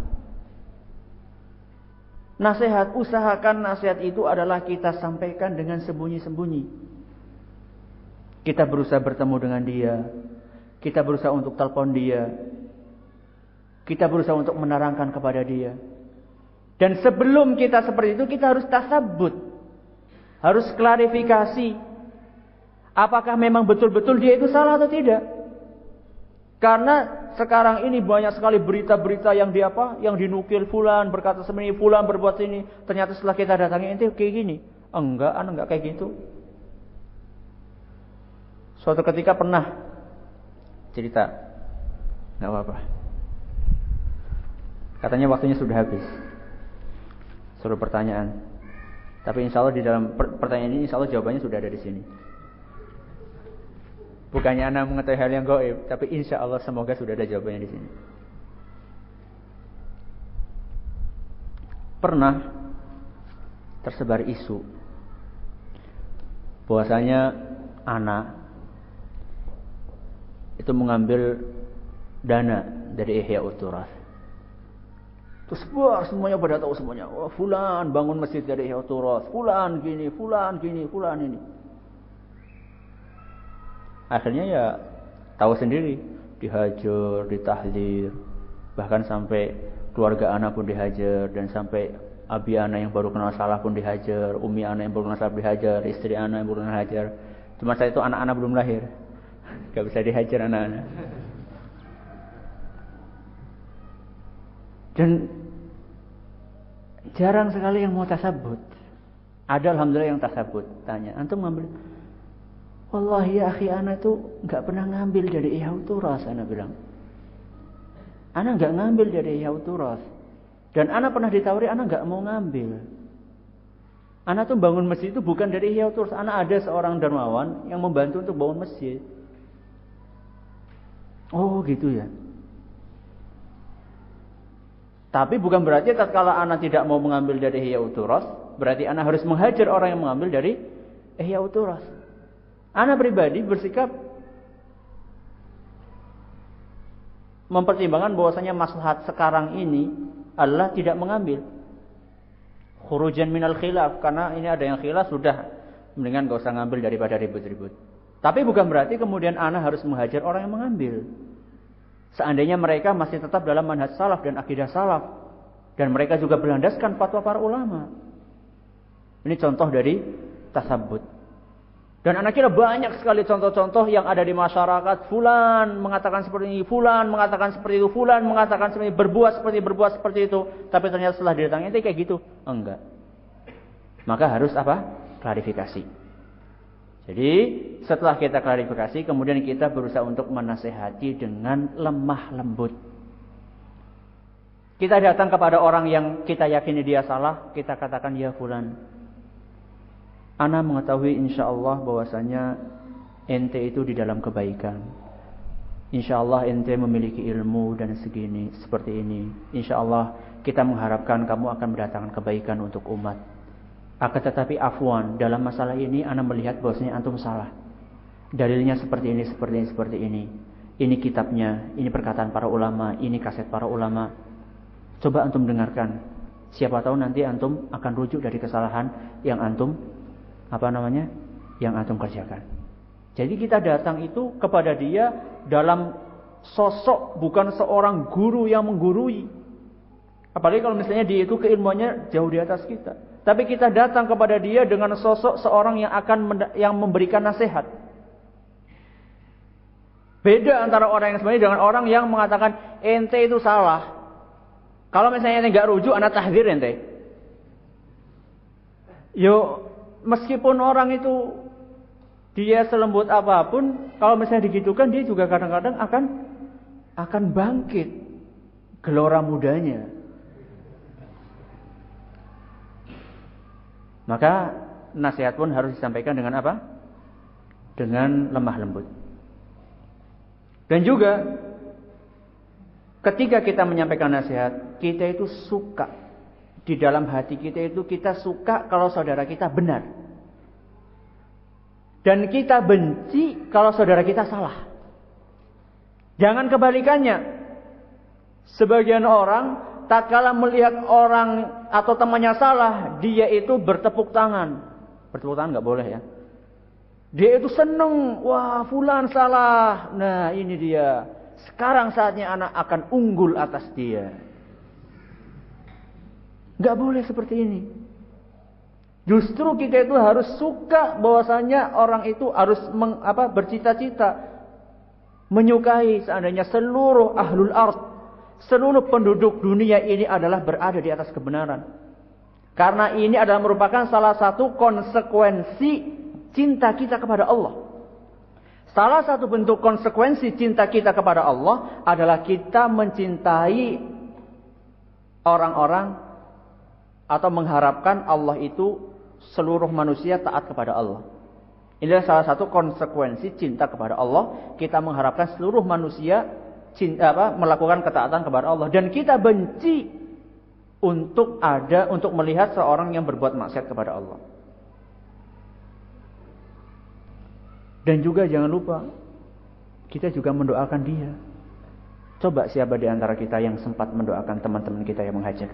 Nasihat, usahakan nasihat itu adalah kita sampaikan dengan sembunyi-sembunyi. Kita berusaha bertemu dengan dia. Kita berusaha untuk telepon dia. Kita berusaha untuk menerangkan kepada dia. Dan sebelum kita seperti itu, kita harus tasabbut. Harus klarifikasi. Apakah memang betul-betul dia itu salah atau tidak? Karena sekarang ini banyak sekali berita-berita yang yang dinukil fulan berkata seperti ini, fulan berbuat ini. Ternyata setelah kita datangi itu kayak gini. Enggak kayak gitu. Suatu ketika pernah cerita, enggak apa-apa. Katanya waktunya sudah habis. Suruh pertanyaan. Tapi insya Allah di dalam pertanyaan ini insya Allah jawabannya sudah ada di sini. Bukannya Anda mengetahui hal yang gaib, tapi insya Allah semoga sudah ada jawabannya di sini. Pernah tersebar isu bahwasanya anak itu mengambil dana dari Ihya Uturas. Terus semuanya pada tahu semuanya. Oh, fulan bangun masjid dari Ihya Uturas, fulan gini, fulan gini, fulan ini. Akhirnya ya tahu sendiri, dihajar, ditahdir, bahkan sampai keluarga anak pun dihajar, dan sampai abi anak yang baru kenal salah pun dihajar, umi anak yang baru kenal salah dihajar, istri anak yang baru kenal hajar. Cuma saat itu anak-anak belum lahir, gak bisa dihajar anak-anak. Dan jarang sekali yang mau tasabut. Ada alhamdulillah yang tasabut. Tanya, antum ngambil? Wallahi ya akhi, ana itu enggak pernah ngambil dari Ihya Uturas, ana bilang. Ana enggak ngambil dari Ihya Uturas. Dan ana pernah ditawari, ana enggak mau ngambil. Ana tuh bangun masjid itu bukan dari Ihya Uturas. Ana ada seorang dermawan yang membantu untuk bangun masjid. Oh gitu ya. Tapi bukan berarti tatkala ana tidak mau mengambil dari Ihya Uturas, berarti ana harus menghajar orang yang mengambil dari Ihya Uturas. Ana pribadi bersikap mempertimbangkan bahwasanya maslahat sekarang ini adalah tidak mengambil. Khurujan minal khilaf, karena ini ada yang khilaf, sudah mendingan gak usah ngambil daripada ribut-ribut. Tapi bukan berarti kemudian ana harus menghajar orang yang mengambil. Seandainya mereka masih tetap dalam manhaj salaf dan akidah salaf, dan mereka juga berlandaskan fatwa para ulama. Ini contoh dari tasabbut. Dan anak kira banyak sekali contoh-contoh yang ada di masyarakat. Fulan mengatakan seperti ini, fulan mengatakan seperti itu, fulan mengatakan seperti ini, berbuat seperti itu. Tapi ternyata setelah didatangin itu kayak gitu. Enggak. Maka harus apa? Klarifikasi. Jadi setelah kita klarifikasi, kemudian kita berusaha untuk menasehati dengan lemah lembut. Kita datang kepada orang yang kita yakini dia salah, kita katakan, ya fulan, ana mengetahui insyaallah bahwasanya ente itu di dalam kebaikan. Insyaallah ente memiliki ilmu dan segini, seperti ini. Insyaallah kita mengharapkan kamu akan mendatangkan kebaikan untuk umat. Akan tetapi afwan, dalam masalah ini ana melihat bahwasanya antum salah. Dalilnya seperti ini, seperti ini, seperti ini. Ini kitabnya, ini perkataan para ulama, ini kaset para ulama. Coba antum dengarkan. Siapa tahu nanti antum akan rujuk dari kesalahan yang antum yang antum kerjakan. Jadi kita datang itu kepada dia dalam sosok bukan seorang guru yang menggurui. Apalagi kalau misalnya dia itu keilmuannya jauh di atas kita. Tapi kita datang kepada dia dengan sosok seorang yang yang memberikan nasihat. Beda antara orang yang sebenarnya dengan orang yang mengatakan ente itu salah. Kalau misalnya ente enggak rujuk, ana tahdzir ente. Meskipun orang itu dia selembut apapun, kalau misalnya digitukan, dia juga kadang-kadang akan bangkit gelora mudanya. Maka nasihat pun harus disampaikan dengan apa? Dengan lemah lembut. Dan juga ketika kita menyampaikan nasihat, kita itu suka. Di dalam hati kita itu kita suka kalau saudara kita benar. Dan kita benci kalau saudara kita salah. Jangan kebalikannya. Sebagian orang tatkala melihat orang atau temannya salah, dia itu bertepuk tangan. Bertepuk tangan enggak boleh ya. Dia itu seneng, wah fulan salah. Nah, ini dia. Sekarang saatnya anak akan unggul atas dia. Gak boleh seperti ini. Justru kita itu harus suka bahwasanya orang itu harus bercita-cita menyukai seandainya seluruh ahlul ard, seluruh penduduk dunia ini adalah berada di atas kebenaran. Karena ini adalah merupakan salah satu konsekuensi cinta kita kepada Allah. Salah satu bentuk konsekuensi cinta kita kepada Allah adalah kita mencintai orang-orang atau mengharapkan Allah itu seluruh manusia taat kepada Allah. Inilah salah satu konsekuensi cinta kepada Allah. Kita mengharapkan seluruh manusia melakukan ketaatan kepada Allah, dan kita benci untuk melihat seorang yang berbuat maksiat kepada Allah. Dan juga jangan lupa kita juga mendoakan dia. Coba siapa di antara kita yang sempat mendoakan teman-teman kita yang menghajar?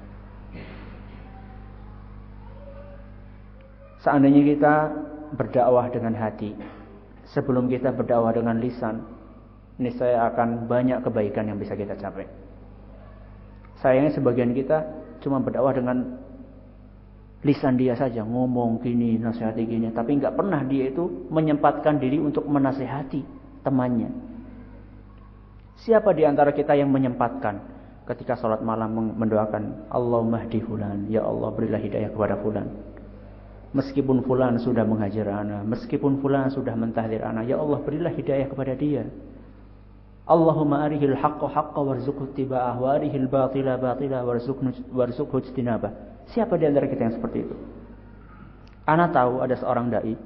Seandainya kita berdakwah dengan hati sebelum kita berdakwah dengan lisan, niscaya akan banyak kebaikan yang bisa kita capai. Sayangnya sebagian kita cuma berdakwah dengan lisan dia saja, ngomong gini, nasihati gini, tapi nggak pernah dia itu menyempatkan diri untuk menasihati temannya. Siapa di antara kita yang menyempatkan ketika sholat malam mendoakan Allahumma hdi fulan, ya Allah berilah hidayah kepada fulan. Meskipun fulan sudah menghajar ana, meskipun fulan sudah mentahdir ana, ya Allah berilah hidayah kepada dia. Allahumma arihil haqqa haqqa warzuqhu ittiba'ah wa arihil batila batila warzuqhu ijtinabah. Siapa di antara kita yang seperti itu? Ana tahu ada seorang dai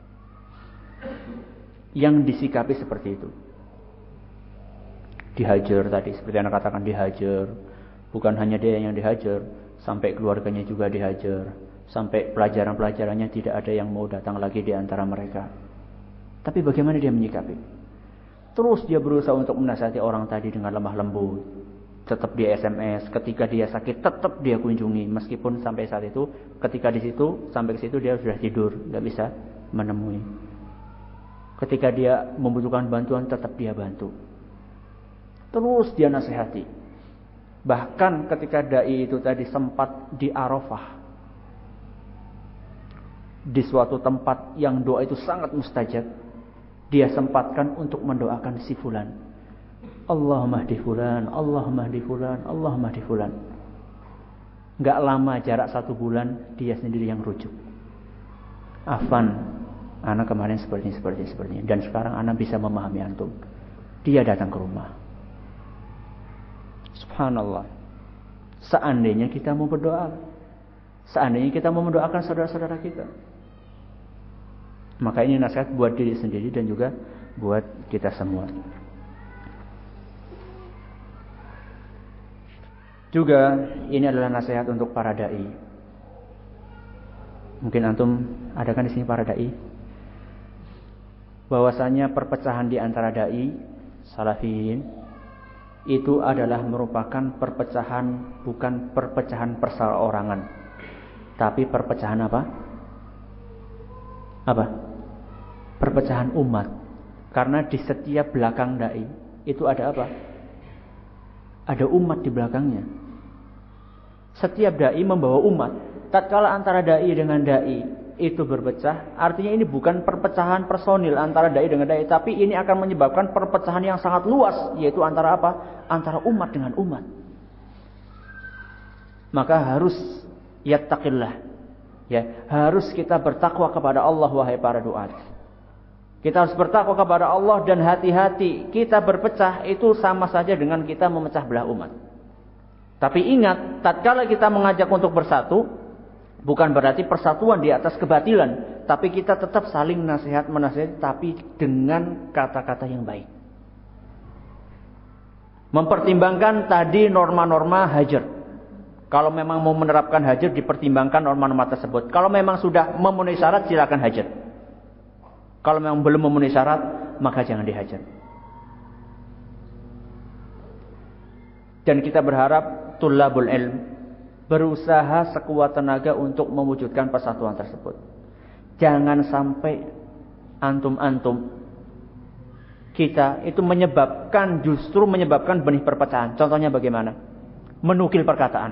yang disikapi seperti itu. Dihajar tadi, seperti Anda katakan, dihajar. Bukan hanya dia yang dihajar, sampai keluarganya juga dihajar. Sampai pelajaran-pelajarannya tidak ada yang mau datang lagi di antara mereka. Tapi bagaimana dia menyikapi? Terus dia berusaha untuk menasihati orang tadi dengan lemah lembut. Tetap dia SMS, ketika dia sakit tetap dia kunjungi, meskipun sampai saat itu ketika di situ sampai ke situ dia sudah tidur, nggak bisa menemui. Ketika dia membutuhkan bantuan tetap dia bantu. Terus dia nasihati. Bahkan ketika dai itu tadi sempat di Arafah, di suatu tempat yang doa itu sangat mustajab, dia sempatkan untuk mendoakan si fulan. Allahumma hdi fulan, Allahumma hdi fulan, Allahumma hdi fulan. Enggak lama, jarak 1 bulan, dia sendiri yang rujuk. Afan, anak kemarin seperti ini, dan sekarang anak bisa memahami antum. Dia datang ke rumah. Subhanallah. Seandainya kita mau berdoa, seandainya kita mau mendoakan saudara-saudara kita, maka ini nasihat buat diri sendiri dan juga buat kita semua. Juga ini adalah nasihat untuk para dai. Mungkin antum ada kan di sini para dai? Bahwasanya perpecahan di antara dai salafiyin itu adalah merupakan perpecahan, bukan perpecahan perseorangan, tapi perpecahan apa? Perpecahan umat. Karena di setiap belakang dai itu ada apa? Ada umat di belakangnya. Setiap dai membawa umat. Tatkala antara dai dengan dai itu berpecah, artinya ini bukan perpecahan personil antara dai dengan dai, tapi ini akan menyebabkan perpecahan yang sangat luas, yaitu antara apa? Antara umat dengan umat. Maka harus yattaqillah. Ya, harus kita bertakwa kepada Allah, wahai para duat. Kita harus bertakwa kepada Allah dan hati-hati. Kita berpecah itu sama saja dengan kita memecah belah umat. Tapi ingat, tatkala kita mengajak untuk bersatu, bukan berarti persatuan di atas kebatilan, tapi kita tetap saling menasihati, tapi dengan kata-kata yang baik. Mempertimbangkan tadi norma-norma hajar. Kalau memang mau menerapkan hajar, dipertimbangkan norma-norma tersebut. Kalau memang sudah memenuhi syarat, silakan hajar. Kalau memang belum memenuhi syarat, maka jangan dihajar. Dan kita berharap tulabul ilm berusaha sekuat tenaga untuk mewujudkan persatuan tersebut. Jangan sampai antum-antum kita itu justru menyebabkan benih perpecahan. Contohnya bagaimana? Menukil perkataan.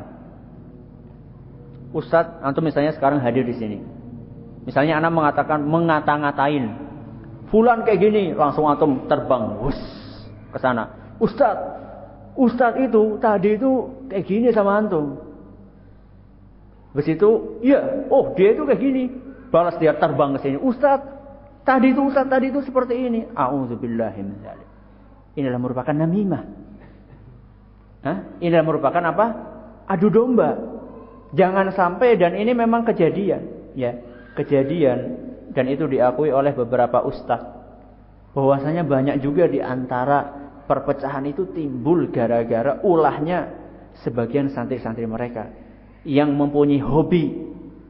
Ustadz, antum misalnya sekarang hadir di sini. Misalnya anak mengatakan, ngata-ngatain, fulan kayak gini, langsung antum terbang, ke sana. Ustadz itu tadi itu kayak gini sama antum. Habis itu, iya, dia itu kayak gini. Balas dia terbang ke sini. Ustadz tadi itu seperti ini. A'udzubillahi min dzalik. Inilah merupakan namimah. Inilah merupakan apa? Adu domba. Jangan sampai, dan ini memang kejadian, ya, kejadian, dan itu diakui oleh beberapa ustadz, bahwasanya banyak juga di antara perpecahan itu timbul gara-gara ulahnya sebagian santri-santri mereka yang mempunyai hobi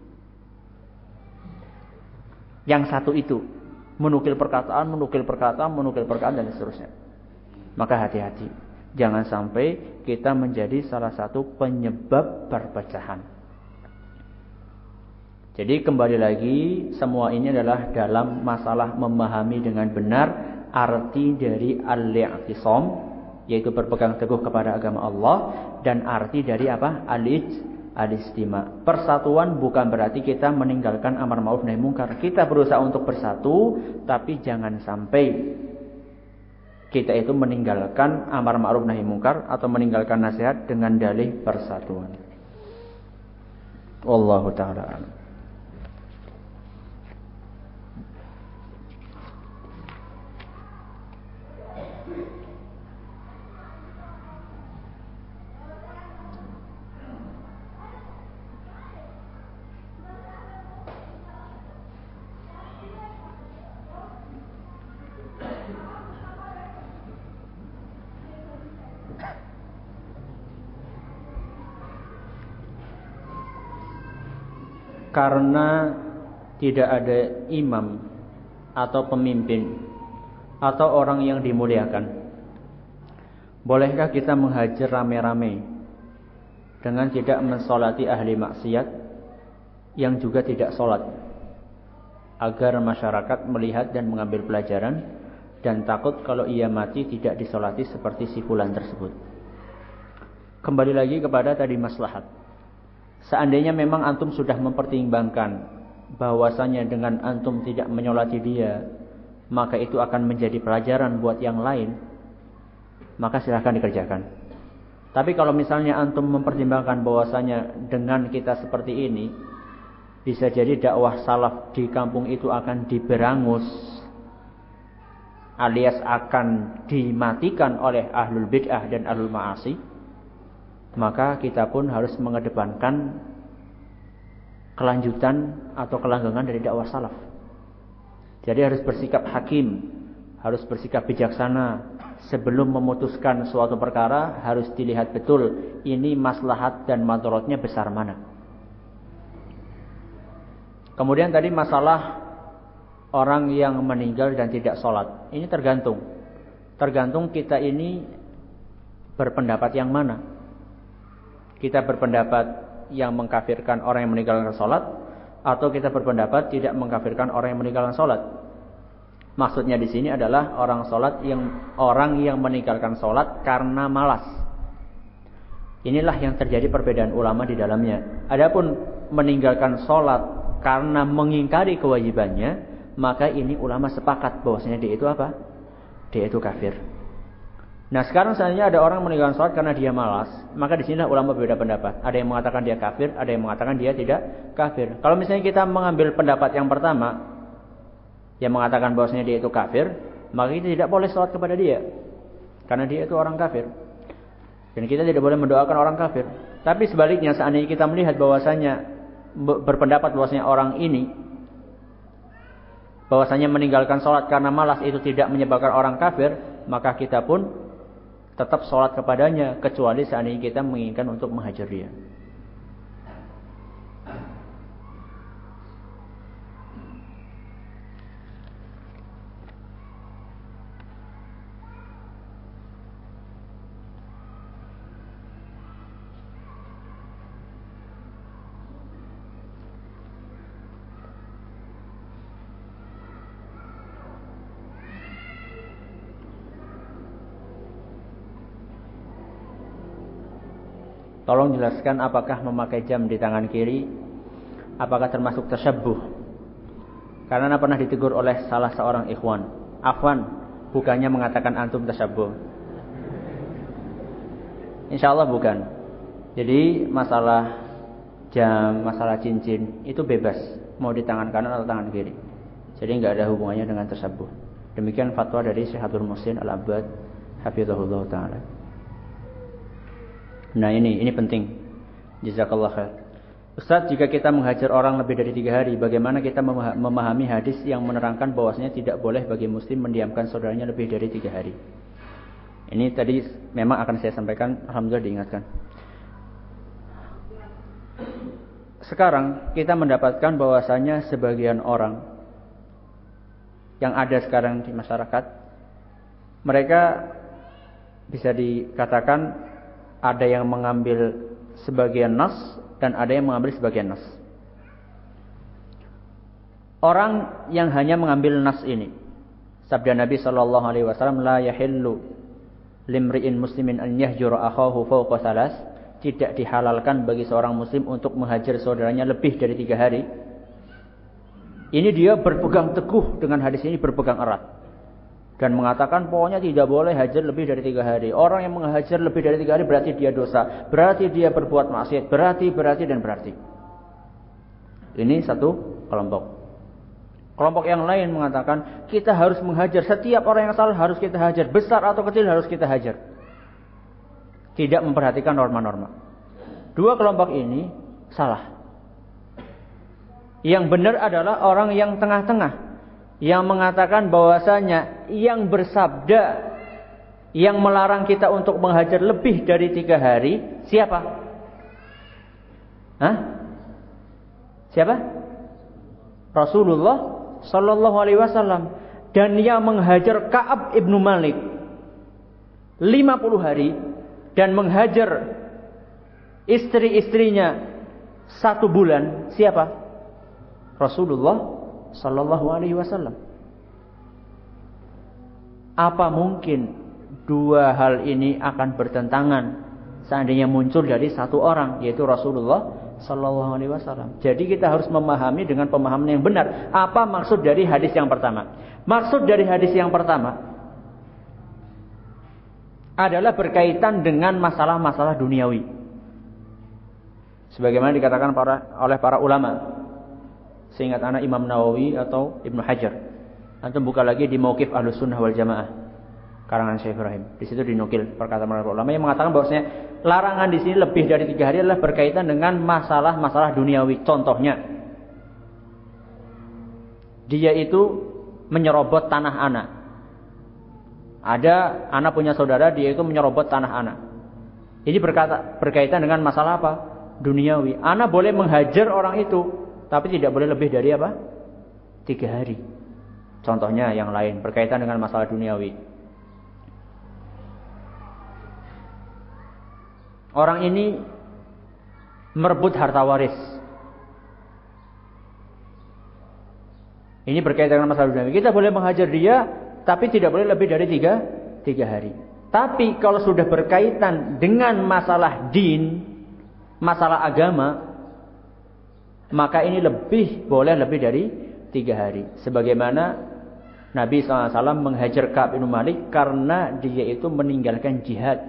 yang satu itu, menukil perkataan, dan seterusnya. Maka hati-hati, jangan sampai kita menjadi salah satu penyebab perpecahan. Jadi kembali lagi, semua ini adalah dalam masalah memahami dengan benar arti dari al-i'tisam, yaitu berpegang teguh kepada agama Allah, dan arti dari apa? Al-istima. Persatuan bukan berarti kita meninggalkan amar ma'ruf nahi munkar. Kita berusaha untuk bersatu, tapi jangan sampai kita itu meninggalkan amar ma'ruf nahi munkar atau meninggalkan nasihat dengan dalih persatuan. Wallahu ta'ala a'lam. Karena tidak ada imam atau pemimpin atau orang yang dimuliakan, bolehkah kita menghajar rame-rame dengan tidak mensolati ahli maksiat yang juga tidak sholat, agar masyarakat melihat dan mengambil pelajaran dan takut kalau ia mati tidak disolati seperti si fulan tersebut? Kembali lagi kepada tadi maslahat. Seandainya memang antum sudah mempertimbangkan bahwasanya dengan antum tidak menyolati dia, maka itu akan menjadi pelajaran buat yang lain, maka silahkan dikerjakan. Tapi kalau misalnya antum mempertimbangkan bahwasanya dengan kita seperti ini, bisa jadi dakwah salaf di kampung itu akan diberangus, alias akan dimatikan oleh ahlul bid'ah dan ahlul ma'asi, maka kita pun harus mengedepankan kelanjutan atau kelanggengan dari dakwah salaf. Jadi harus bersikap hakim, harus bersikap bijaksana. Sebelum memutuskan suatu perkara harus dilihat betul ini maslahat dan madaratnya besar mana. Kemudian tadi masalah orang yang meninggal dan tidak sholat, ini tergantung kita ini berpendapat yang mana. Kita berpendapat yang mengkafirkan orang yang meninggalkan sholat, atau kita berpendapat tidak mengkafirkan orang yang meninggalkan sholat. Maksudnya di sini adalah orang yang meninggalkan sholat karena malas. Inilah yang terjadi perbedaan ulama di dalamnya. Adapun meninggalkan sholat karena mengingkari kewajibannya, maka ini ulama sepakat bahwasanya dia itu apa? Dia itu kafir. Nah sekarang seandainya ada orang meninggalkan sholat karena dia malas, maka di sinilah ulama berbeda pendapat. Ada yang mengatakan dia kafir, ada yang mengatakan dia tidak kafir. Kalau misalnya kita mengambil pendapat yang pertama, yang mengatakan bahwasanya dia itu kafir, maka kita tidak boleh sholat kepada dia, karena dia itu orang kafir. Dan kita tidak boleh mendoakan orang kafir. Tapi sebaliknya, seandainya kita melihat bahwasanya berpendapat bahwasanya orang ini, bahwasanya meninggalkan sholat karena malas itu tidak menyebabkan orang kafir, maka kita pun tetap sholat kepadanya, kecuali seandainya kita menginginkan untuk menghajar dia. Tolong jelaskan apakah memakai jam di tangan kiri apakah termasuk tasyabbuh? Karena pernah ditegur oleh salah seorang ikhwan. Afwan, bukannya mengatakan antum tasyabbuh. Insyaallah bukan. Jadi masalah jam, masalah cincin itu bebas, mau di tangan kanan atau tangan kiri. Jadi enggak ada hubungannya dengan tasyabbuh. Demikian fatwa dari Syekh Abdul Muhsin Al-Abbad hafizahullah taala. Nah ini penting. Jazakallah khair. Ustaz, jika kita menghajar orang lebih dari 3 hari, bagaimana kita memahami hadis yang menerangkan bahwasanya tidak boleh bagi muslim mendiamkan saudaranya lebih dari 3 hari? Ini tadi memang akan saya sampaikan, alhamdulillah diingatkan. Sekarang kita mendapatkan bahwasanya sebagian orang yang ada sekarang di masyarakat, mereka bisa dikatakan ada yang mengambil sebagian nas dan ada yang mengambil sebagian nas. Orang yang hanya mengambil nas ini, sabda Nabi SAW, la yahillu limri'in muslimin an yahjura akhahu fawqa salas, tidak dihalalkan bagi seorang muslim untuk menghajar saudaranya lebih dari 3 hari. Ini dia berpegang teguh dengan hadis ini, berpegang erat dan mengatakan pokoknya tidak boleh hajar lebih dari 3 hari. Orang yang menghajar lebih dari 3 hari berarti dia dosa, berarti dia berbuat maksiat, berarti. Ini satu kelompok. Kelompok yang lain mengatakan kita harus menghajar, setiap orang yang salah harus kita hajar, besar atau kecil harus kita hajar. Tidak memperhatikan norma-norma. Dua kelompok ini salah. Yang benar adalah orang yang tengah-tengah, yang mengatakan bahwasanya yang bersabda, yang melarang kita untuk menghajar lebih dari 3 hari, siapa? Siapa? Rasulullah Sallallahu Alaihi Wasallam. Dan yang menghajar Ka'ab ibnu Malik 50 hari dan menghajar istri-istrinya 1 bulan, siapa? Rasulullah Sallallahu Alaihi Wasallam. Apa mungkin 2 hal ini akan bertentangan seandainya muncul dari 1 orang, yaitu Rasulullah Sallallahu Alaihi Wasallam. Jadi kita harus memahami dengan pemahaman yang benar. Apa maksud dari hadis yang pertama? Maksud dari hadis yang pertama adalah berkaitan dengan masalah-masalah duniawi. Sebagaimana dikatakan oleh para ulama. Seingat anak Imam Nawawi atau Ibnu Hajar. Antum buka lagi di Mauqif Ahlus Sunnah wal Jamaah karangan Syekh Ibrahim. Di situ dinukil perkataan para ulama yang mengatakan bahwasanya larangan di sini lebih dari 3 hari adalah berkaitan dengan masalah-masalah duniawi. Contohnya, dia itu menyerobot tanah anak. Ada anak punya saudara, dia itu menyerobot tanah anak. Ini berkaitan dengan masalah apa? Duniawi. Anak boleh menghajar orang itu, tapi tidak boleh lebih dari apa? 3 hari. Contohnya yang lain berkaitan dengan masalah duniawi. Orang ini merebut harta waris. Ini berkaitan dengan masalah dunia. Kita boleh menghajar dia, tapi tidak boleh lebih dari 3 hari. Tapi kalau sudah berkaitan dengan masalah din, masalah agama, maka ini boleh lebih dari 3 hari. Sebagaimana Nabi SAW menghajar Ka'ab bin Malik karena dia itu meninggalkan jihad.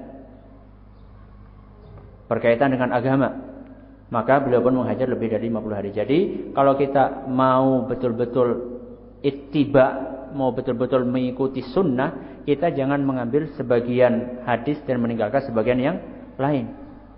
Berkaitan dengan agama, maka beliau pun menghajar lebih dari 50 hari. Jadi kalau kita mau betul-betul ittiba, mau betul-betul mengikuti sunnah, kita jangan mengambil sebagian hadis dan meninggalkan sebagian yang lain.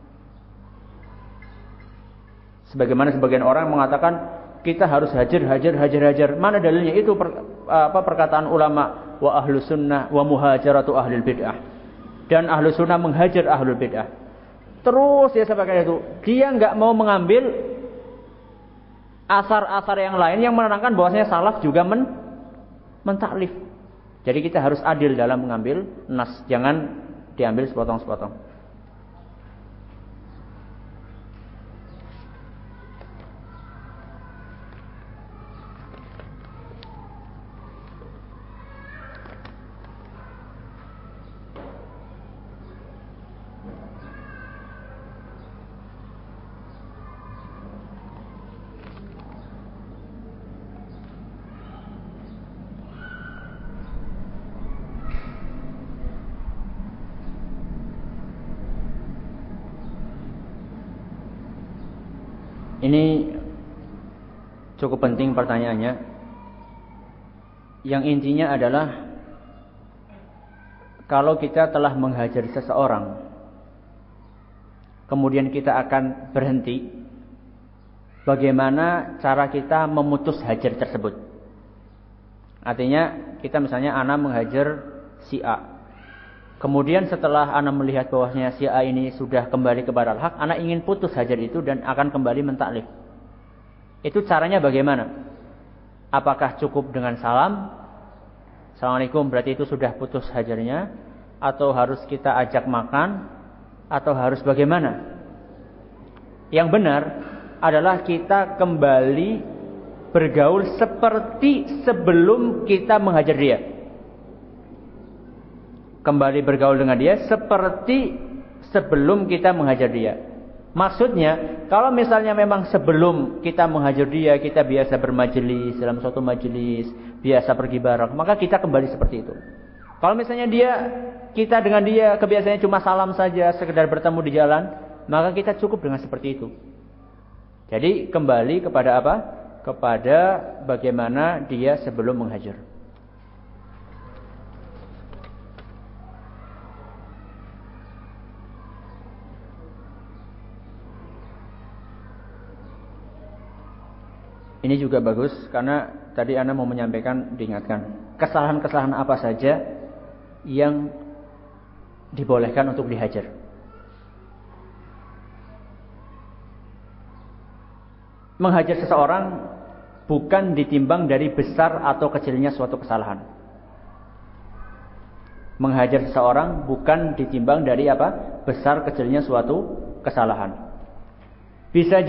Sebagaimana sebagian orang mengatakan kita harus hajar. Mana dalilnya? Itu perkataan ulama, wa ahlus sunnah wa muhajaratu ahlil bid'ah. Dan ahlus sunnah menghajar ahlul bid'ah. Terus dia sebagai itu, dia nggak mau mengambil asar-asar yang lain yang menerangkan bahwasanya salaf juga mentaklif. Jadi kita harus adil dalam mengambil nas, jangan diambil sepotong-sepotong. Ini cukup penting pertanyaannya. Yang intinya adalah kalau kita telah menghajar seseorang, kemudian kita akan berhenti, bagaimana cara kita memutus hajar tersebut. Artinya kita misalnya ana menghajar si A. Kemudian setelah ana melihat bahwasanya si A ini sudah kembali kepada al-haq, ana ingin putus hajar itu dan akan kembali mentaklif. Itu caranya bagaimana? Apakah cukup dengan salam? Assalamualaikum, berarti itu sudah putus hajarnya? Atau harus kita ajak makan? Atau harus bagaimana? Yang benar adalah kita kembali bergaul seperti sebelum kita menghajar dia. Kembali bergaul dengan dia seperti sebelum kita menghajar dia. Maksudnya, kalau misalnya memang sebelum kita menghajar dia, kita biasa bermajelis dalam suatu majelis, biasa pergi bareng, maka kita kembali seperti itu. Kalau misalnya kita dengan dia kebiasaannya cuma salam saja, sekedar bertemu di jalan, maka kita cukup dengan seperti itu. Jadi kembali kepada apa? Kepada bagaimana dia sebelum menghajar. Ini juga bagus karena tadi Anda mau menyampaikan, diingatkan kesalahan-kesalahan apa saja yang dibolehkan untuk dihajar. Menghajar seseorang bukan ditimbang dari besar atau kecilnya suatu kesalahan. Menghajar seseorang bukan ditimbang dari apa? Besar kecilnya suatu kesalahan. Bisa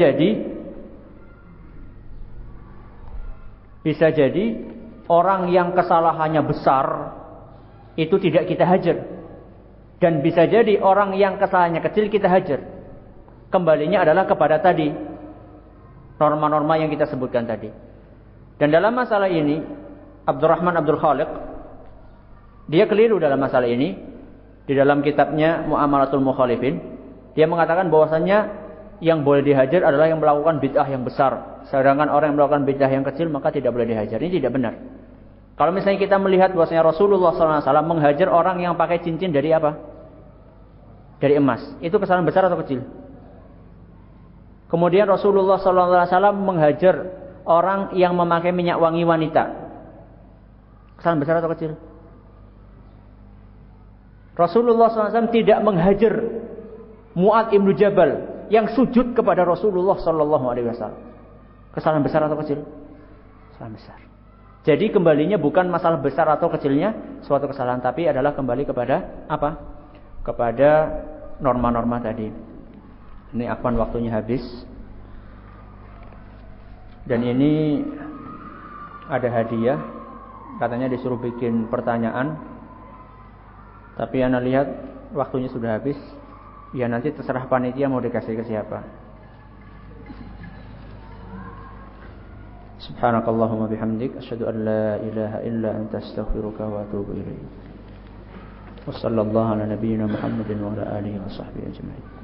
jadi orang yang kesalahannya besar itu tidak kita hajar. Dan bisa jadi orang yang kesalahannya kecil kita hajar. Kembalinya adalah kepada tadi norma-norma yang kita sebutkan tadi. Dan dalam masalah ini Abdurrahman Abdul Khaliq dia keliru dalam masalah ini. Di dalam kitabnya Mu'amalatul Mukhalifin, dia mengatakan bahwasannya yang boleh dihajar adalah yang melakukan bid'ah yang besar, sedangkan orang yang melakukan bid'ah yang kecil maka tidak boleh dihajar. Ini tidak benar. Kalau misalnya kita melihat bahwasanya Rasulullah SAW menghajar orang yang pakai cincin dari apa? Dari emas. Itu kesalahan besar atau kecil? Kemudian Rasulullah SAW menghajar orang yang memakai minyak wangi wanita. Kesalahan besar atau kecil? Rasulullah SAW tidak menghajar Mu'adz ibn Jabal yang sujud kepada Rasulullah SAW. Kesalahan besar atau kecil? Kesalahan besar. Jadi kembalinya bukan masalah besar atau kecilnya suatu kesalahan, tapi adalah kembali kepada apa? Kepada norma-norma tadi. Ini afwan waktunya habis. Dan ini ada hadiah. Katanya disuruh bikin pertanyaan. Tapi Anda lihat waktunya sudah habis. Ya nanti terserah panitia mau dikasih ke siapa. Subhanakallahumma bihamdik asyhadu an la ilaha illa anta astaghfiruka wa atubu ilaik. Wassallallahu ala nabiyyina Muhammadin wa ala alihi wa sahbihi ajma'in.